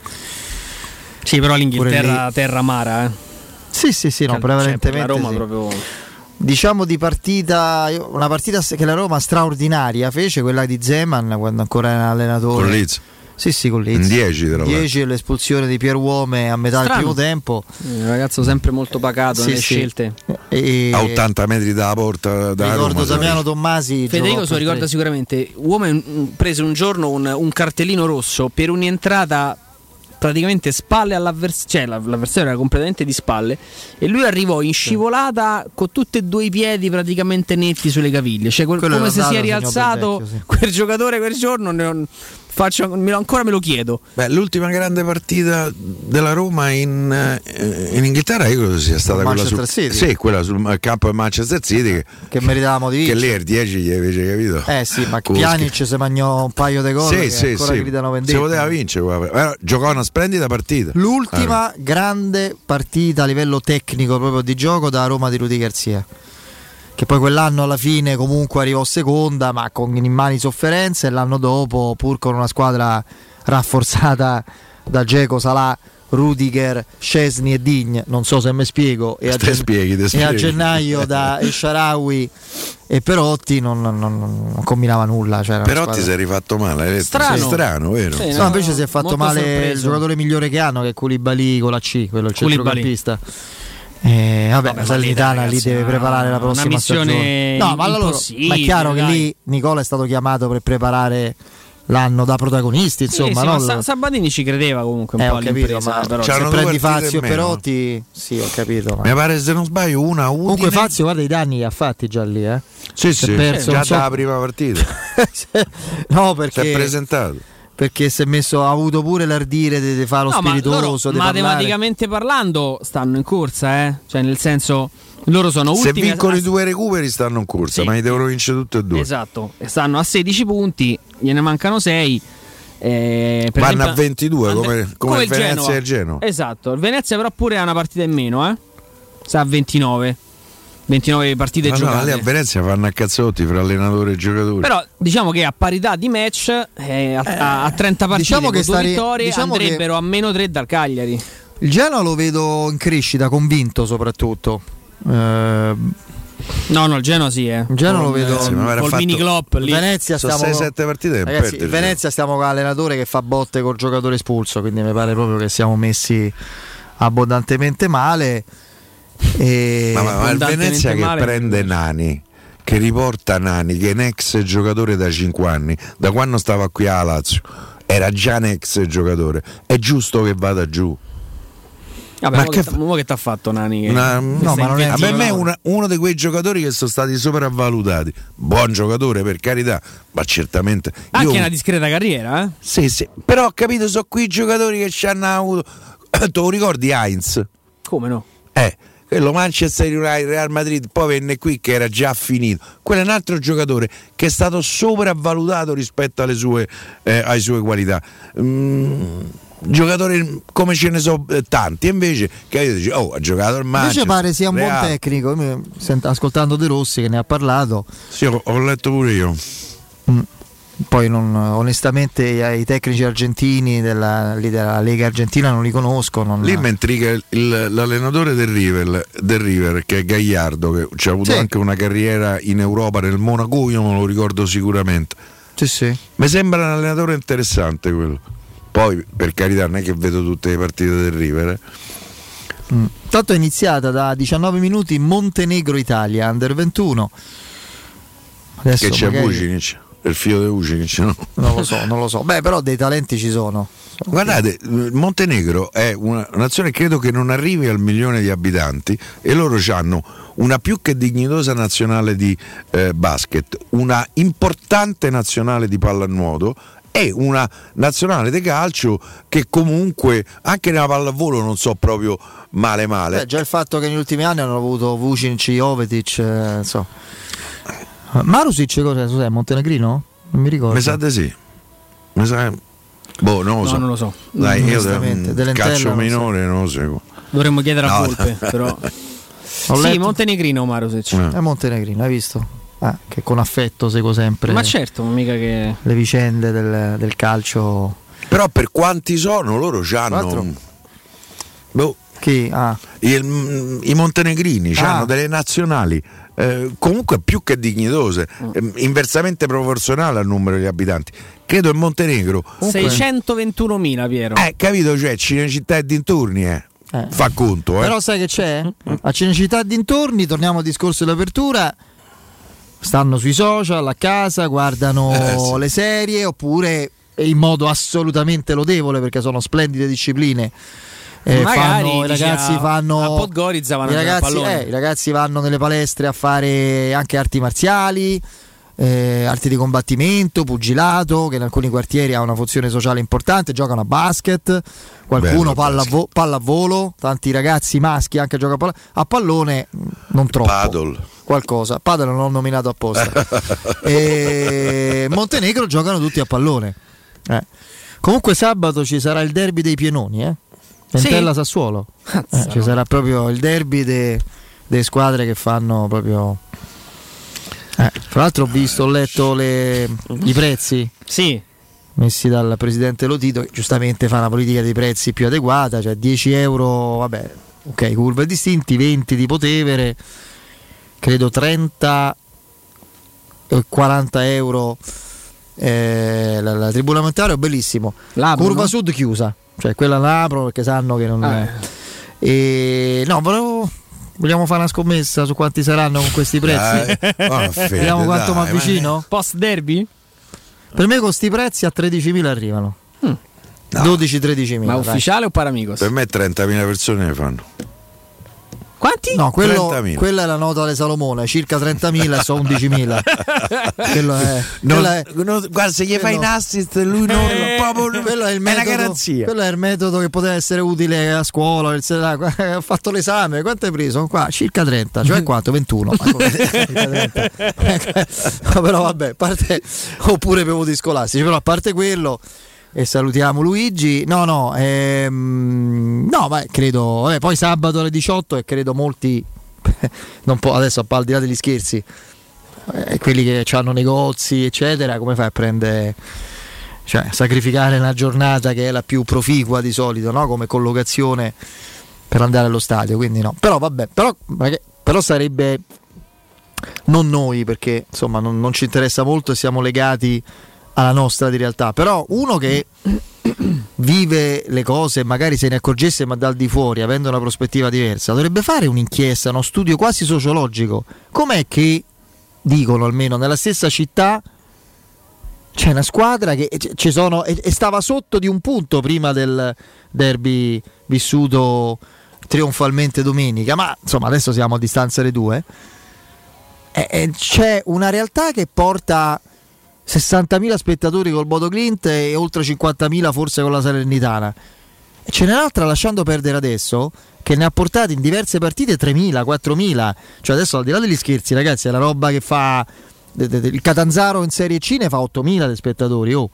Sì, però Pure l'Inghilterra lì. terra amara, eh. Sì, sì, sì, no, Cioè, prevalentemente per la Roma sì. proprio. Diciamo di partita, una partita che la Roma straordinaria fece, quella di Zeman quando ancora era allenatore. Con Leeds. Sì, sì, con Leeds. dieci dieci l'espulsione di Pieruome a metà Strano. del primo tempo. Un ragazzo sempre molto pacato Sì, nelle sì. scelte. E... A ottanta metri dalla porta da ricordo Roma, Damiano Tommasi. Federico se lo ricorda sicuramente. Uomo prese un giorno un, un cartellino rosso per un'entrata praticamente spalle all'avversario, cioè l'avversario era completamente di spalle e lui arrivò in scivolata con tutti e due i piedi praticamente netti sulle caviglie, cioè quel, come se si è rialzato vecchio, sì. Quel giocatore quel giorno ne ho, faccio, me lo, ancora me lo chiedo. Beh, l'ultima grande partita della Roma in, in Inghilterra io credo sia stata quella sul, sì, quella sul campo di Manchester City che, che meritavamo di vincere, che lì il dieci gli avete capito. Eh sì, ma Pjanic si mangiò un paio di gol sì, che sì, ancora sì. gridano vendetta. Si poteva vincere, però giocò una splendida partita. L'ultima allora. grande partita a livello tecnico proprio di gioco da Roma di Rudy Garcia, che poi quell'anno alla fine comunque arrivò seconda ma con in mani sofferenze, e l'anno dopo pur con una squadra rafforzata da Dzeko, Salah, Rudiger, Szczesny e Digne, non so se mi spiego, e a, gen- spieghi, te e spieghi. a gennaio da El Shaarawy e Perotti non, non, non, non combinava nulla, cioè Perotti si è rifatto male, strano, sei strano, vero? Sì, no, no, invece si è fatto male sorpreso. Il giocatore migliore che hanno, che è Koulibaly con la C, quello il Koulibaly. centrocampista. Eh, vabbè, vabbè, Salernitana lì deve preparare la una prossima missione stagione. No, ma allora, ma è chiaro dai. che lì Nicola è stato chiamato per preparare l'anno da protagonisti, insomma. Sì, no? sì, ma Sabadini ci credeva comunque un eh, po' ho capito, all'impresa, ma però. se prendi Fazio e Perotti, sì, ho capito. Ma... mi pare, se non sbaglio, una Udine. Comunque Fazio, guarda i danni che ha fatti già lì, eh. Sì, si sì, è perso, già non so... dalla prima partita. No, perché si è presentato. Perché si è messo, ha avuto pure l'ardire di, di fare lo No, spiritoso. Ma di matematicamente parlando stanno in corsa, eh? Cioè nel senso loro sono se ultimi. Se vincono a... i due recuperi stanno in corsa, sì, ma li devono vincere tutti e due. Esatto, stanno a sedici punti, gliene mancano sei. Eh, per Vanno esempio, a ventidue and- come, come, come il Venezia Genova. E il Genoa. Esatto, il Venezia però pure ha una partita in meno, eh? Sta a ventinove. ventinove partite ma giocate. No, lì a Venezia fanno a cazzotti fra allenatore e giocatori. Però diciamo che a parità di match eh, a, a, a trenta partite diciamo con che due stare, vittorie diciamo andrebbero che a meno tre dal Cagliari. Il Genoa lo vedo in crescita, convinto soprattutto. Eh, No, no, il Genoa sì, eh. Il Genoa Con, lo vedo eh, col fatto... mini Klopp lì. Venezia stiamo sei sette partite. Ragazzi, in Venezia stiamo con l'allenatore che fa botte col giocatore espulso, quindi mi pare proprio che siamo messi abbondantemente male. E... Ma, ma, ma il Venezia che prende Nani, che riporta Nani, che è un ex giocatore da cinque anni, da quando stava qui a Lazio, era già un ex giocatore. È giusto che vada giù. Vabbè, ma mo che, che, mo che t'ha fatto Nani? Che una, no, ma non è, per me è una, uno di quei giocatori che sono stati sopravvalutati. Buon giocatore, per carità, ma certamente. Anche io, una discreta carriera, eh? Sì, sì. Però ho capito, sono qui i giocatori che ci hanno avuto. Te lo ricordi Heinz? Come no? Eh. Quello Manchester United, Real Madrid, poi venne qui che era già finito. Quello è un altro giocatore che è stato sopravvalutato rispetto alle sue, eh, alle sue qualità. Mm, giocatore come ce ne so eh, tanti, e invece che io dico, oh, ha giocato il Manchester. Invece pare sia un Real. buon tecnico. Io, sent- ascoltando De Rossi che ne ha parlato. Sì, ho, ho letto pure io. Mm. Poi non, onestamente i, i tecnici argentini della, della Lega Argentina non li conosco. Non... Lì mi intriga il, il, l'allenatore del River, del River che è Gagliardo, che ci ha avuto sì. anche una carriera in Europa nel Monaco, io non lo ricordo sicuramente. Sì, sì. Mi sembra un allenatore interessante quello. Poi per carità non è che vedo tutte le partite del River. Eh. Mm. Tanto è iniziata da diciannove minuti Montenegro-Italia, under ventuno. Adesso che c'è magari... Vucinic. Il figlio di Vucinic, no? Non lo so, non lo so. Beh, però dei talenti ci sono. Guardate, Montenegro è una nazione credo che non arrivi al milione di abitanti e loro hanno una più che dignitosa nazionale di eh, basket, una importante nazionale di pallanuoto e una nazionale di calcio che comunque anche nella pallavolo non so proprio male male. Beh, già il fatto che negli ultimi anni hanno avuto Vucinic, Jovetic, eh, so. Marusic cos'è? Cos'è? Montenegrino? Non mi ricordo. Mi sa di sì. Mi sa... Boh, non lo no, so. Non lo so. Dai, io un calcio minore non lo seguo. Dovremmo chiedere no. a Volpe, però. Sì, Montenegrino Marusic. No. È Montenegrino, hai visto? Ah, che con affetto seguo sempre. Ma certo, mica che le vicende del, del calcio. Però per quanti sono loro c'hanno. Boh. Chi? Ah. Il, I montenegrini Ah. hanno delle nazionali eh, comunque più che dignitose, eh, inversamente proporzionale al numero di abitanti. Credo il Montenegro seicentoventunomila, Piero. Eh, capito, cioè Cinecittà e dintorni, eh. Eh. Fa conto, eh. Però sai che c'è? A Cinecittà e dintorni, torniamo al discorso dell'apertura, stanno sui social, a casa, guardano Eh, sì. le serie, oppure in modo assolutamente lodevole, perché sono splendide discipline. Eh, Magari, fanno, i dici, ragazzi a- fanno a Podgorica vanno i a giocare a ragazzi, pallone. eh, i ragazzi vanno nelle palestre a fare anche arti marziali, eh, arti di combattimento, pugilato, che in alcuni quartieri ha una funzione sociale importante, giocano a basket, qualcuno Bello, palla, vo- pallavolo, tanti ragazzi maschi anche giocano a palla- a pallone, mh, non troppo. Paddle. Qualcosa, Padre non l'ho nominato apposta. E Montenegro giocano tutti a pallone. Eh. Comunque sabato ci sarà il derby dei pienoni, eh? Entella Sassuolo. Eh, ci sarà proprio il derby de- delle squadre che fanno proprio. Eh, tra l'altro ho visto, ho letto le- i prezzi. Sì. Messi dal presidente Lotito, che giustamente fa una politica dei prezzi più adeguata, cioè dieci euro, vabbè, ok, curve distinti, venti tipo Tevere, credo trenta e quaranta euro eh, la, la tribuna Monteario, bellissimo. L'apro, Curva no? Sud chiusa, cioè quella l'apro perché sanno che non Ah, è. E no, volevo, vogliamo fare una scommessa su quanti saranno con questi prezzi? Dai, oh, Fede, Vediamo quanto mi dai, avvicino. Post derby? Per me con questi prezzi a tredicimila arrivano. Mm. dodici tredicimila. Ma dai. ufficiale o paramigos? Per me trentamila persone ne fanno. Quanti? No, quello, trentamila. quella è la nota alle Salomone, circa trentamila e so undicimila. quello è, Non- quella è- non- guarda, se gli fai quello- in assist lui non Eh, proprio, quello è il una metodo, garanzia. quello è il metodo che poteva essere utile a scuola. il- Ho fatto l'esame, quanto hai preso? Qua circa trenta, cioè quanto? ventuno. Ma come? Circa trenta. No, però vabbè, a parte, oppure per voti scolastici, però a parte quello. E salutiamo Luigi. No, no, ehm, no, beh, credo. Vabbè, poi sabato alle diciotto e credo molti. Non può, adesso al di là degli scherzi, eh, quelli che hanno negozi, eccetera, come fai a prendere, cioè sacrificare una giornata che è la più proficua di solito, no? Come collocazione per andare allo stadio, quindi no. Però vabbè, però, però sarebbe non noi, perché insomma non, non ci interessa molto e siamo legati alla nostra di realtà, però uno che vive le cose magari se ne accorgesse ma dal di fuori, avendo una prospettiva diversa, dovrebbe fare un'inchiesta, uno studio quasi sociologico. Com'è che dicono almeno nella stessa città c'è una squadra che ci sono e, e stava sotto di un punto prima del derby vissuto trionfalmente domenica, ma insomma adesso siamo a distanza delle due, e, e c'è una realtà che porta sessantamila spettatori col Bodo Glimt e oltre cinquantamila forse con la Salernitana, e ce n'è un'altra, lasciando perdere adesso, che ne ha portati in diverse partite tremila, quattromila, cioè adesso al di là degli scherzi ragazzi è la roba che fa il Catanzaro in Serie C, ne fa ottomila di spettatori. oh.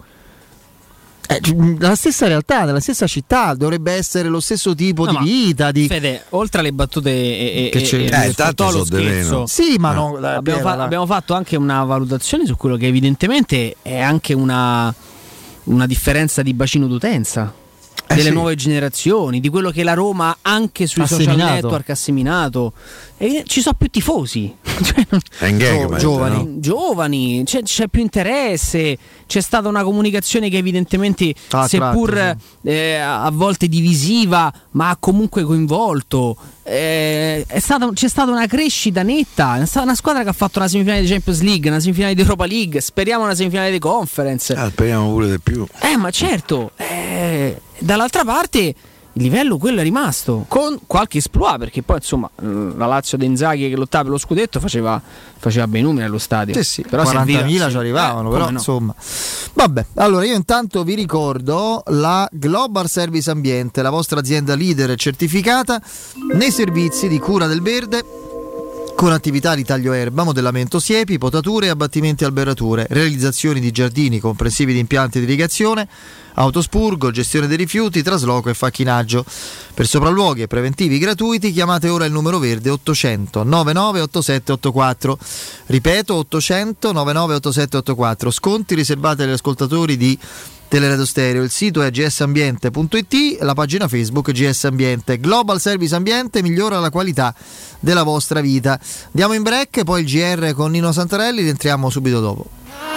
Eh, nella stessa realtà, nella stessa città dovrebbe essere lo stesso tipo No, di ma vita di... Fede, oltre alle battute e, e, Che c'è? e- Eh, e tanto lo so di scherzo, meno. Sì, ma no, dai, abbiamo, Piero, fa- dai. abbiamo fatto anche una valutazione su quello che evidentemente è anche una, una differenza di bacino d'utenza Eh, delle sì. nuove generazioni, di quello che la Roma anche sui Ha social seminato. network ha seminato. E ci sono più tifosi. Cioè, non- È in gag, Gio- ma- giovani. no? giovani, c'è, c'è più interesse, c'è stata una comunicazione che evidentemente, Ah, seppur tratto, eh, a volte divisiva, ma ha comunque coinvolto, eh, è stata, c'è stata una crescita netta, è stata una squadra che ha fatto una semifinale di Champions League, una semifinale di Europa League, speriamo una semifinale di Conference. Ah, speriamo pure di più. Eh, ma certo, eh, dall'altra parte il livello quello è rimasto, con qualche esploit, perché poi insomma la Lazio di Inzaghi che lottava per lo scudetto faceva, faceva bei numeri allo stadio. Sì, sì, però quarantamila serviva- ci arrivavano, eh, però come no. insomma. Vabbè, allora io intanto vi ricordo la Global Service Ambiente, la vostra azienda leader certificata nei servizi di cura del verde, con attività di taglio erba, modellamento siepi, potature e abbattimenti alberature, realizzazioni di giardini comprensivi di impianti di irrigazione, autospurgo, gestione dei rifiuti, trasloco e facchinaggio. Per sopralluoghi e preventivi gratuiti chiamate ora il numero verde ottocento novantanove ottantasette ottantaquattro. Ripeto, ottocento novantanove ottantasette ottantaquattro. Sconti riservati agli ascoltatori di Teleradio Stereo. Il sito è g s ambiente punto i t, la pagina Facebook G S Ambiente. Global Service Ambiente migliora la qualità della vostra vita. Andiamo in break, poi il G R con Nino Santarelli, rientriamo subito dopo.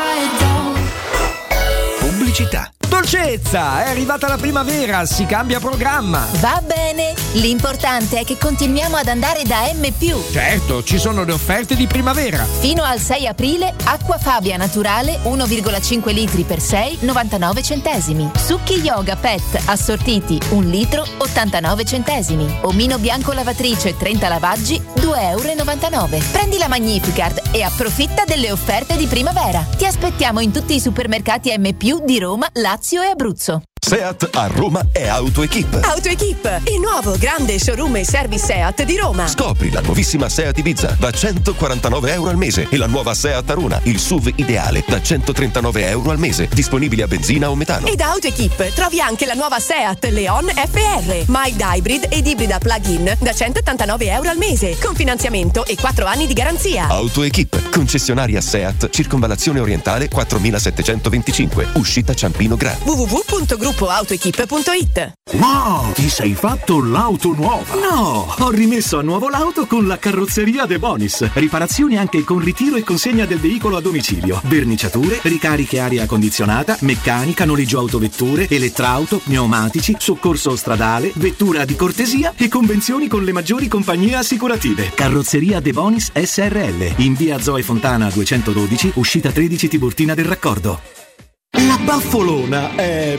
Pubblicità. Dolcezza, è arrivata la primavera, si cambia programma. Va bene, l'importante è che continuiamo ad andare da M più. Certo, ci sono le offerte di primavera. Fino al sei aprile, acqua Fabia naturale uno virgola cinque litri per sei, novantanove centesimi. Succhi Yoga Pet assortiti un litro, ottantanove centesimi. Omino bianco lavatrice trenta lavaggi, due euro e novantanove. Prendi la Magnificard e approfitta delle offerte di primavera. Ti aspettiamo in tutti i supermercati M più di Roma, Lazio e Abruzzo. Seat a Roma è AutoEquip. AutoEquip, il nuovo grande showroom e service Seat di Roma. Scopri la nuovissima Seat Ibiza da centoquarantanove euro al mese e la nuova Seat Arona, il S U V ideale, da centotrentanove euro al mese, disponibili a benzina o metano. E da AutoEquip trovi anche la nuova Seat Leon F R, mild hybrid ed ibrida plug-in da centottantanove euro al mese, con finanziamento e quattro anni di garanzia. AutoEquip, concessionaria Seat, circonvallazione orientale quattromilasettecentoventicinque, uscita Ciampino Gra. w w w punto gruppo autoequip punto i t. Wow, ti sei fatto l'auto nuova? No, ho rimesso a nuovo l'auto con la carrozzeria De Bonis. Riparazioni anche con ritiro e consegna del veicolo a domicilio. Verniciature, ricariche aria condizionata, meccanica, noleggio autovetture, elettrauto, pneumatici, soccorso stradale, vettura di cortesia e convenzioni con le maggiori compagnie assicurative. Carrozzeria De Bonis S R L, in via Zoe Fontana duecentododici, uscita tredici Tiburtina del Raccordo. La Baffolona è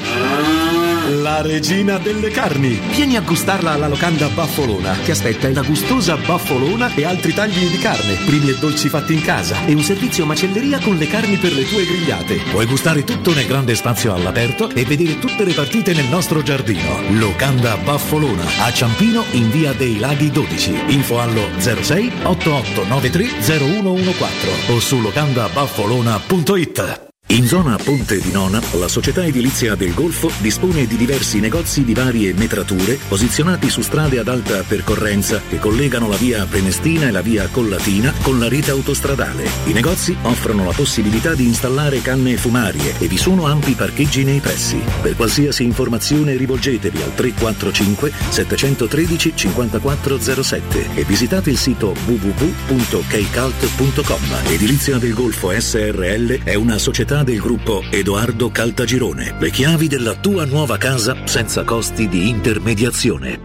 la regina delle carni. Vieni a gustarla alla locanda Baffolona. Ti aspetta una gustosa baffolona e altri tagli di carne, primi e dolci fatti in casa e un servizio macelleria con le carni per le tue grigliate. Puoi gustare tutto nel grande spazio all'aperto e vedere tutte le partite nel nostro giardino. Locanda Baffolona a Ciampino in via dei Laghi dodici. Info allo zero sei otto otto nove tre zero uno uno quattro o su locanda baffolona punto i t. In zona Ponte di Nona, la società edilizia del Golfo dispone di diversi negozi di varie metrature posizionati su strade ad alta percorrenza che collegano la via Prenestina e la via Collatina con la rete autostradale. I negozi offrono la possibilità di installare canne fumarie e vi sono ampi parcheggi nei pressi. Per qualsiasi informazione rivolgetevi al tre quattro cinque sette uno tre cinque quattro zero sette e visitate il sito w w w punto keicalt punto com. Edilizia del Golfo S R L è una società del gruppo Edoardo Caltagirone. Le chiavi della tua nuova casa senza costi di intermediazione.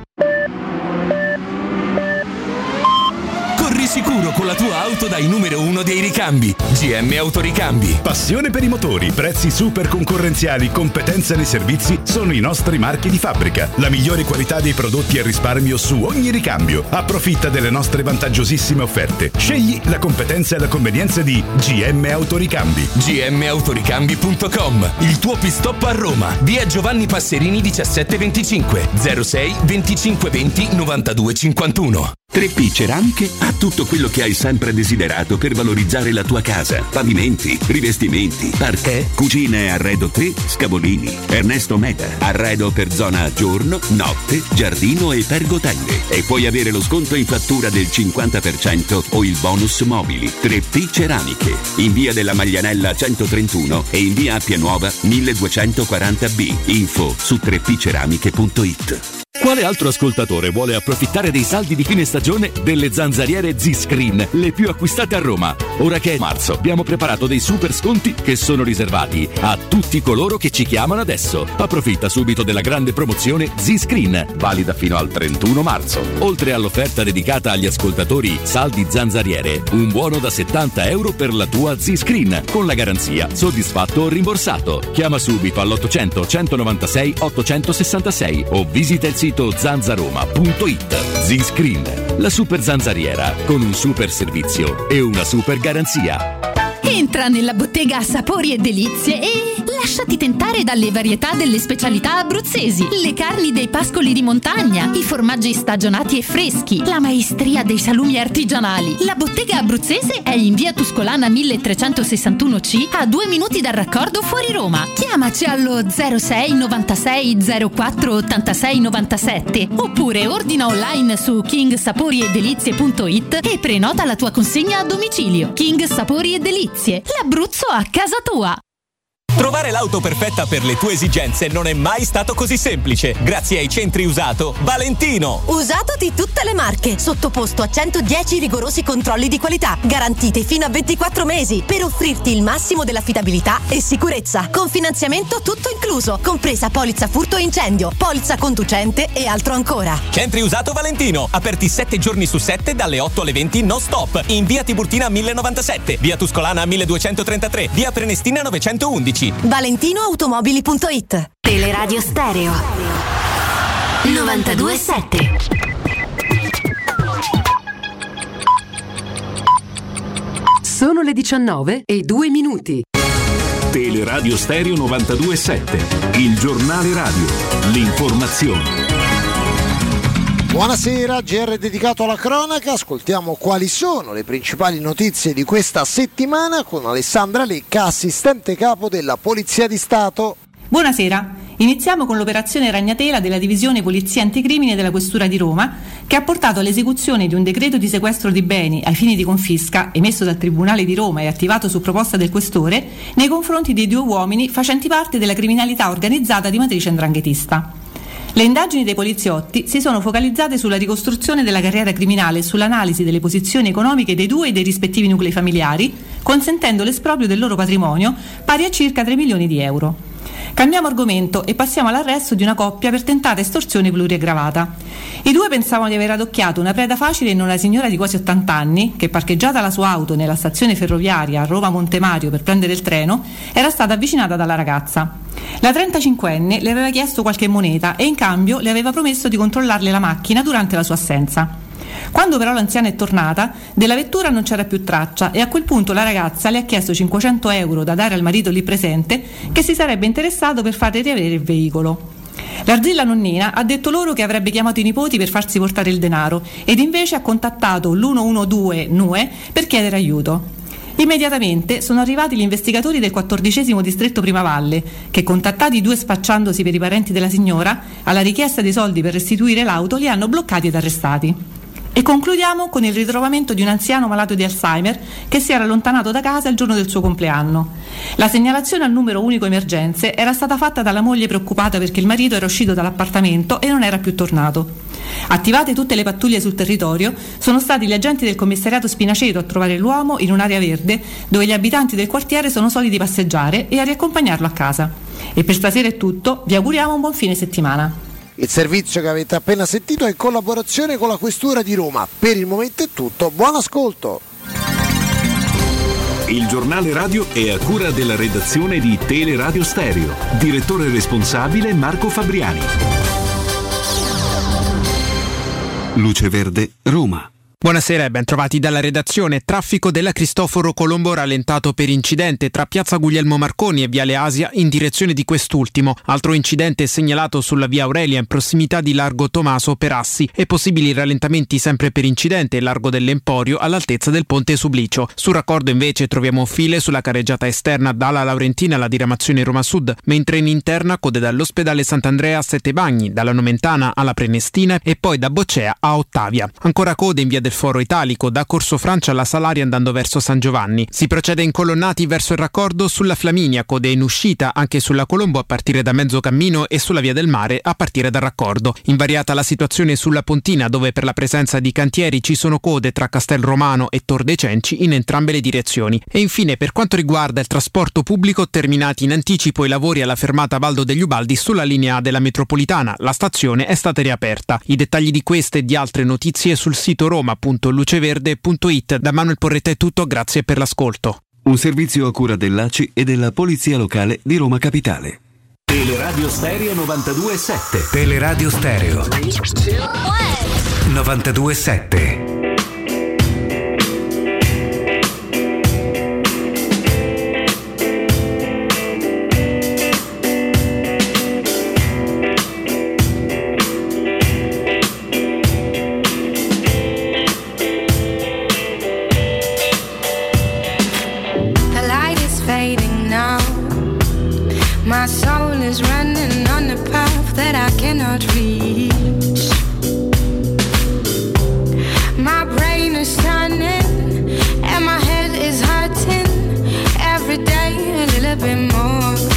Corri sicuro con la tua auto dai numero uno dei ricambi. G M Autoricambi. Passione per i motori, prezzi super concorrenziali, competenza nei servizi sono i nostri marchi di fabbrica. La migliore qualità dei prodotti e risparmio su ogni ricambio. Approfitta delle nostre vantaggiosissime offerte. Scegli la competenza e la convenienza di G M Autoricambi. G M Autoricambi punto com. Il tuo pit-stop a Roma. Via Giovanni Passerini diciassette venticinque zero sei venticinque venti novantadue cinquantuno. tre P Ceramiche ha tutto quello che hai sempre desiderato per valorizzare la tua casa. Pavimenti, rivestimenti, parquet, cucine e arredo tre, Scavolini. Ernesto Meda, arredo per zona giorno, notte, giardino e pergotelle. E puoi avere lo sconto in fattura del cinquanta per cento o il bonus mobili. tre P Ceramiche, in via della Maglianella centotrentuno e in via Appia Nuova milleduecentoquaranta B. Info su tre p ceramiche punto i t. Quale altro ascoltatore vuole approfittare dei saldi di fine stagione delle zanzariere Z-Screen, le più acquistate a Roma? Ora che è marzo, abbiamo preparato dei super sconti che sono riservati a tutti coloro che ci chiamano adesso. Approfitta subito della grande promozione Z-Screen, valida fino al trentuno marzo. Oltre all'offerta dedicata agli ascoltatori saldi zanzariere, un buono da settanta euro per la tua Z-Screen, con la garanzia soddisfatto o rimborsato. Chiama subito all'ottocento centonovantasei ottocentosessantasei o visita il sito zanzaroma punto i t. Z-Screen, la super zanzariera con un super servizio e una super garanzia. Entra nella bottega Sapori e Delizie e lasciati tentare dalle varietà delle specialità abruzzesi, le carni dei pascoli di montagna, i formaggi stagionati e freschi, la maestria dei salumi artigianali. La bottega abruzzese è in via Tuscolana milletrecentosessantuno C, a due minuti dal raccordo fuori Roma. Chiamaci allo zero sei novantasei zero quattro ottantasei novantasette oppure ordina online su king sapori e delizie punto i t e prenota la tua consegna a domicilio. King Sapori e Delizie, l'Abruzzo a casa tua. Trovare l'auto perfetta per le tue esigenze non è mai stato così semplice. Grazie ai centri usato Valentino. Usato di tutte le marche, sottoposto a centodieci rigorosi controlli di qualità, garantiti fino a ventiquattro mesi, per offrirti il massimo dell'affidabilità e sicurezza. Con finanziamento tutto incluso, compresa polizza furto e incendio, polizza conducente e altro ancora. Centri usato Valentino, aperti sette giorni su sette dalle otto alle venti non stop. In via Tiburtina mille novantasette, via Tuscolana milleduecentotrentatré, via Prenestina novecentoundici. valentinoautomobili punto it. Teleradio Stereo novantadue sette. Sono le diciannove e due minuti. Teleradio Stereo novantadue sette, il giornale radio, l'informazione. Buonasera, G R dedicato alla cronaca, ascoltiamo quali sono le principali notizie di questa settimana con Alessandra Lecca, assistente capo della Polizia di Stato. Buonasera, iniziamo con l'operazione Ragnatela della Divisione Polizia Anticrimine della Questura di Roma, che ha portato all'esecuzione di un decreto di sequestro di beni ai fini di confisca emesso dal Tribunale di Roma e attivato su proposta del Questore nei confronti di due uomini facenti parte della criminalità organizzata di matrice 'ndranghetista. Le indagini dei poliziotti si sono focalizzate sulla ricostruzione della carriera criminale e sull'analisi delle posizioni economiche dei due e dei rispettivi nuclei familiari, consentendo l'esproprio del loro patrimonio pari a circa tre milioni di euro. Cambiamo argomento e passiamo all'arresto di una coppia per tentata estorsione pluriaggravata. I due pensavano di aver adocchiato una preda facile in una signora di quasi ottanta anni che, parcheggiata la sua auto nella stazione ferroviaria a Roma Montemario per prendere il treno, era stata avvicinata dalla ragazza. La trentacinquenne le aveva chiesto qualche moneta e in cambio le aveva promesso di controllarle la macchina durante la sua assenza. Quando però l'anziana è tornata, della vettura non c'era più traccia e a quel punto la ragazza le ha chiesto cinquecento euro da dare al marito lì presente, che si sarebbe interessato per farle riavere il veicolo. L'arzilla nonnina ha detto loro che avrebbe chiamato i nipoti per farsi portare il denaro ed invece ha contattato l'uno uno due N U E per chiedere aiuto. Immediatamente sono arrivati gli investigatori del quattordicesimo distretto Primavalle che, contattati i due spacciandosi per i parenti della signora, alla richiesta dei soldi per restituire l'auto li hanno bloccati ed arrestati. E concludiamo con il ritrovamento di un anziano malato di Alzheimer che si era allontanato da casa il giorno del suo compleanno. La segnalazione al numero unico emergenze era stata fatta dalla moglie preoccupata perché il marito era uscito dall'appartamento e non era più tornato. Attivate tutte le pattuglie sul territorio, sono stati gli agenti del commissariato Spinaceto a trovare l'uomo in un'area verde dove gli abitanti del quartiere sono soliti passeggiare e a riaccompagnarlo a casa. E per stasera è tutto, vi auguriamo un buon fine settimana. Il servizio che avete appena sentito è in collaborazione con la Questura di Roma. Per il momento è tutto, buon ascolto. Il giornale radio è a cura della redazione di Teleradio Stereo. Direttore responsabile Marco Fabriani. Luce Verde, Roma. Buonasera e ben trovati dalla redazione. Traffico della Cristoforo Colombo rallentato per incidente tra piazza Guglielmo Marconi e viale Asia in direzione di quest'ultimo. Altro incidente segnalato sulla via Aurelia in prossimità di Largo Tommaso Perassi e possibili rallentamenti sempre per incidente largo dell'Emporio all'altezza del ponte Sublicio. Sul raccordo invece troviamo file sulla carreggiata esterna dalla Laurentina alla diramazione Roma Sud, mentre in interna code dall'ospedale Sant'Andrea a Sette Bagni, dalla Nomentana alla Prenestina e poi da Boccea a Ottavia. Ancora code in via del Foro Italico da Corso Francia alla Salaria andando verso San Giovanni. Si procede incolonnati verso il raccordo sulla Flaminia, code in uscita anche sulla Colombo a partire da Mezzo Cammino e sulla via del Mare a partire dal raccordo. Invariata la situazione sulla Pontina dove per la presenza di cantieri ci sono code tra Castel Romano e Tor dei Cenci in entrambe le direzioni. E infine per quanto riguarda il trasporto pubblico, terminati in anticipo i lavori alla fermata Valdo degli Ubaldi sulla linea A della metropolitana. La stazione è stata riaperta. I dettagli di queste e di altre notizie sul sito roma punto luceverde punto it. Da Manuel Porretta è tutto, grazie per l'ascolto. Un servizio a cura dell'A C I e della Polizia Locale di Roma Capitale. Teleradio Stereo novantadue sette. Teleradio Stereo novantadue sette. My soul is running on a path that I cannot reach. My brain is turning and my head is hurting every day a little bit more.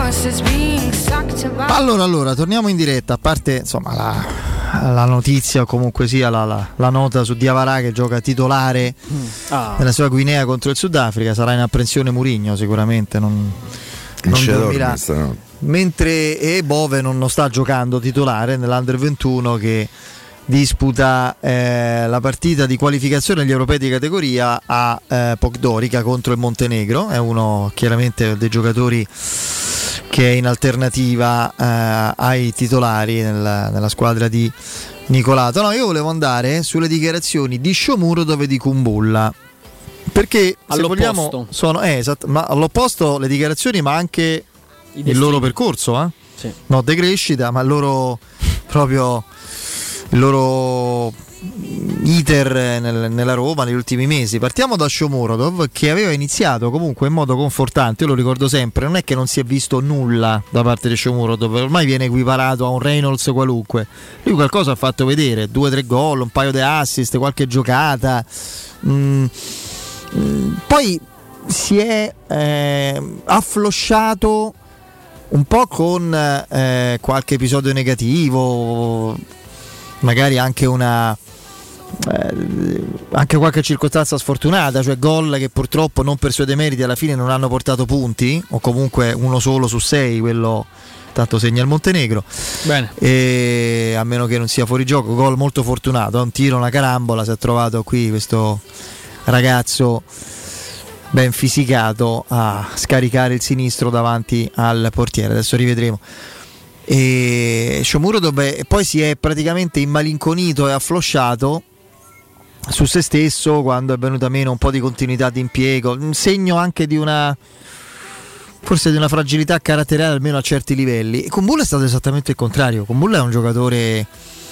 horses being sucked about. Allora, allora, torniamo in diretta. A parte, insomma, la, la notizia o comunque sia la, la, la nota su Diawara che gioca titolare mm. ah. nella sua Guinea contro il Sudafrica. Sarà in apprensione Mourinho sicuramente, non, non dormirà. Mentre e Bove non, non sta giocando titolare nell'Under ventuno che disputa eh, la partita di qualificazione agli europei di categoria a eh, Podgorica contro il Montenegro. È uno chiaramente dei giocatori che è in alternativa eh, ai titolari nella, nella squadra di Nicolato. No, io volevo andare sulle dichiarazioni di Shomurodov e di Kumbulla, perché se vogliamo sono eh, esatto, ma all'opposto le dichiarazioni, ma anche il loro percorso, eh? Sì. No, decrescita, ma il loro proprio il loro iter nel, nella Roma negli ultimi mesi. Partiamo da Shomurodov, che aveva iniziato comunque in modo confortante. Io lo ricordo sempre, non è che non si è visto nulla da parte di Shomurodov, ormai viene equiparato a un Reynolds qualunque. Lui qualcosa ha fatto vedere, due tre gol, un paio di assist, qualche giocata. Mm, mm, poi si è eh, afflosciato un po' con eh, qualche episodio negativo, magari anche una eh, anche qualche circostanza sfortunata, cioè gol che purtroppo non per suoi demeriti alla fine non hanno portato punti, o comunque uno solo su sei, quello tanto segna il Montenegro. Bene. E a meno che non sia fuori gioco, gol molto fortunato, un tiro, una carambola, si è trovato qui questo ragazzo ben fisicato a scaricare il sinistro davanti al portiere. Adesso rivedremo. E Shomurodov poi si è praticamente immalinconito e afflosciato su se stesso quando è venuta meno un po' di continuità di impiego, un segno anche di una forse di una fragilità caratteriale almeno a certi livelli. E Kumbulla è stato esattamente il contrario. Kumbulla è un giocatore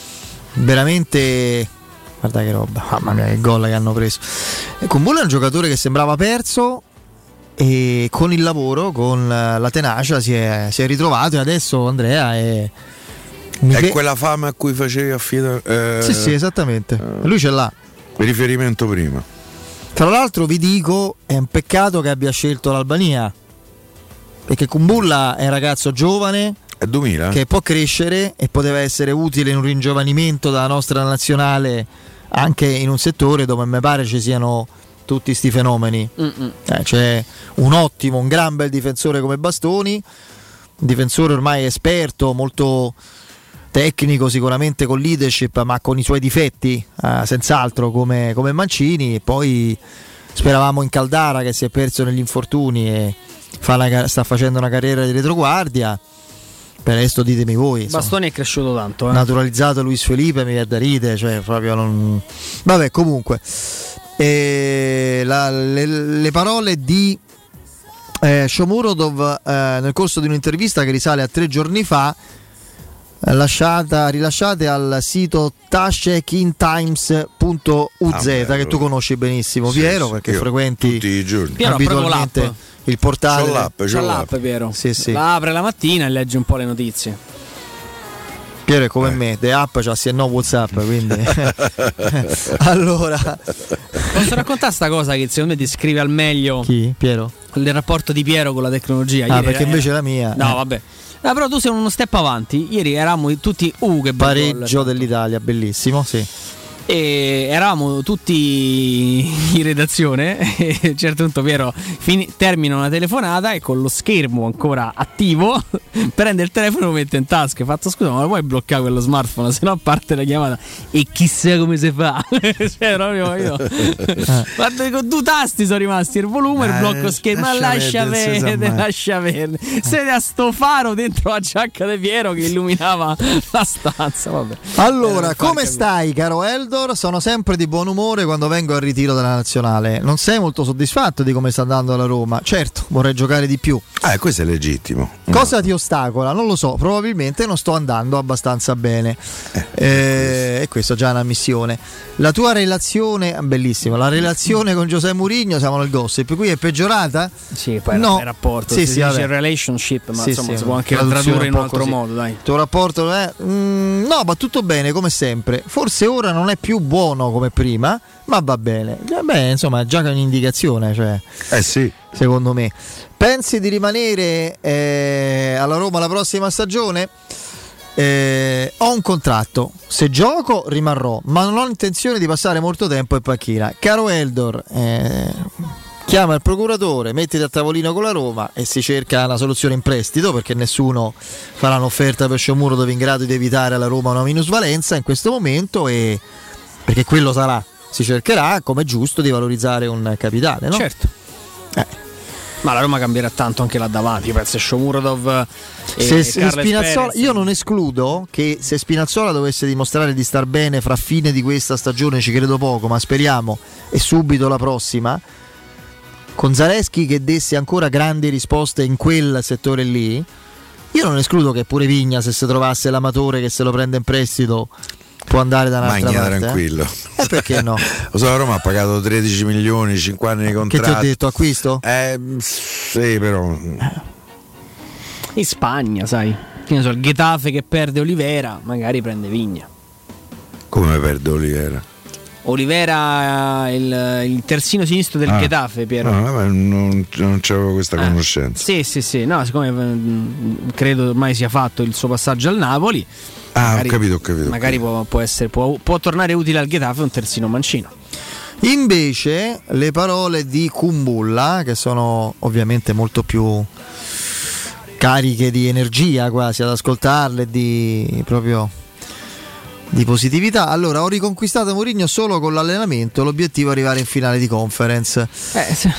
veramente, guarda che roba, mamma mia che gol che hanno preso. Kumbulla è un giocatore che sembrava perso e con il lavoro, con la tenacia si è, si è ritrovato, e adesso Andrea è è che... quella fame a cui facevi affidare eh... sì sì esattamente eh... lui ce l'ha, riferimento prima. Tra l'altro vi dico, è un peccato che abbia scelto l'Albania, perché Kumbulla è un ragazzo giovane, è duemila che può crescere e poteva essere utile in un ringiovanimento della nostra nazionale, anche in un settore dove mi pare ci siano tutti sti fenomeni. Eh, c'è un ottimo, un gran bel difensore come Bastoni, un difensore ormai esperto, molto tecnico, sicuramente con leadership, ma con i suoi difetti eh, senz'altro, come, come Mancini. E poi speravamo in Caldara, che si è perso negli infortuni e fa una, sta facendo una carriera di retroguardia. Per il resto ditemi voi, insomma. Bastoni è cresciuto tanto, eh. Naturalizzato Luis Felipe, mi viene da ridere, cioè proprio non... Vabbè, comunque e la, le, le parole di eh, Shomurodov eh, nel corso di un'intervista che risale a tre giorni fa, eh, lasciata, rilasciate al sito tashekintimes punto u z, ah, che tu conosci benissimo, sì, Piero, perché frequenti tutti i giorni. Piero, abitualmente il portale. C'ho l'app, c'ho c'ho l'app, l'app, Piero. Sì, sì. La apre la mattina e legge un po' le notizie. Piero è come eh. me, The App c'ha sì e no WhatsApp, quindi allora posso raccontare sta cosa che secondo me descrive al meglio chi? Piero? Il rapporto di Piero con la tecnologia. Ah, Ieri perché era, invece la mia no eh. vabbè no, però tu sei uno step avanti. Ieri eravamo tutti uh che pareggio dell'Italia, bellissimo, sì. E eravamo tutti in redazione e a un certo punto Piero fin- termina una telefonata e con lo schermo ancora attivo prende il telefono e lo mette in tasca. Fatto scusa, ma puoi bloccare quello smartphone, se no parte la chiamata e chissà come si fa. Cioè proprio io guarda, con due tasti sono rimasti, il volume e il blocco schermo. Ma lascia perdere, lascia perdere. Siete a sto faro dentro la giacca di Piero che illuminava la stanza. Vabbè. Allora, eh, come stai, caro Eldo? Sono sempre di buon umore quando vengo al ritiro della nazionale. Non sei molto soddisfatto di come sta andando la Roma? Certo, vorrei giocare di più. Ah, questo è legittimo. Cosa no. ti ostacola? Non lo so, probabilmente non sto andando abbastanza bene. Eh, eh, e questo è già una missione. La tua relazione, bellissima, la relazione con José Mourinho, siamo nel gossip, qui è peggiorata? Sì, poi no. il rapporto, sì, si sì, dice relationship, ma sì, insomma sì, si può anche tradurre in un altro così. modo, dai. Il tuo rapporto è... Mm, no, ma tutto bene, come sempre. Forse ora non è più più buono come prima, ma va bene. Beh, insomma, già che è un'indicazione, cioè, eh sì. secondo me. Pensi di rimanere eh, alla Roma la prossima stagione? Eh, ho un contratto, se gioco rimarrò, ma non ho intenzione di passare molto tempo in panchina. Caro Eldor, eh, chiama il procuratore, mettiti a tavolino con la Roma e si cerca una soluzione in prestito, perché nessuno farà un'offerta per Shomurodov in grado di evitare alla Roma una minusvalenza in questo momento, e perché quello sarà, si cercherà come è giusto di valorizzare un capitale, no? Certo. Eh. Ma la Roma cambierà tanto anche là davanti, penso Shomurodov e se, se Spinazzola, Perez. Io non escludo che se Spinazzola dovesse dimostrare di star bene fra fine di questa stagione, ci credo poco, ma speriamo, e subito la prossima, con Zalewski che desse ancora grandi risposte in quel settore lì, io non escludo che pure Vigna, se si trovasse l'amatore che se lo prende in prestito, può andare da un'altra Magna parte. tranquillo. E eh, perché no? Lo so, la Roma ha pagato tredici milioni, cinque anni di contratto. Che ti ho detto, acquisto? Eh, sì, però. In Spagna, sai. Che ne so, il Getafe che perde Olivera, magari prende Vigna. Come perde Olivera? Olivera, il, il terzino sinistro del ah. Getafe, Piero. No, no, non, non c'avevo questa ah. conoscenza. Sì, sì, sì. No, siccome mh, credo ormai sia fatto il suo passaggio al Napoli. Ah, magari, ho capito, ho capito. Magari può, può, essere, può, può tornare utile al Getafe un terzino mancino. Invece le parole di Kumbulla, che sono ovviamente molto più cariche di energia quasi ad ascoltarle, di proprio di positività. Allora, ho riconquistato Mourinho solo con l'allenamento, l'obiettivo è arrivare in finale di conference. Eh, sì.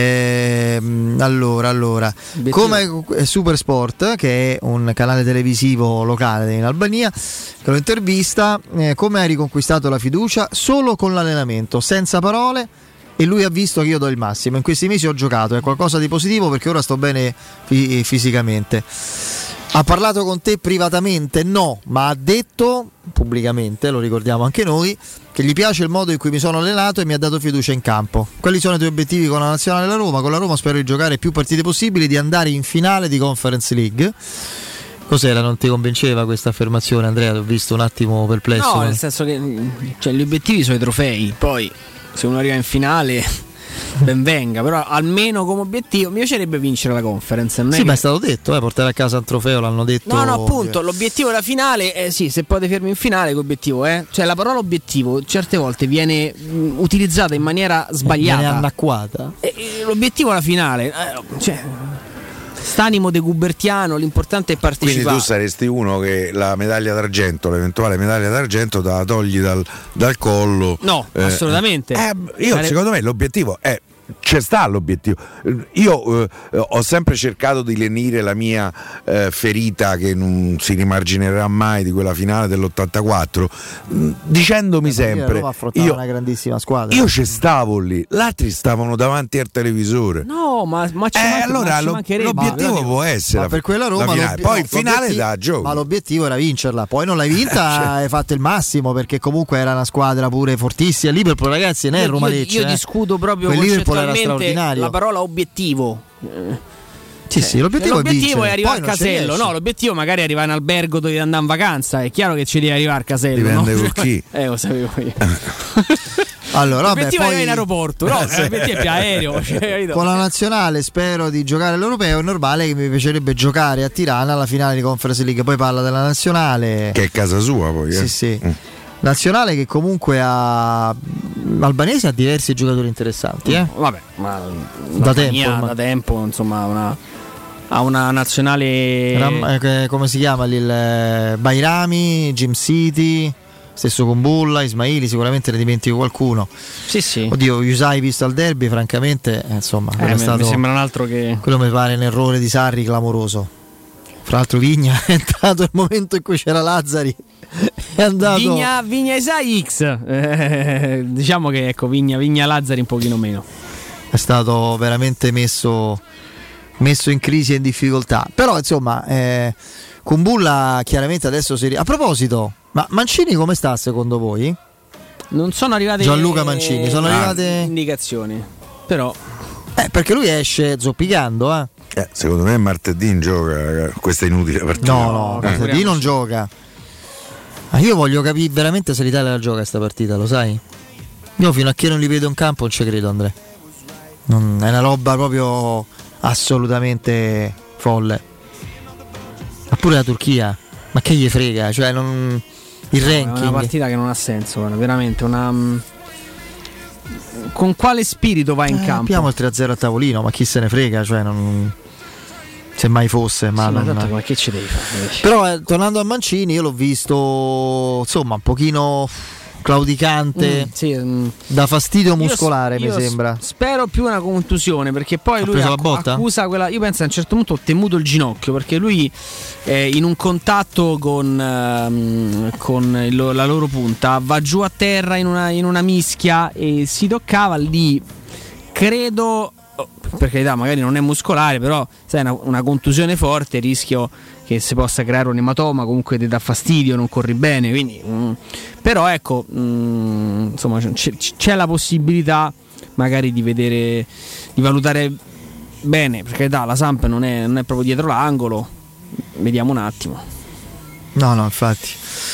eh, allora, allora come Super Sport, che è un canale televisivo locale in Albania, che lo intervista, eh, come hai riconquistato la fiducia? Solo con l'allenamento, senza parole, e lui ha visto che io do il massimo. In questi mesi ho giocato, è qualcosa di positivo perché ora sto bene fi- fisicamente. Ha parlato con te privatamente? No, ma ha detto pubblicamente, lo ricordiamo anche noi, che gli piace il modo in cui mi sono allenato e mi ha dato fiducia in campo. Quali sono i tuoi obiettivi con la nazionale della Roma? Con la Roma spero di giocare più partite possibili, di andare in finale di Conference League. Cos'era? Non ti convinceva questa affermazione, Andrea? Ti ho visto un attimo perplesso. No, nel senso che cioè, gli obiettivi sono i trofei, poi se uno arriva in finale ben venga, però almeno come obiettivo mi piacerebbe vincere la Conference. Non sì, è ma che... è stato detto, eh, portare a casa un trofeo, l'hanno detto. No, no, appunto, l'obiettivo della finale è eh, sì, se poi ti fermi in finale, che obiettivo è? Eh? Cioè la parola obiettivo certe volte viene mh, utilizzata in maniera sbagliata. Viene annacquata. E, e, l'obiettivo è la finale, eh, cioè st'animo de Gubertiano, l'importante è partecipare. Quindi tu saresti uno che la medaglia d'argento, l'eventuale medaglia d'argento te la togli dal, dal collo. No, eh, assolutamente. Eh, io Sare... secondo me l'obiettivo è, c'è sta l'obiettivo. Io eh, ho sempre cercato di lenire la mia eh, ferita, che non si rimarginerà mai, di quella finale dell'ottantaquattro, mh, dicendomi sempre io, una grandissima squadra. Io ci stavo lì, gli altri stavano davanti al televisore. No, ma, ma ci eh, manca, allora ma ci lo, l'obiettivo ma, può essere ma per quella Roma la finale. Poi no, il finale da gioco. Ma l'obiettivo era vincerla, poi non l'hai vinta, cioè, hai fatto il massimo, perché comunque era una squadra pure fortissima. Liverpool, ragazzi, non è Roma Lecce. Io, io eh. discuto proprio Quel concettualmente la parola obiettivo. Sì, sì, l'obiettivo, l'obiettivo è, è arrivare poi al casello. No, l'obiettivo magari è arrivare in albergo dove andare in vacanza. È chiaro che ci devi arrivare al casello. Dipende no? con chi. Eh, lo sapevo io. Allora, l'obiettivo vabbè, è poi... in aeroporto, no? L'obiettivo è più aereo. Cioè, con la nazionale spero di giocare all'europeo. È normale che mi piacerebbe giocare a Tirana alla finale di Conference League. Poi parla della nazionale, che è casa sua, poi. Eh? Sì, sì. Mm. Nazionale che comunque ha albanese, ha diversi giocatori interessanti, eh? Vabbè, ma da tempo, da tempo, insomma, una, ha una nazionale. Ram, eh, come si chiama lì? Il eh, Bairami, Jim City, stesso con Bulla, Ismaili, sicuramente ne dimentico qualcuno. Sì, sì. Oddio, Usai visto al derby, francamente, eh, insomma, eh, è mi, stato, mi sembra un altro che. Quello mi pare un errore di Sarri clamoroso. Fra l'altro Vigna è entrato il momento in cui c'era Lazzari. È andato Vigna, Vigna Esai X, eh, diciamo che ecco Vigna, Vigna Lazzari un pochino meno. È stato veramente messo messo in crisi e in difficoltà. Però insomma eh, Kumbulla chiaramente adesso si... A proposito, ma Mancini come sta secondo voi? Non sono arrivate Gianluca Mancini, sono ah. arrivate indicazioni. Però eh, perché lui esce zoppicando, eh. Eh, secondo me martedì in gioca questa inutile partita. No, no, martedì eh. non gioca. Ah, io voglio capire veramente se l'Italia la gioca questa partita, lo sai? Io fino a che non li vedo in campo non ci credo, Andrea. Non, è una roba proprio assolutamente folle. Ma pure la Turchia, ma che gli frega? Cioè non... il no, ranking. È una partita che non ha senso, guarda, veramente una... Con quale spirito vai in eh, campo? Abbiamo il tre a zero a tavolino, ma chi se ne frega, cioè non... se mai fosse, ma, sì, non... ma, tanto, ma che ci devi fare? Però eh, tornando a Mancini, io l'ho visto insomma un pochino claudicante, mm, sì, mm. da fastidio muscolare, io, io mi sembra. Spero più una contusione, perché poi ha lui acc- accusa quella. Io penso a un certo punto ho temuto il ginocchio, perché lui eh, in un contatto con, eh, con il, la loro punta va giù a terra in una, in una mischia e si toccava lì, credo. Per carità, magari non è muscolare, però sai, una, una contusione forte, rischio che si possa creare un ematoma, comunque ti dà fastidio, non corri bene, quindi mm, però ecco, mm, insomma c'è, c'è la possibilità magari di vedere, di valutare bene, per carità la Samp non è, non è proprio dietro l'angolo, vediamo un attimo. No, no, infatti.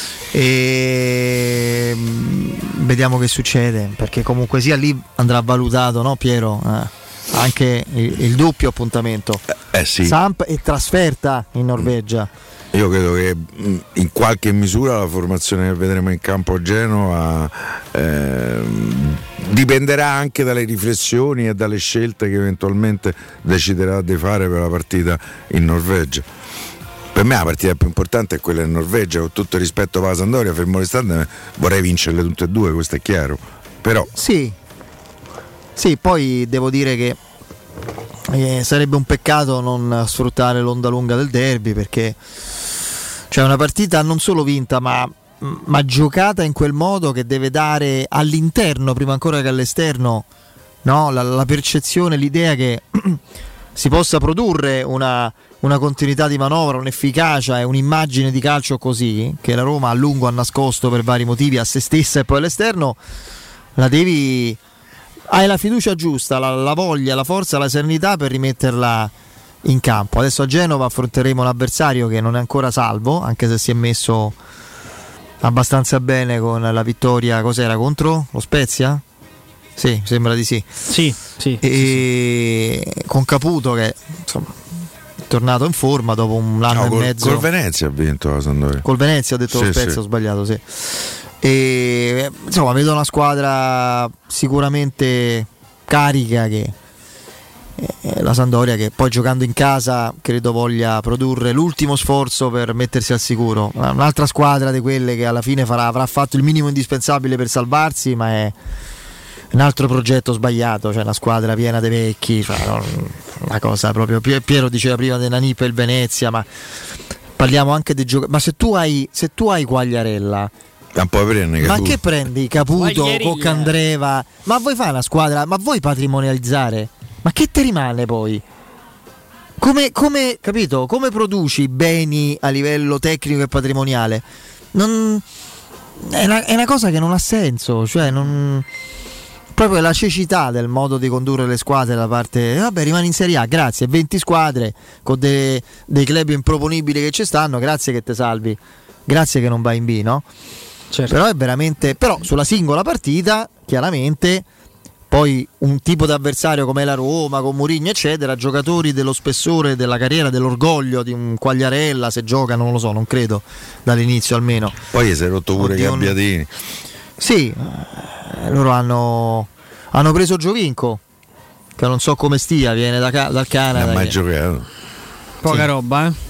E vediamo che succede, perché comunque sia lì andrà valutato, no Piero? Eh. Anche il, il doppio appuntamento, eh, eh sì. Samp e trasferta in Norvegia. Io credo che in qualche misura la formazione che vedremo in campo a Genova eh, dipenderà anche dalle riflessioni e dalle scelte che eventualmente deciderà di fare per la partita in Norvegia. Per me la partita più importante è quella in Norvegia, con tutto il rispetto per la Sampdoria, fermo restando vorrei vincerle tutte e due, questo è chiaro. Però sì. Sì, poi devo dire che eh, sarebbe un peccato non sfruttare l'onda lunga del derby, perché c'è una partita non solo vinta ma, ma giocata in quel modo che deve dare all'interno prima ancora che all'esterno, no? la, la percezione, l'idea che si possa produrre una, una continuità di manovra, un'efficacia e un'immagine di calcio così, che la Roma a lungo ha nascosto per vari motivi a se stessa e poi all'esterno, la devi... hai la fiducia giusta, la, la voglia, la forza, la serenità per rimetterla in campo. Adesso a Genova affronteremo un avversario che non è ancora salvo, anche se si è messo abbastanza bene con la vittoria, cos'era, contro lo Spezia? Sì, sembra di sì. Sì, sì. E sì, sì. Con Caputo che insomma è tornato in forma dopo un anno no, e col, mezzo. Col Venezia ha vinto la Sampdoria. Col Venezia, ho detto sì, lo Spezia, sì. ho sbagliato, sì. E insomma vedo una squadra sicuramente carica, che eh, la Sampdoria, che poi giocando in casa credo voglia produrre l'ultimo sforzo per mettersi al sicuro. Un'altra squadra di quelle che alla fine farà, avrà fatto il minimo indispensabile per salvarsi, ma è un altro progetto sbagliato, cioè una squadra piena di vecchi, cioè una cosa proprio. Piero diceva prima di Nanip e il Venezia, ma parliamo anche di giocatori. Ma se tu hai se tu hai Quagliarella, ma che prendi Caputo, Coccandreva, ma vuoi fare una squadra, ma vuoi patrimonializzare? Ma che ti rimane poi? Come, come, capito? Come produci beni a livello tecnico e patrimoniale? Non, è, una, è una cosa che non ha senso, cioè non, proprio la cecità del modo di condurre le squadre da parte, vabbè, rimani in Serie A, grazie, venti squadre con de, dei club improponibili che ci stanno, grazie che te salvi, grazie che non vai in B, no? Certo. Però è veramente, però sulla singola partita chiaramente poi un tipo di avversario come la Roma con Mourinho eccetera, giocatori dello spessore della carriera, dell'orgoglio di un Quagliarella, se giocano non lo so, non credo dall'inizio almeno. Poi si è rotto pure Oddio, Gabbiadini. Sì, eh, loro hanno hanno preso Giovinco, che non so come stia, viene da, dal Canada. Non ha mai che... giocato. Poca sì. roba, eh.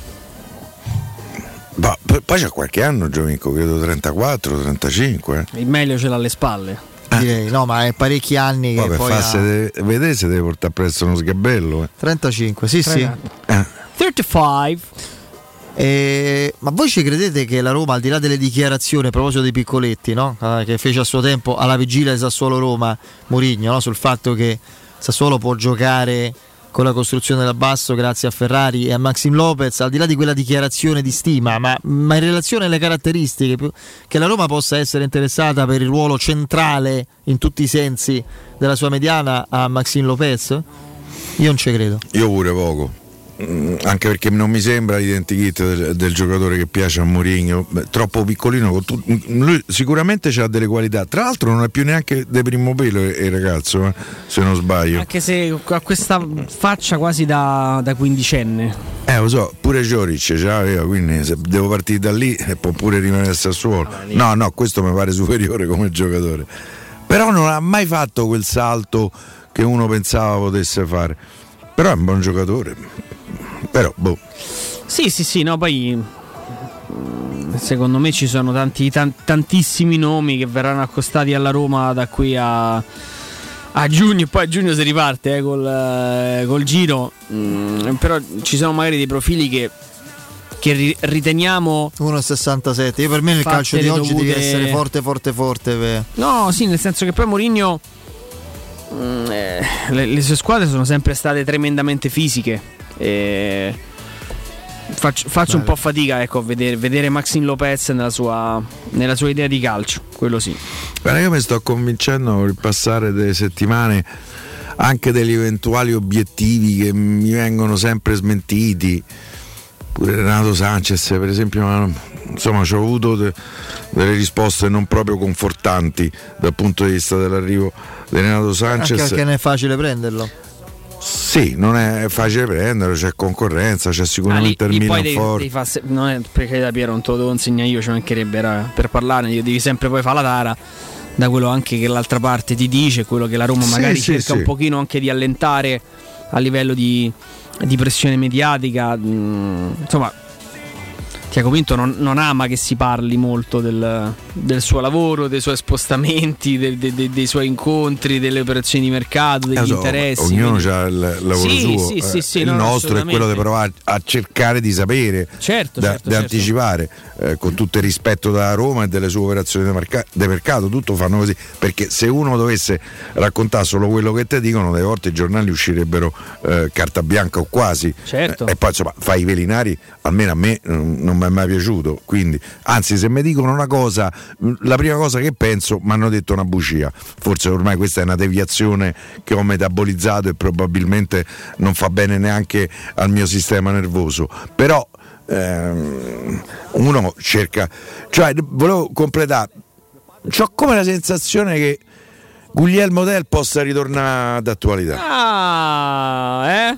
Ma poi c'è qualche anno Giovinco, credo trentaquattro trentacinque. Il meglio ce l'ha alle spalle. Eh. Direi, no, ma è parecchi anni che poi per poi farsi ha... de... vedere se deve portare presso uno sgabello. Eh. trentacinque, sì, trenta. sì. Eh. trentacinque. E... ma voi ci credete che la Roma, al di là delle dichiarazioni a proposito dei piccoletti, no? Ah, che fece a suo tempo alla vigilia di Sassuolo-Roma Mourinho, no? Sul fatto che Sassuolo può giocare con la costruzione da basso grazie a Ferrari e a Maxim Lopez, al di là di quella dichiarazione di stima, ma, ma in relazione alle caratteristiche, che la Roma possa essere interessata per il ruolo centrale in tutti i sensi della sua mediana a Maxim Lopez, io non ci credo. Io pure poco. anche perché non mi sembra l'identikit del, del giocatore che piace a Mourinho, beh, troppo piccolino, con tu, lui sicuramente ha delle qualità, tra l'altro non è più neanche di primo pelo il ragazzo, eh, se non sbaglio, anche se ha questa faccia quasi da, da quindicenne. Eh lo so, pure Joric ce l'aveva, quindi se devo partire da lì può pure rimanere a Sassuolo. No, no, questo mi pare superiore come giocatore, però non ha mai fatto quel salto che uno pensava potesse fare, però è un buon giocatore. Però boh. Sì, sì, sì, no, poi secondo me ci sono tanti, tanti tantissimi nomi che verranno accostati alla Roma da qui a, a giugno, e poi a giugno si riparte eh, col, eh, col giro. Mm, però ci sono magari dei profili che che riteniamo uno virgola sessantasette. Io per me nel calcio di oggi dovute... devi essere forte forte forte per... No, sì, nel senso che poi Mourinho mm, eh, le, le sue squadre sono sempre state tremendamente fisiche. E faccio, faccio un po' fatica, ecco, a vedere, vedere Maxime Lopez nella sua, nella sua idea di calcio, quello sì. Guarda, io mi sto convincendo con il passare delle settimane anche degli eventuali obiettivi che mi vengono sempre smentiti. Pure Renato Sanchez, per esempio, insomma, ci ho avuto de, delle risposte non proprio confortanti dal punto di vista dell'arrivo di Renato Sanchez. Anche perché non è facile prenderlo. Sì, non è facile prenderlo, c'è concorrenza, c'è sicuramente ah, lì, il Milan devi, forte. Devi fa, non è perché da Piero non te lo devo insegnare io, ci mancherebbe era, per parlarne, devi sempre poi fare la tara da quello anche che l'altra parte ti dice, quello che la Roma magari sì, cerca sì, un sì. pochino anche di allentare a livello di, di pressione mediatica, insomma. Tiago Pinto non, non ama che si parli molto del, del suo lavoro, dei suoi spostamenti, de, de, de, dei suoi incontri, delle operazioni di mercato, degli so, interessi. Ognuno quindi... ha il lavoro sì, suo. Sì, sì, sì, il no, nostro è quello di provare a cercare di sapere, certo, da, certo, di certo. anticipare, eh, con tutto il rispetto della Roma e delle sue operazioni di mercato, de mercato, tutto fanno così, perché se uno dovesse raccontare solo quello che te dicono, delle volte i giornali uscirebbero eh, carta bianca o quasi. Certo. Eh, e poi insomma fai i velinari, almeno a me non, non mi è mai piaciuto, quindi anzi se mi dicono una cosa, la prima cosa che penso mi hanno detto una bugia, forse ormai questa è una deviazione che ho metabolizzato e probabilmente non fa bene neanche al mio sistema nervoso, però ehm, uno cerca, cioè volevo completare, c'ho come la sensazione che Guglielmo Tell possa ritornare d'attualità. Ah, eh?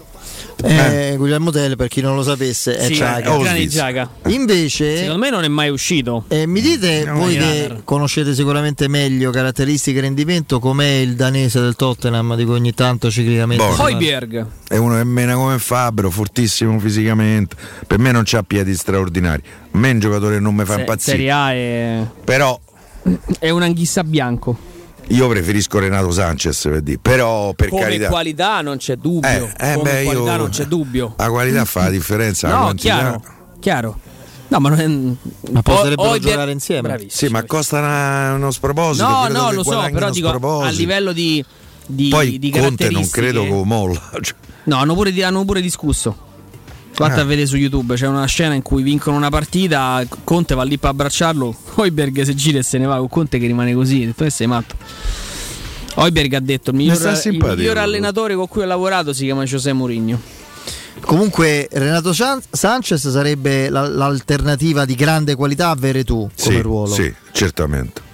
Eh, Guglielmo Tell, per chi non lo sapesse, è sì, Giaga. Invece, secondo me non è mai uscito. Eh, mi dite no, voi che radar. Conoscete sicuramente meglio caratteristiche e rendimento, com'è il danese del Tottenham di cui ogni tanto ciclicamente Højbjerg è uno che mena come Fabbro, fortissimo fisicamente, per me non c'ha piedi straordinari, a me è un giocatore che non mi fa Se, impazzire. Serie A è... però è un anghissa bianco. Io preferisco Renato Sanchez per dire, però per come carità, qualità non c'è dubbio. Eh, eh, come beh, qualità io, non c'è dubbio. La qualità fa la differenza. No, la quantità. chiaro, chiaro. No, ma non è... ma potrebbero o, giocare insieme. Bravissimo. Sì, ma costa una, uno sproposito. No, no, lo so, però dico sproposito. A livello di, di poi di Conte non credo che lo molla. No, hanno pure, hanno pure discusso. Guarda ah. a vedere su YouTube, c'è una scena in cui vincono una partita, Conte va lì per abbracciarlo, Højbjerg si gira e se ne va con Conte che rimane così, detto, sei matto. Højbjerg ha detto il miglior, il miglior allenatore con cui ho lavorato si chiama José Mourinho. Comunque Renato Sanchez sarebbe l'alternativa di grande qualità a Veretù come sì, ruolo. Sì, certamente.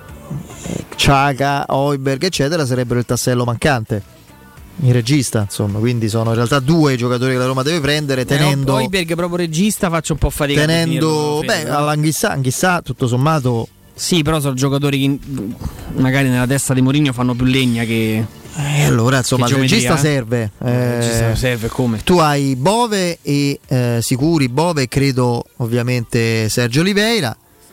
Xhaka, Højbjerg eccetera sarebbero il tassello mancante. Il regista, insomma, quindi sono in realtà due i giocatori che la Roma deve prendere, tenendo eh, Højbjerg proprio regista faccio un po' fatica tenendo, a beh, all'Anghissà, Anghissà tutto sommato. Sì, però sono giocatori che magari nella testa di Mourinho fanno più legna che E eh, allora insomma il regista serve, eh, il regista serve come? Tu hai Bove e eh, sicuri Bove e credo ovviamente Sergio Oliveira.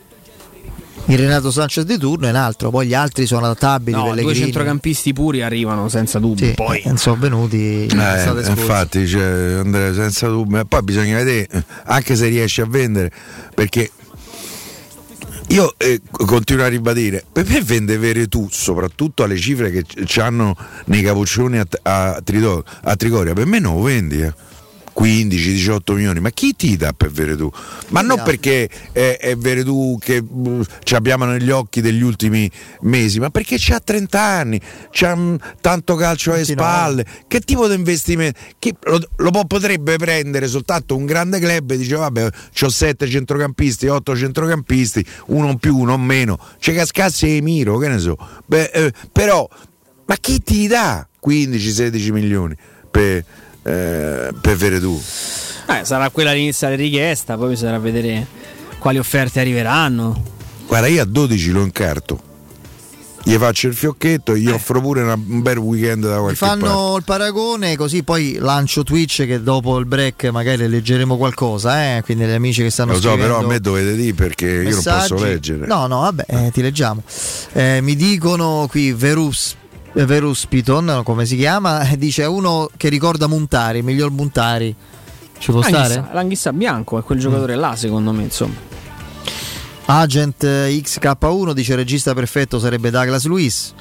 Il Renato Sanchez di turno è un altro, poi gli altri sono adattabili. No, due centrocampisti puri arrivano senza dubbio. Sì, poi non sono venuti. Eh, infatti, cioè, Andrea, senza dubbio. E poi bisogna vedere anche se riesce a vendere, perché io eh, continuo a ribadire, per me vende Veretù, soprattutto alle cifre che c'hanno nei capoccioni a, a, a Trigoria, per me non lo vendi, eh. quindici diciotto milioni, ma chi ti dà per Veretù? Ma non perché è, è Veretù che uh, ci abbiamo negli occhi degli ultimi mesi, ma perché c'ha trenta anni, c'ha um, tanto calcio alle spalle. Che tipo di investimento? Chi, lo, lo potrebbe prendere soltanto un grande club e dice vabbè, c'ho sette centrocampisti, otto centrocampisti, uno in più, uno in meno, c'è Cascassi e Miro, che ne so. Beh, eh, però, ma chi ti dà quindici sedici milioni per, eh, per Veretù? Eh, sarà quella l'iniziale richiesta, poi bisognerà vedere quali offerte arriveranno. Guarda, io a dodici lo incarto. Gli faccio il fiocchetto e gli eh. offro pure una, un bel weekend da qualche parte. Fanno parte. Il paragone, così poi lancio Twitch che dopo il break magari leggeremo qualcosa, eh? Quindi gli amici che stanno lo so, scrivendo però a me dovete dire perché io messaggi. Non posso leggere. No, no, vabbè, eh, ti leggiamo. Eh, mi dicono qui Verus Veruspiton, come si chiama, dice uno che ricorda Montari, miglior Montari. Ci può L'Anghissa, stare? L'Anghissa Bianco è quel giocatore mm. là, secondo me, insomma. Agent X K uno dice il regista perfetto sarebbe Douglas Luiz.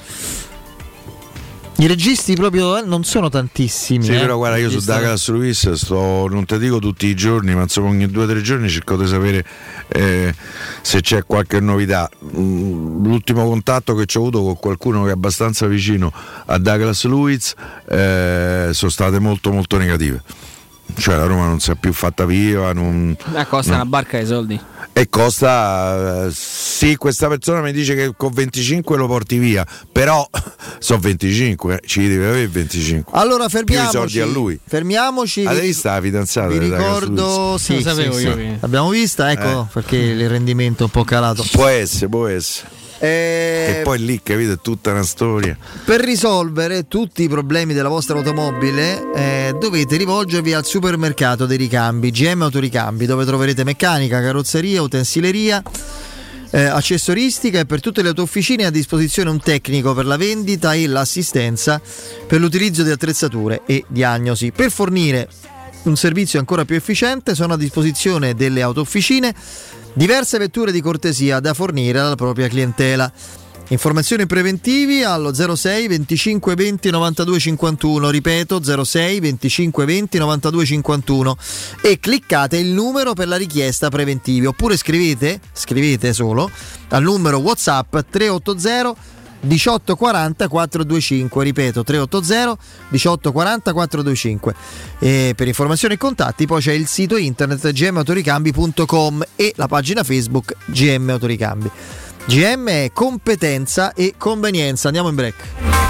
I registi proprio eh, non sono tantissimi. Sì, eh, però guarda, io su Douglas Luiz sto, non te dico tutti i giorni, ma insomma ogni due o tre giorni cerco di sapere eh, se c'è qualche novità. L'ultimo contatto che ho avuto con qualcuno che è abbastanza vicino a Douglas Luiz eh, sono state molto molto negative. Cioè la Roma non si è più fatta viva, non, eh, costa no. una barca di soldi. E costa, sì, questa persona mi dice che con venticinque lo porti via, però sono venticinque, ci deve avere venticinque. Allora fermiamoci. Più i soldi a lui. Fermiamoci. Avete visto la fidanzata? Vi ricordo, sì, lo sapevo sì, io. Sì. L'abbiamo vista, ecco eh. perché il rendimento è un po' calato. Può essere, può essere. E eh, poi lì, capite, è tutta una storia. Per risolvere tutti i problemi della vostra automobile eh, dovete rivolgervi al supermercato dei ricambi G M Autoricambi, dove troverete meccanica, carrozzeria, utensileria, eh, accessoristica, e per tutte le autofficine è a disposizione un tecnico per la vendita e l'assistenza per l'utilizzo di attrezzature e diagnosi. Per fornire un servizio ancora più efficiente sono a disposizione delle autofficine diverse vetture di cortesia da fornire alla propria clientela. Informazioni preventivi allo zero sei venticinque venti novantadue cinquantuno, ripeto zero sei venticinque venti novantadue cinquantuno, e cliccate il numero per la richiesta preventivi, oppure scrivete, scrivete solo al numero WhatsApp tre otto zero diciotto quaranta quattrocentoventicinque, ripeto tre otto zero diciotto quaranta quattrocentoventicinque. E per informazioni e contatti poi c'è il sito internet g m autoricambi punto com e la pagina Facebook G M Autoricambi. G M è competenza e convenienza. Andiamo in break.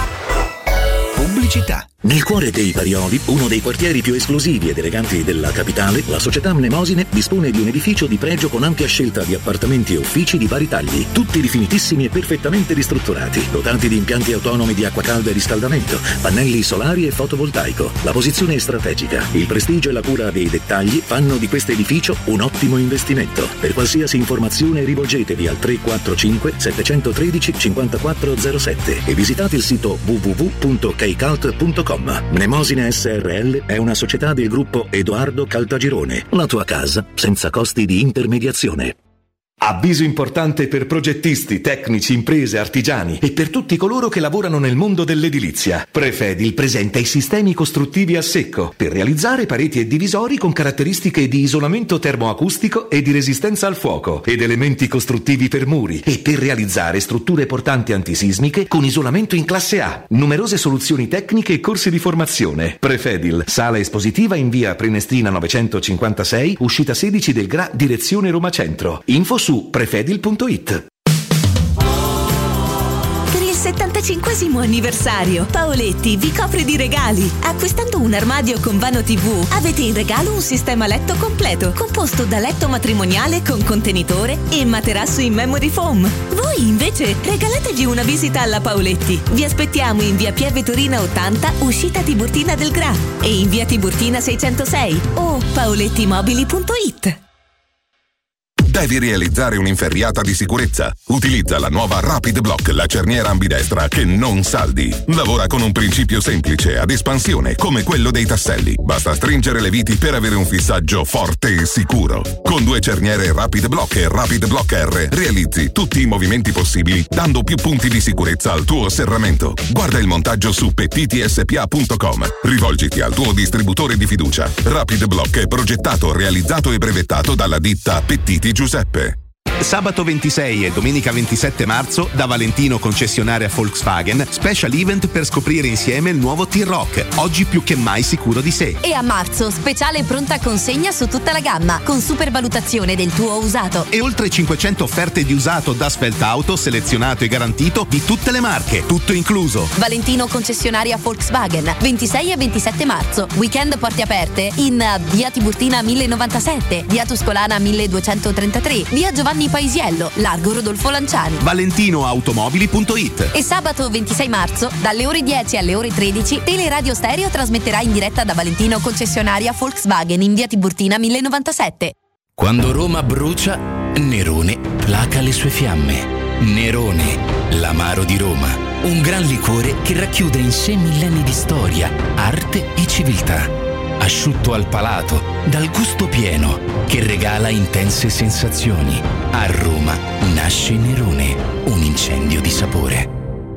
Pubblicità. Nel cuore dei Parioli, uno dei quartieri più esclusivi ed eleganti della capitale, la società Mnemosine dispone di un edificio di pregio con ampia scelta di appartamenti e uffici di vari tagli, tutti rifinitissimi e perfettamente ristrutturati, dotati di impianti autonomi di acqua calda e riscaldamento, pannelli solari e fotovoltaico. La posizione è strategica, il prestigio e la cura dei dettagli fanno di questo edificio un ottimo investimento. Per qualsiasi informazione rivolgetevi al tre quattro cinque sette uno tre cinque quattro zero sette e visitate il sito w w w punto keicalt punto com. Mnemosine S R L è una società del gruppo Edoardo Caltagirone. La tua casa senza costi di intermediazione. Avviso importante per progettisti, tecnici, imprese, artigiani e per tutti coloro che lavorano nel mondo dell'edilizia. Prefedil presenta i sistemi costruttivi a secco per realizzare pareti e divisori con caratteristiche di isolamento termoacustico e di resistenza al fuoco ed elementi costruttivi per muri, e per realizzare strutture portanti antisismiche con isolamento in classe A. Numerose soluzioni tecniche e corsi di formazione. Prefedil, sala espositiva in via Prenestina novecentocinquantasei, uscita sedici del Gra, direzione Roma Centro. Info su prefedil punto it. Per il settantacinquesimo anniversario Paoletti vi copre di regali. Acquistando un armadio con vano tivù avete in regalo un sistema letto completo composto da letto matrimoniale con contenitore e materasso in memory foam. Voi invece regalatevi una visita alla Paoletti. Vi aspettiamo in via Pieve Torina ottanta, uscita Tiburtina del Gra, e in via Tiburtina seicentosei o paolettimobili punto it. Devi realizzare un'inferriata di sicurezza? Utilizza la nuova Rapid Block, la cerniera ambidestra che non saldi. Lavora con un principio semplice ad espansione, come quello dei tasselli. Basta stringere le viti per avere un fissaggio forte e sicuro. Con due cerniere Rapid Block e Rapid Block R realizzi tutti i movimenti possibili, dando più punti di sicurezza al tuo serramento. Guarda il montaggio su pettiti s p a punto com. Rivolgiti al tuo distributore di fiducia. Rapid Block è progettato, realizzato e brevettato dalla ditta Pettiti Giuseppe. Sabato ventisei e domenica ventisette marzo da Valentino concessionaria Volkswagen, special event per scoprire insieme il nuovo T-Roc, oggi più che mai sicuro di sé. E a marzo speciale pronta consegna su tutta la gamma, con supervalutazione del tuo usato. E oltre cinquecento offerte di usato da Sveltauto, selezionato e garantito di tutte le marche, tutto incluso. Valentino concessionaria Volkswagen, ventisei e ventisette marzo, weekend porte aperte in via Tiburtina mille novantasette, via Tuscolana milleduecentotrentatré, via Giovanni Paisiello, largo Rodolfo Lanciani. valentinoautomobili punto it. E sabato ventisei marzo, dalle ore dieci alle ore tredici, Teleradio Stereo trasmetterà in diretta da Valentino concessionaria Volkswagen in via Tiburtina mille novantasette. Quando Roma brucia, Nerone placa le sue fiamme. Nerone, l'amaro di Roma. Un gran liquore che racchiude in sé millenni di storia, arte e civiltà. Asciutto al palato, dal gusto pieno, che regala intense sensazioni. A Roma nasce Nerone, un incendio di sapore.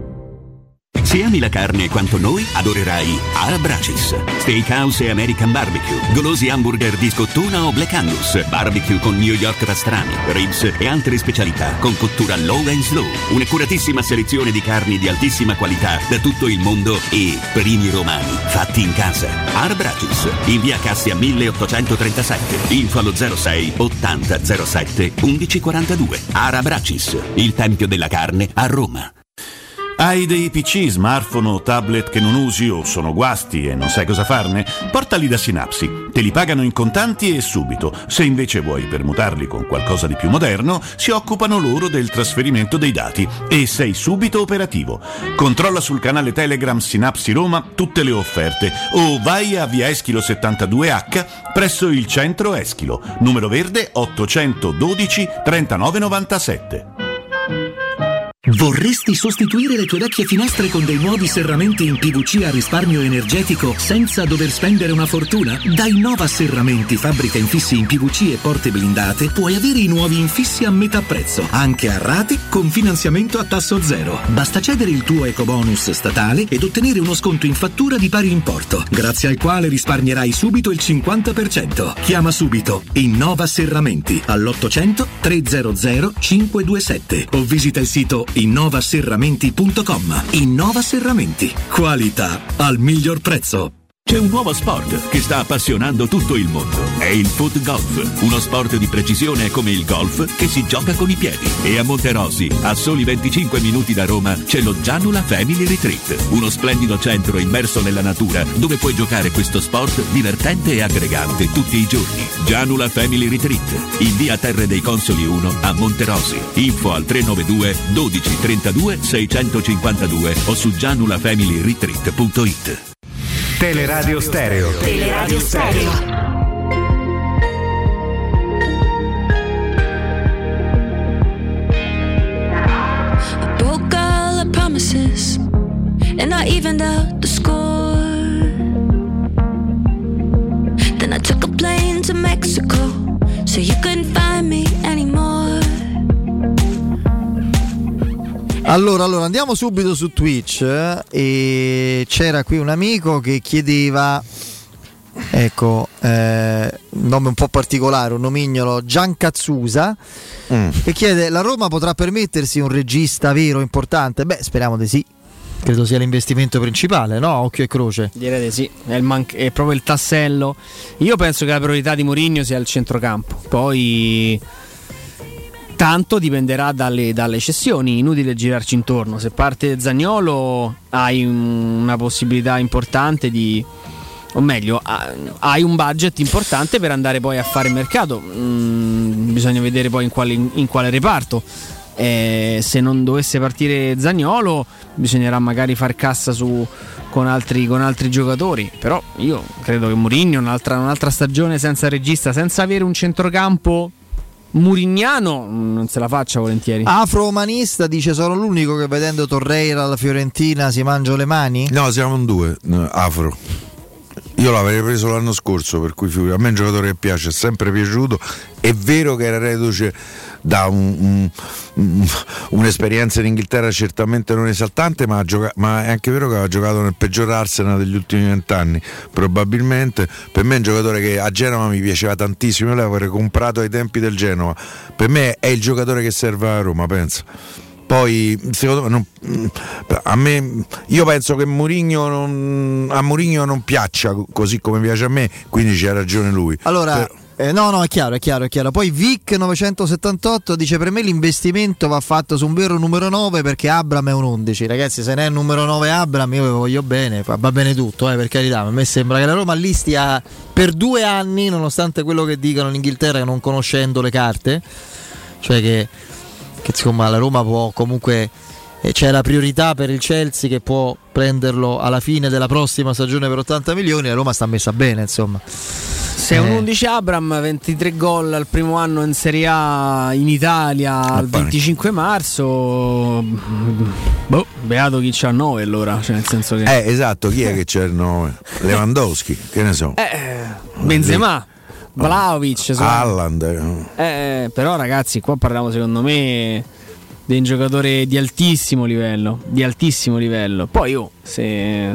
Se ami la carne quanto noi, adorerai Ara Bracis. Steakhouse e American Barbecue, golosi hamburger di scottuna o Black Angus, barbecue con New York pastrami, ribs e altre specialità con cottura low and slow. Un'accuratissima selezione di carni di altissima qualità da tutto il mondo e primi romani fatti in casa. Ara Bracis, in via Cassia milleottocentotrentasette, info allo zero sei ottanta zero sette undici quarantadue. Ara Bracis, il tempio della carne a Roma. Hai dei P C, smartphone o tablet che non usi o sono guasti e non sai cosa farne? Portali da Synapsi, te li pagano in contanti e subito. Se invece vuoi permutarli con qualcosa di più moderno, si occupano loro del trasferimento dei dati e sei subito operativo. Controlla sul canale Telegram Synapsi Roma tutte le offerte o vai a via Eschilo settantadue H presso il centro Eschilo, numero verde ottocentododici trentanove novantasette. Vorresti sostituire le tue vecchie finestre con dei nuovi serramenti in P V C a risparmio energetico senza dover spendere una fortuna? Da Innova Serramenti, fabbrica infissi in P V C e porte blindate, puoi avere i nuovi infissi a metà prezzo, anche a rate con finanziamento a tasso zero. Basta cedere il tuo ecobonus statale ed ottenere uno sconto in fattura di pari importo, grazie al quale risparmierai subito il cinquanta per cento. Chiama subito Innova Serramenti all'ottocento trecento cinquecentoventisette o visita il sito innova serramenti punto com. Innova Serramenti, qualità al miglior prezzo. C'è un nuovo sport che sta appassionando tutto il mondo. È il foot golf, uno sport di precisione come il golf che si gioca con i piedi. E a Monterosi, a soli venticinque minuti da Roma, c'è lo Gianula Family Retreat, uno splendido centro immerso nella natura dove puoi giocare questo sport divertente e aggregante tutti i giorni. Gianula Family Retreat, in via Terre dei Consoli uno a Monterosi. Info al tre nove due dodici trentadue seicentocinquantadue o su gianula family retreat punto it. Teleradio Stereo. Teleradio Stereo. I broke all the promises and I evened out the score. Then I took a plane to Mexico so you couldn't find me anymore. Allora, allora andiamo subito su Twitch eh, e c'era qui un amico che chiedeva, ecco, eh, un nome un po' particolare, un nomignolo, Giancazzusa, mm. che chiede: la Roma potrà permettersi un regista vero, importante? Beh, speriamo di sì. Credo sia l'investimento principale, no? Occhio e croce. Direi di sì, è, il man- è proprio il tassello. Io penso che la priorità di Mourinho sia il centrocampo, poi tanto dipenderà dalle, dalle cessioni, inutile girarci intorno. Se parte Zaniolo hai un, una possibilità importante di, o meglio, hai un budget importante per andare poi a fare mercato. Mm, bisogna vedere poi in quale, in quale reparto. Eh, se non dovesse partire Zaniolo bisognerà magari far cassa su, con, altri, con altri giocatori. Però io credo che Mourinho un'altra, un'altra stagione senza regista, senza avere un centrocampo Murignano non se la faccia volentieri. Afro-umanista dice: sono l'unico che vedendo Torreira alla Fiorentina si mangia le mani? No, siamo in due. No, Afro. Io l'avrei preso l'anno scorso, per cui a me è un giocatore che piace, è sempre piaciuto. È vero che era reduce da un, un, un'esperienza in Inghilterra certamente non esaltante, ma, gioca- ma è anche vero che aveva giocato nel peggior Arsenal degli ultimi vent'anni, probabilmente. Per me è un giocatore che a Genova mi piaceva tantissimo, io l'avrei comprato ai tempi del Genova. Per me è il giocatore che serve a Roma, penso. Poi secondo me non, a me io penso che Mourinho non, a Mourinho non piaccia così come piace a me, quindi c'ha ragione lui. Allora Però, Eh, no, no, è chiaro, è chiaro, è chiaro. Poi Vic novecentosettantotto dice: per me l'investimento va fatto su un vero numero nove, perché Abram è un undici. Ragazzi, se ne è il numero nove Abram, io lo voglio bene, va bene tutto, eh, per carità. A me sembra che la Roma lì stia per due anni, nonostante quello che dicono in Inghilterra, non conoscendo le carte, cioè che, che insomma la Roma può comunque, eh, c'è la priorità per il Chelsea che può prenderlo alla fine della prossima stagione per ottanta milioni. La Roma sta messa bene, insomma. Se un undici Abram, ventitré gol al primo anno in Serie A in Italia al venticinque marzo, boh, beato chi c'ha nove allora, cioè nel senso che Eh, esatto, chi è che c'è il nove? Lewandowski, che ne so. Eh, Benzema, Vlahovic, Haaland. Eh, però ragazzi, qua parliamo secondo me di un giocatore di altissimo livello, di altissimo livello. Poi oh, se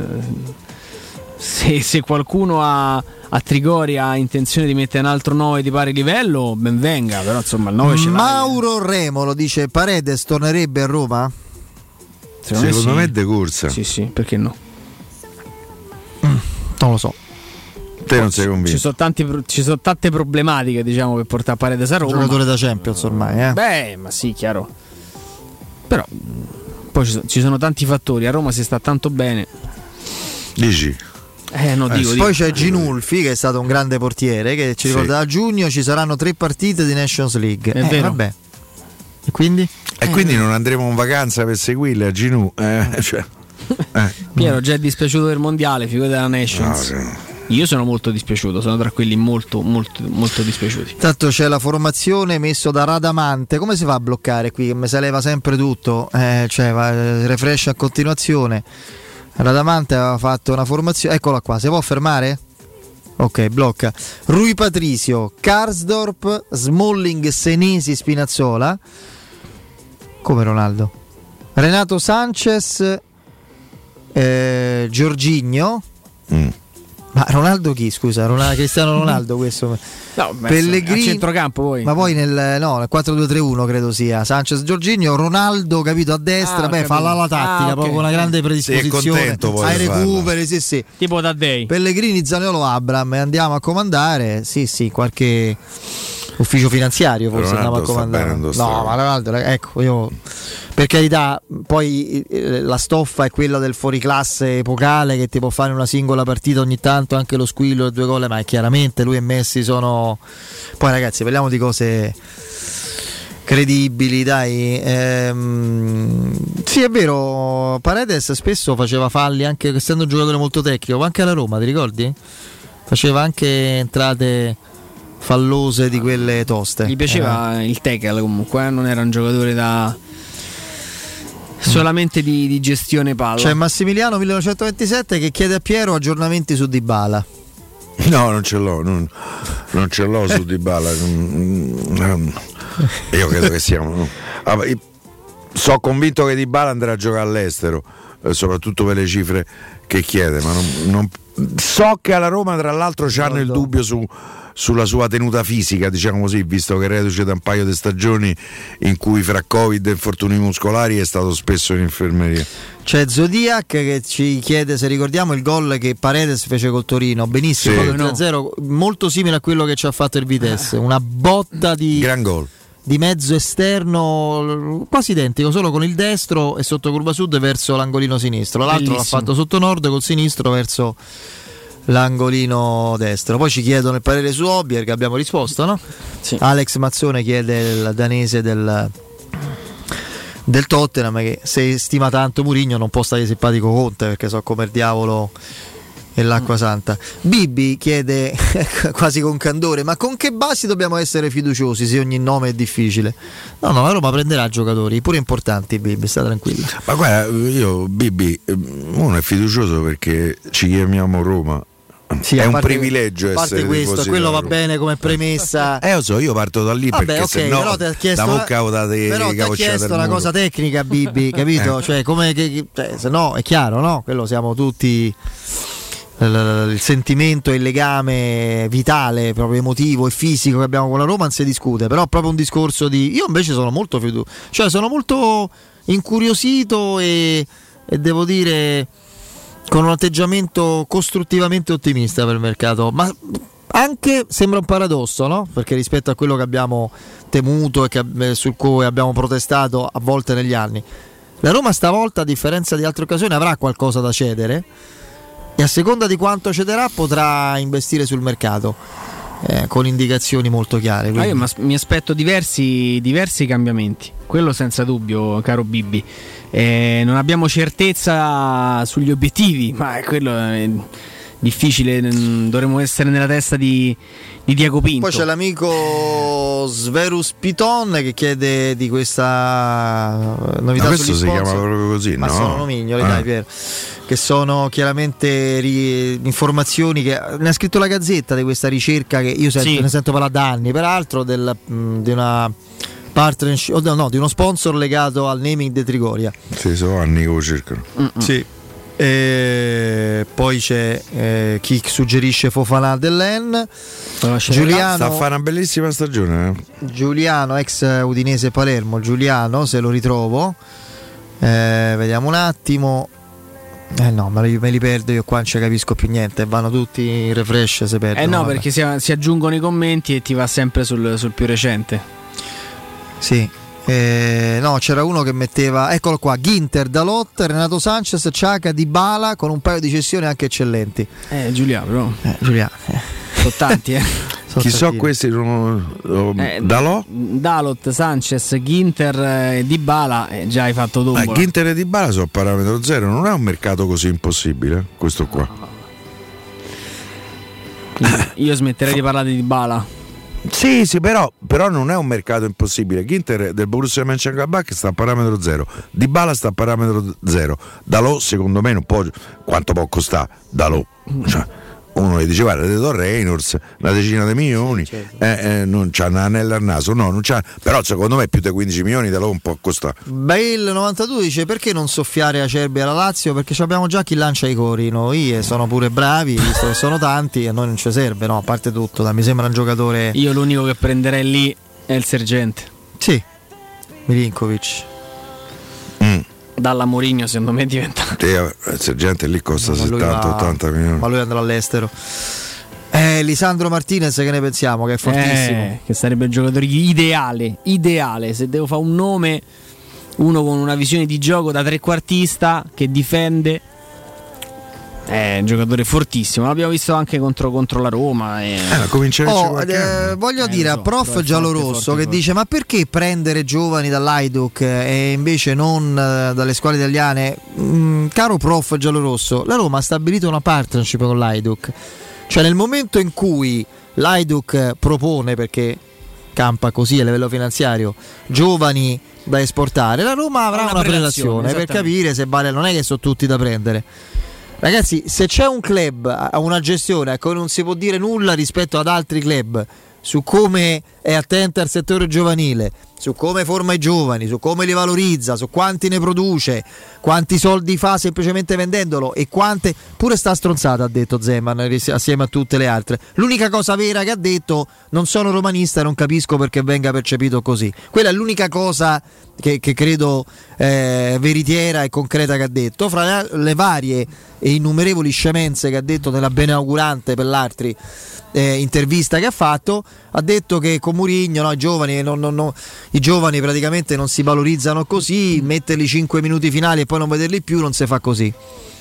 se, se qualcuno ha a Trigoria ha intenzione di mettere un altro nove di pari livello, ben venga, però insomma il nove ce l'ha. Mauro Remolo dice: Paredes tornerebbe a Roma? Secondo, Secondo me, me sì. è de corsa. Sì, sì, perché no? Mm, non lo so. Te non sei convinto? Ci sono, tanti, ci sono tante problematiche, diciamo, per portare Paredes a Roma. Giocatore da Champions ormai, eh? Beh, ma sì, chiaro. Però poi ci sono, ci sono tanti fattori. A Roma si sta tanto bene. Dici? Eh, no, dico, eh, dico. Poi c'è Ginulfi, che è stato un grande portiere, che ci ricorda: a giugno ci saranno tre partite di Nations League. È eh, vero. Vabbè. E quindi? E quindi non andremo in vacanza per seguirle a Ginù? Eh, cioè, eh. Piero già è dispiaciuto del mondiale, figura della Nations. No, no. Io sono molto dispiaciuto, sono tra quelli molto, molto, molto dispiaciuti. Tanto c'è la formazione messo da Radamante. Come si fa a bloccare qui? Che mi se leva sempre tutto, eh, cioè va, refresh a continuazione. Radamante aveva fatto una formazione, eccola qua, si può fermare? Ok, blocca. Rui Patricio, Karsdorp, Smalling, Senesi, Spinazzola. Come Ronaldo? Renato Sanchez, eh, Jorginho. Mm. Ma Ronaldo chi, scusa? Ronaldo, Cristiano Ronaldo questo. No, Pellegrini a centrocampo poi. Ma poi nel, no, nel quattro due tre uno credo sia Sanchez, Jorginho, Ronaldo, capito, a destra, ah, beh, fa la, la tattica, ah, okay. Proprio con una grande predisposizione ai recuperi, sì, sì. Tipo Taddei. Pellegrini, Zaniolo, Abram, e andiamo a comandare. Sì, sì, qualche ufficio finanziario forse andiamo a comandare. No, ma Ronaldo, ecco, io per carità, poi eh, la stoffa è quella del fuoriclasse epocale che ti può fare una singola partita ogni tanto, anche lo squillo e due gol, ma chiaramente lui e Messi sono. Poi ragazzi, parliamo di cose credibili, dai. Ehm, sì, è vero, Paredes spesso faceva falli, anche essendo un giocatore molto tecnico, ma anche alla Roma, ti ricordi? Faceva anche entrate fallose di quelle toste. Gli piaceva eh. il tackle comunque, eh? Non era un giocatore da solamente di, di gestione palla. C'è Massimiliano millenovecentoventisette che chiede a Piero aggiornamenti su Dybala. No, non ce l'ho, non, non ce l'ho su Dybala. Io credo che sia. Sono convinto che Dybala andrà a giocare all'estero, soprattutto per le cifre che chiede, ma non, non... so che alla Roma tra l'altro c'hanno il dubbio su sulla sua tenuta fisica, diciamo così, visto che reduce da un paio di stagioni in cui fra Covid e infortuni muscolari è stato spesso in infermeria. C'è Zodiac che ci chiede se ricordiamo il gol che Paredes fece col Torino, benissimo, sì. tre a zero, molto simile a quello che ci ha fatto il Vitesse, una botta di gran gol di mezzo esterno quasi identico, solo con il destro e sotto curva sud verso l'angolino sinistro, l'altro bellissimo. L'ha fatto sotto nord col sinistro verso l'angolino destro. Poi ci chiedono il parere su Obier, che abbiamo risposto, no? Sì. Alex Mazzone chiede il danese del del Tottenham che se stima tanto Mourinho non può stare simpatico Conte, perché so come il diavolo e l'acqua santa. Bibi chiede quasi con candore: ma con che basi dobbiamo essere fiduciosi se ogni nome è difficile? No, no, la Roma prenderà giocatori pure importanti, Bibi, sta tranquilla. Ma guarda, io Bibi, uno è fiducioso perché ci chiamiamo Roma. Sì, è un parte, privilegio a parte essere questo, quello va bene come premessa. Eh lo so, io parto da lì. Vabbè, perché okay, se no però ti ha chiesto, da mucca date però ti ha chiesto una cosa tecnica, Bibi, capito? Eh. Cioè, come che, cioè, se no è chiaro, no? Quello siamo tutti. Il sentimento e il legame vitale, proprio emotivo e fisico che abbiamo con la Roma non si discute, però proprio un discorso di. Io invece sono molto fiducioso, cioè sono molto incuriosito e, e devo dire con un atteggiamento costruttivamente ottimista per il mercato, ma anche sembra un paradosso, no? Perché rispetto a quello che abbiamo temuto e che, sul cui abbiamo protestato a volte negli anni, la Roma stavolta, a differenza di altre occasioni, avrà qualcosa da cedere e a seconda di quanto cederà potrà investire sul mercato eh, con indicazioni molto chiare. Ah, io mi aspetto diversi, diversi cambiamenti, quello senza dubbio, caro Bibi. Eh, non abbiamo certezza sugli obiettivi, ma quello è difficile, dovremmo essere nella testa di, di Diego Pinto. Poi c'è l'amico Sverus Piton che chiede di questa novità. Ma questo sugli si sponsor. chiama proprio così, ma no? sono nomignoli, ah. dai Pier, che sono chiaramente ri- informazioni che ne ha scritto la Gazzetta di questa ricerca che io sento, sì. ne sento parlare da anni, peraltro del, mh, di una partnership, oh, no, no, di uno sponsor legato al naming de Trigoria. Sì, sono anni che lo cercano. Mm-mm. Sì. E poi c'è eh, chi suggerisce Fofana dell'En, Giuliano sta a fare una bellissima stagione, eh? Giuliano ex Udinese Palermo, Giuliano se lo ritrovo, eh, vediamo un attimo, eh no me li, me li perdo io qua, non ci capisco più niente, vanno tutti in refresh se perdono. Eh no, vabbè. perché si, si aggiungono i commenti e ti va sempre sul, sul più recente. Sì. Eh, no, c'era uno che metteva, eccolo qua, Ginter, Dalot, Renato Sanchez, Ciaca, Dybala con un paio di cessioni anche eccellenti. Eh, Giuliano, eh, Giuliano. Eh. Sono tanti, eh. Chi so questi sono oh, eh, Dalot? Dalot, Sanchez, Ginter e Dybala, eh, già hai fatto dopo. Ma Ginter e Dybala sono a parametro zero, non è un mercato così impossibile, questo qua. Io, io smetterei di parlare di Dybala. Sì, sì, però, però non è un mercato impossibile. Ginter del Borussia Mönchengladbach sta a parametro zero, Dybala sta a parametro zero, Dalot secondo me non può. Quanto può costare Dalot? Cioè, uno gli dice guarda, ti do Reynolds una decina di milioni, certo. eh, eh, non c'ha una anella al naso, no, non c'ha, però secondo me più di quindici milioni Dalot un po' costa. Bale novantadue dice perché non soffiare Acerbi alla Lazio, perché abbiamo già chi lancia i cori noi e sono pure bravi, visto che sono tanti, e a noi non ci serve, no, a parte tutto, dai, mi sembra un giocatore. Io l'unico che prenderei lì è il sergente. Sì, Milinkovic. Mm. Dalla Mourinho secondo me diventa. Il sergente lì costa settanta ottanta milioni. Ma lui andrà all'estero. Eh, Lisandro Martinez, che ne pensiamo? Che è fortissimo. Eh, che sarebbe il giocatore ideale. Ideale. Se devo fare un nome, uno con una visione di gioco da trequartista che difende. È un giocatore fortissimo. L'abbiamo visto anche contro, contro la Roma. E... Eh, oh, eh, voglio eh, dire so, a prof giallorosso che forte. Dice: ma perché prendere giovani dall'Hajduk e invece non uh, dalle squadre italiane? Mm, caro prof giallorosso, la Roma ha stabilito una partnership con l'Hajduk. Cioè, nel momento in cui l'Hajduk propone, perché campa così a livello finanziario, giovani da esportare, la Roma avrà una, una prelazione per capire se vale. Non è che sono tutti da prendere. Ragazzi, se c'è un club a una gestione a cui non si può dire nulla rispetto ad altri club su come è attenta al settore giovanile, su come forma i giovani, su come li valorizza, su quanti ne produce, quanti soldi fa semplicemente vendendolo e quante, pure sta stronzata ha detto Zeman assieme a tutte le altre. L'unica cosa vera che ha detto: non sono romanista e non capisco perché venga percepito così. Quella è l'unica cosa che, che credo eh, veritiera e concreta che ha detto, fra le, le varie e innumerevoli scemenze che ha detto nella benaugurante per l'altri eh, intervista che ha fatto. Ha detto che con Mourinho no, i giovani non, non, non, i giovani praticamente non si valorizzano così, metterli cinque minuti finali e poi non vederli più non si fa così.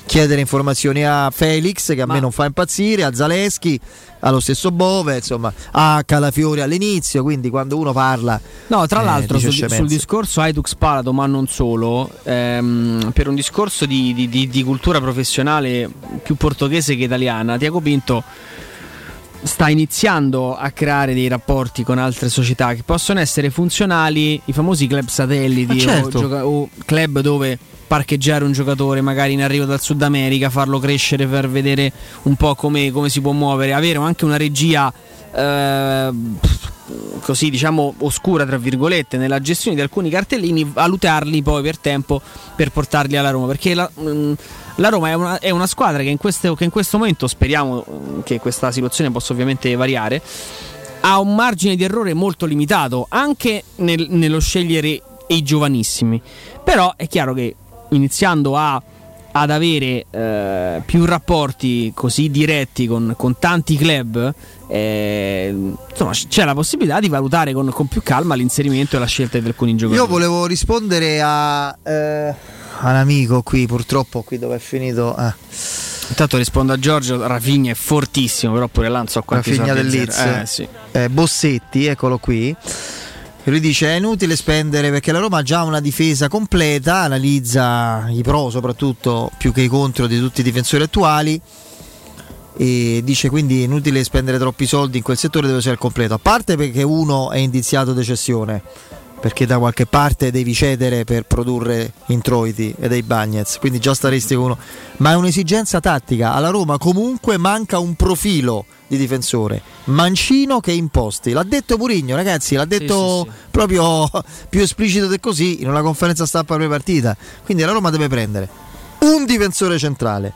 chiedere informazioni a Felix, che a Ma... me non fa impazzire, a Zaleschi, allo stesso Bove, insomma, a Calafiori all'inizio, quindi quando uno parla... No, tra eh, l'altro sul, sul discorso Hajduk Spalato, ma non solo, ehm, per un discorso di, di, di, di cultura professionale più portoghese che italiana, Tiago Pinto sta iniziando a creare dei rapporti con altre società che possono essere funzionali, i famosi club satelliti, certo. o, gioca- o club dove parcheggiare un giocatore magari in arrivo dal Sud America, farlo crescere per vedere un po' come, come si può muovere, avere anche una regia eh, così diciamo oscura tra virgolette nella gestione di alcuni cartellini, valutarli poi per tempo per portarli alla Roma, perché la, mh, la Roma è una, è una squadra che in, questo, che in questo momento, speriamo che questa situazione possa ovviamente variare, ha un margine di errore molto limitato anche nel, nello scegliere i giovanissimi, però è chiaro che iniziando a, ad avere eh, più rapporti così diretti con, con tanti club, eh, insomma, c'è la possibilità di valutare con, con più calma l'inserimento e la scelta di alcuni giocatori. Io volevo rispondere a eh, un amico qui, purtroppo qui dove è finito eh. Intanto rispondo a Giorgio. Rafinha è fortissimo, però pure là non so quanti Rafinha del Leeds, eh, sì. eh, Bossetti, eccolo qui. E lui dice è inutile spendere perché la Roma ha già una difesa completa, analizza i pro soprattutto più che i contro di tutti i difensori attuali e dice quindi è inutile spendere troppi soldi in quel settore, deve essere completo, a parte perché uno è indiziato di cessione, perché da qualche parte devi cedere per produrre introiti e dei Bagnets, quindi già staresti con uno, ma è un'esigenza tattica. Alla Roma comunque manca un profilo di difensore, mancino che imposti, l'ha detto Mourinho, ragazzi, l'ha detto sì, sì, sì. proprio più esplicito di così in una conferenza stampa pre-partita. Quindi la Roma deve prendere un difensore centrale,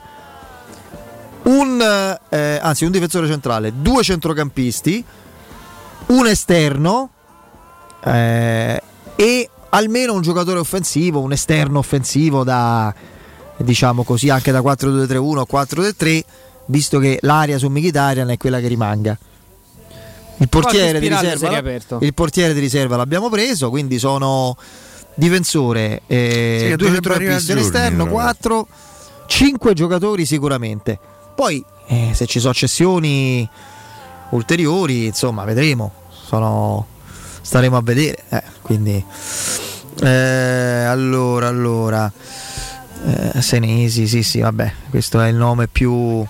un eh, anzi un difensore centrale, due centrocampisti, un esterno eh, e almeno un giocatore offensivo, un esterno offensivo da, diciamo così, anche da quattro due tre uno o quattro tre tre, visto che l'area su Mkhitaryan è quella che rimanga. Il portiere di riserva, il portiere di riserva l'abbiamo preso, quindi sono difensore, eh, sì, due centrocampisti all'esterno, quattro, cinque giocatori sicuramente. Poi eh, se ci sono cessioni ulteriori, insomma, vedremo. Sono, staremo a vedere. Eh, quindi eh, allora, allora. Eh, Senesi, sì, sì, vabbè, questo è il nome più.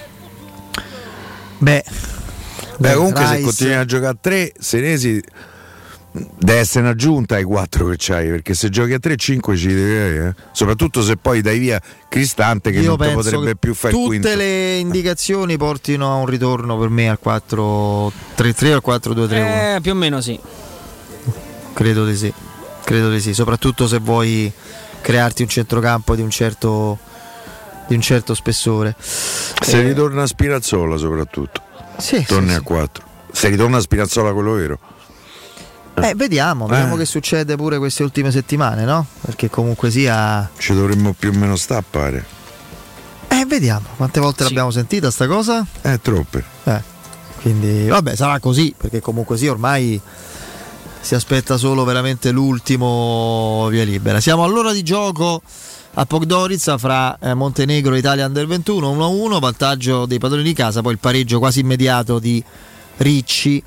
Beh, Beh comunque Rice. Se continui a giocare a tre, Senesi deve essere un'aggiunta ai quattro che c'hai, perché se giochi a tre cinque ci devi avere, eh? Soprattutto se poi dai via Cristante che Io non potrebbe che più fare il quinto. Tutte le indicazioni portino a un ritorno per me al quattro tre tre o al quattro due tre uno. Eh, più o meno sì. Credo di sì. Credo di sì, soprattutto se vuoi crearti un centrocampo di un certo di un certo spessore. Se eh, ritorna a Spinazzola soprattutto. Sì, torni sì, a quattro. Se ritorna a Spinazzola quello vero. Eh, vediamo, vediamo eh. che succede pure queste ultime settimane, no? Perché comunque sia. Ci dovremmo più o meno stappare. Eh, vediamo. Quante volte sì. l'abbiamo sentita sta cosa? Eh, troppe. Eh. Quindi, vabbè, sarà così, perché comunque sì, ormai si aspetta solo veramente l'ultimo via libera. Siamo all'ora di gioco a Podgorica fra eh, Montenegro e Italia Under ventuno, uno a uno, vantaggio dei padroni di casa, poi il pareggio quasi immediato di Ricci.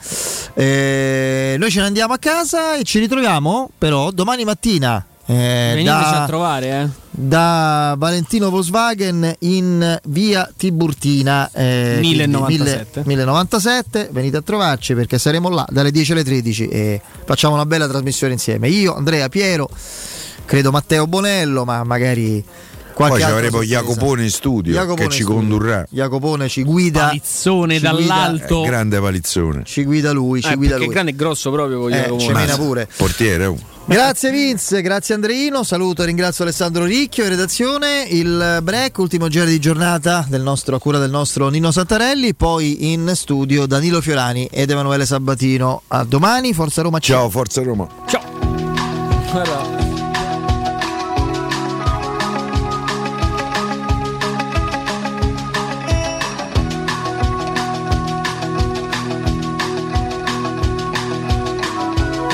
Eh, noi ce ne andiamo a casa e ci ritroviamo però domani mattina eh, veniteci da, a trovare eh. da Valentino Volkswagen in via Tiburtina eh, mille novantasette. mille novantasette. Venite a trovarci perché saremo là dalle dieci alle tredici e facciamo una bella trasmissione insieme, io, Andrea, Piero, credo Matteo Bonello, ma magari poi ci avremo Jacopone in studio Jacopone che ci studio. condurrà. Jacopone ci guida, palizzone ci dall'alto guida, eh, grande palizzone, ci guida lui, ci eh, guida perché lui. Grande e grosso proprio con eh, ci mena pure portiere. Oh. Grazie Vince, grazie Andreino, saluto e ringrazio Alessandro Ricchio in redazione. Il break, ultimo giro di giornata del nostro, a cura del nostro Nino Santarelli, poi in studio Danilo Fiorani ed Emanuele Sabatino. A domani, Forza Roma. Ciao, ciao Forza Roma. Ciao. Guarda.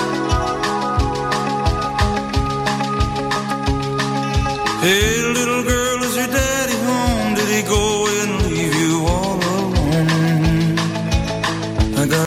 Hey, little girl.